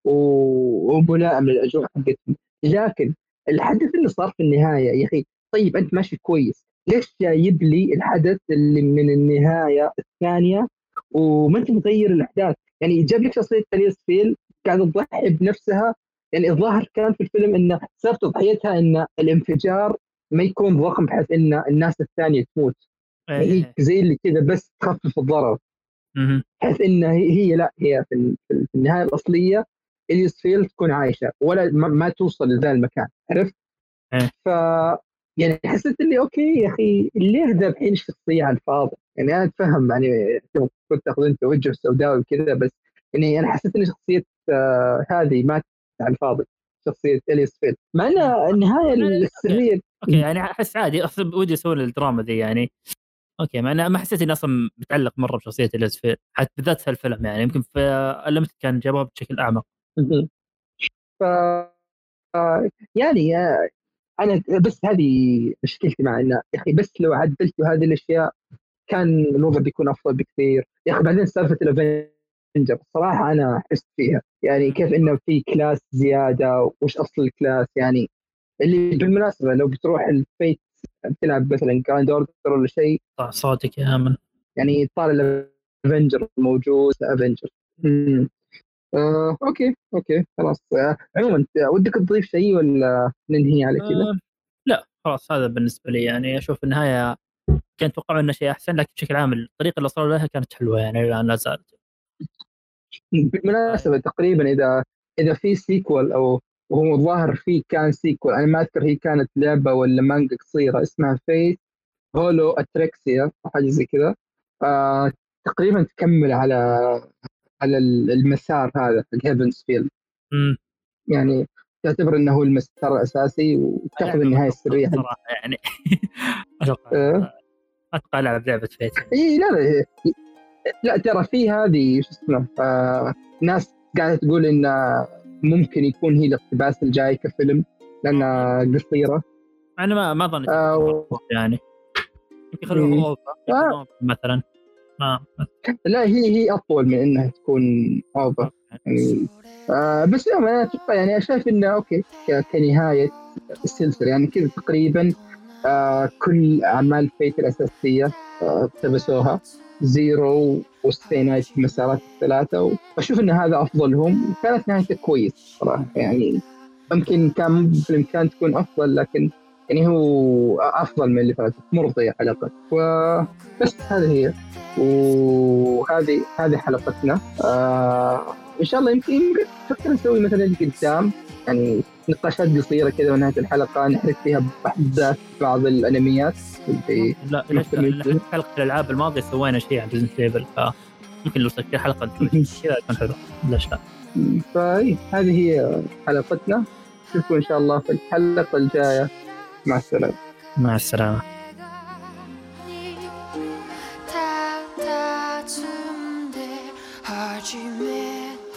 وملائمه للاجواء حقتهم. لكن الحدث اللي صار في النهايه يا اخي، طيب انت ماشي كويس، ليش جايب لي الحدث اللي من النهايه الثانيه وما انت مغير الاحداث؟ يعني جاب لك شخصيه إلياس فيل قاعده تضحي بنفسها. يعني الظاهر كان في الفيلم ان سبب تضحيتها ان الانفجار ما يكون ضخم بحيث ان الناس الثانيه تموت، هي زي اللي كذا بس تخفف الضرر، بحيث ان هي لا، هي في النهايه الاصليه إلياس فيل تكون عايشه ولا ما توصل لذا المكان، عرفت؟ ف يعني حسيت اللي اوكي يا اخي ليه ذابحين الشخصيه على الفاضي؟ يعني انا اتفهم يعني كنت تاخذ انت وجه سوداوي وكذا، بس يعني انا حسيت ان شخصيه هذه ماتت على الفاضي، شخصيه إلياس فيل، مع ان النهايه السريه اوكي يعني احس عادي اصلا ودي يسوون الدراما ذي يعني. اوكي ما انا ما حسيت اني اصلا متعلق مره بشخصيه إلياس فيل حتى بالذات في الفيلم، يعني يمكن في لمت كان جابوها بشكل اعمق. ف يعني انا بس هذه مشكلتي مع انه يا اخي بس لو عدلتوا هذه الاشياء كان الوضع بيكون افضل بكثير يا اخي. بعدين سالفه الافنجر الصراحه انا حست فيها، يعني كيف انه في كلاس زياده وش اصل الكلاس، يعني اللي بالمناسبه لو بتروح الفيت تلعب مثلا جراند اوردر ولا شيء صوتك يا امن يعني طال الافنجر موجود افنجر. اوكي خلاص. عموما ودك تضيف شيء ولا ننهي على كذا؟ لا خلاص هذا بالنسبه لي، يعني اشوف النهايه كنت اتوقع انه شيء احسن، لكن بشكل عام الطريقه اللي وصلوا لها كانت حلوه يعني الان لا زالت. بالمناسبه تقريبا اذا في سيكول او وهو الظاهر في كان سيكول، انا ما اذكر هي كانت لعبه ولا مانجا قصيره اسمها فيت هولو اتريكسيا او حاجه زي كذا. تقريبا تكمل على المسار هذا في هيفنز فيلد، يعني تعتبر انه هو المسار الاساسي وتاخذ النهايه السريه صراحه يعني. اتوقع العب لعبه فيت. اي لا ترى في هذه شو اسمه ناس قاعده تقول ان ممكن يكون هي الاقتباس الجاي كفيلم لانها قصيره. انا ما اظن يعني يمكن يخلوه اوفر مثلا. لا هي اطول من انها تكون اوفر يعني. بس يوم انا اتوقع يعني شايف انه اوكي كنهايه السلسله يعني كذا تقريبا. كل اعمال فيت الاساسيه اقتبسوها زيرو وستينايت في مسارات الثلاثه، واشوف ان هذا افضلهم، وكانت نهايته كويس صراحه يعني. ممكن كان بالامكان تكون افضل، لكن يعني هو افضل من اللي فاتت، مرضية على الاقل. وبس هذه هي، وهذه حلقتنا. ان شاء الله يمكن نفكر نسوي مثلا قدام يعني نقاشات قصيره كذا ونهايه الحلقه نحرق فيها باحداث بعض الانميات اللي لا حلقه الالعاب الماضيه سوينا شيء عن ريزنت ايفل، فممكن لو سكر حلقه كذا يكون حلو. ليش لا؟ فهذه هي حلقتنا، نشوفكم ان شاء الله في الحلقه الجايه. مع السلامه. مع السلامه.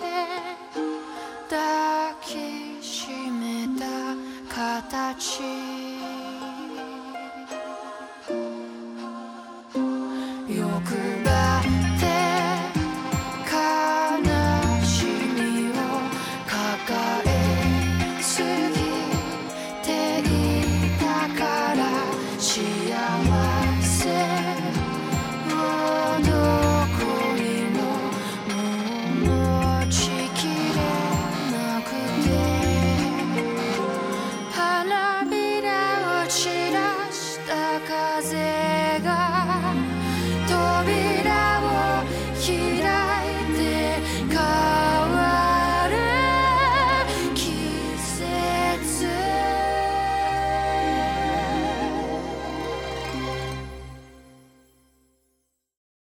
抱きしめた形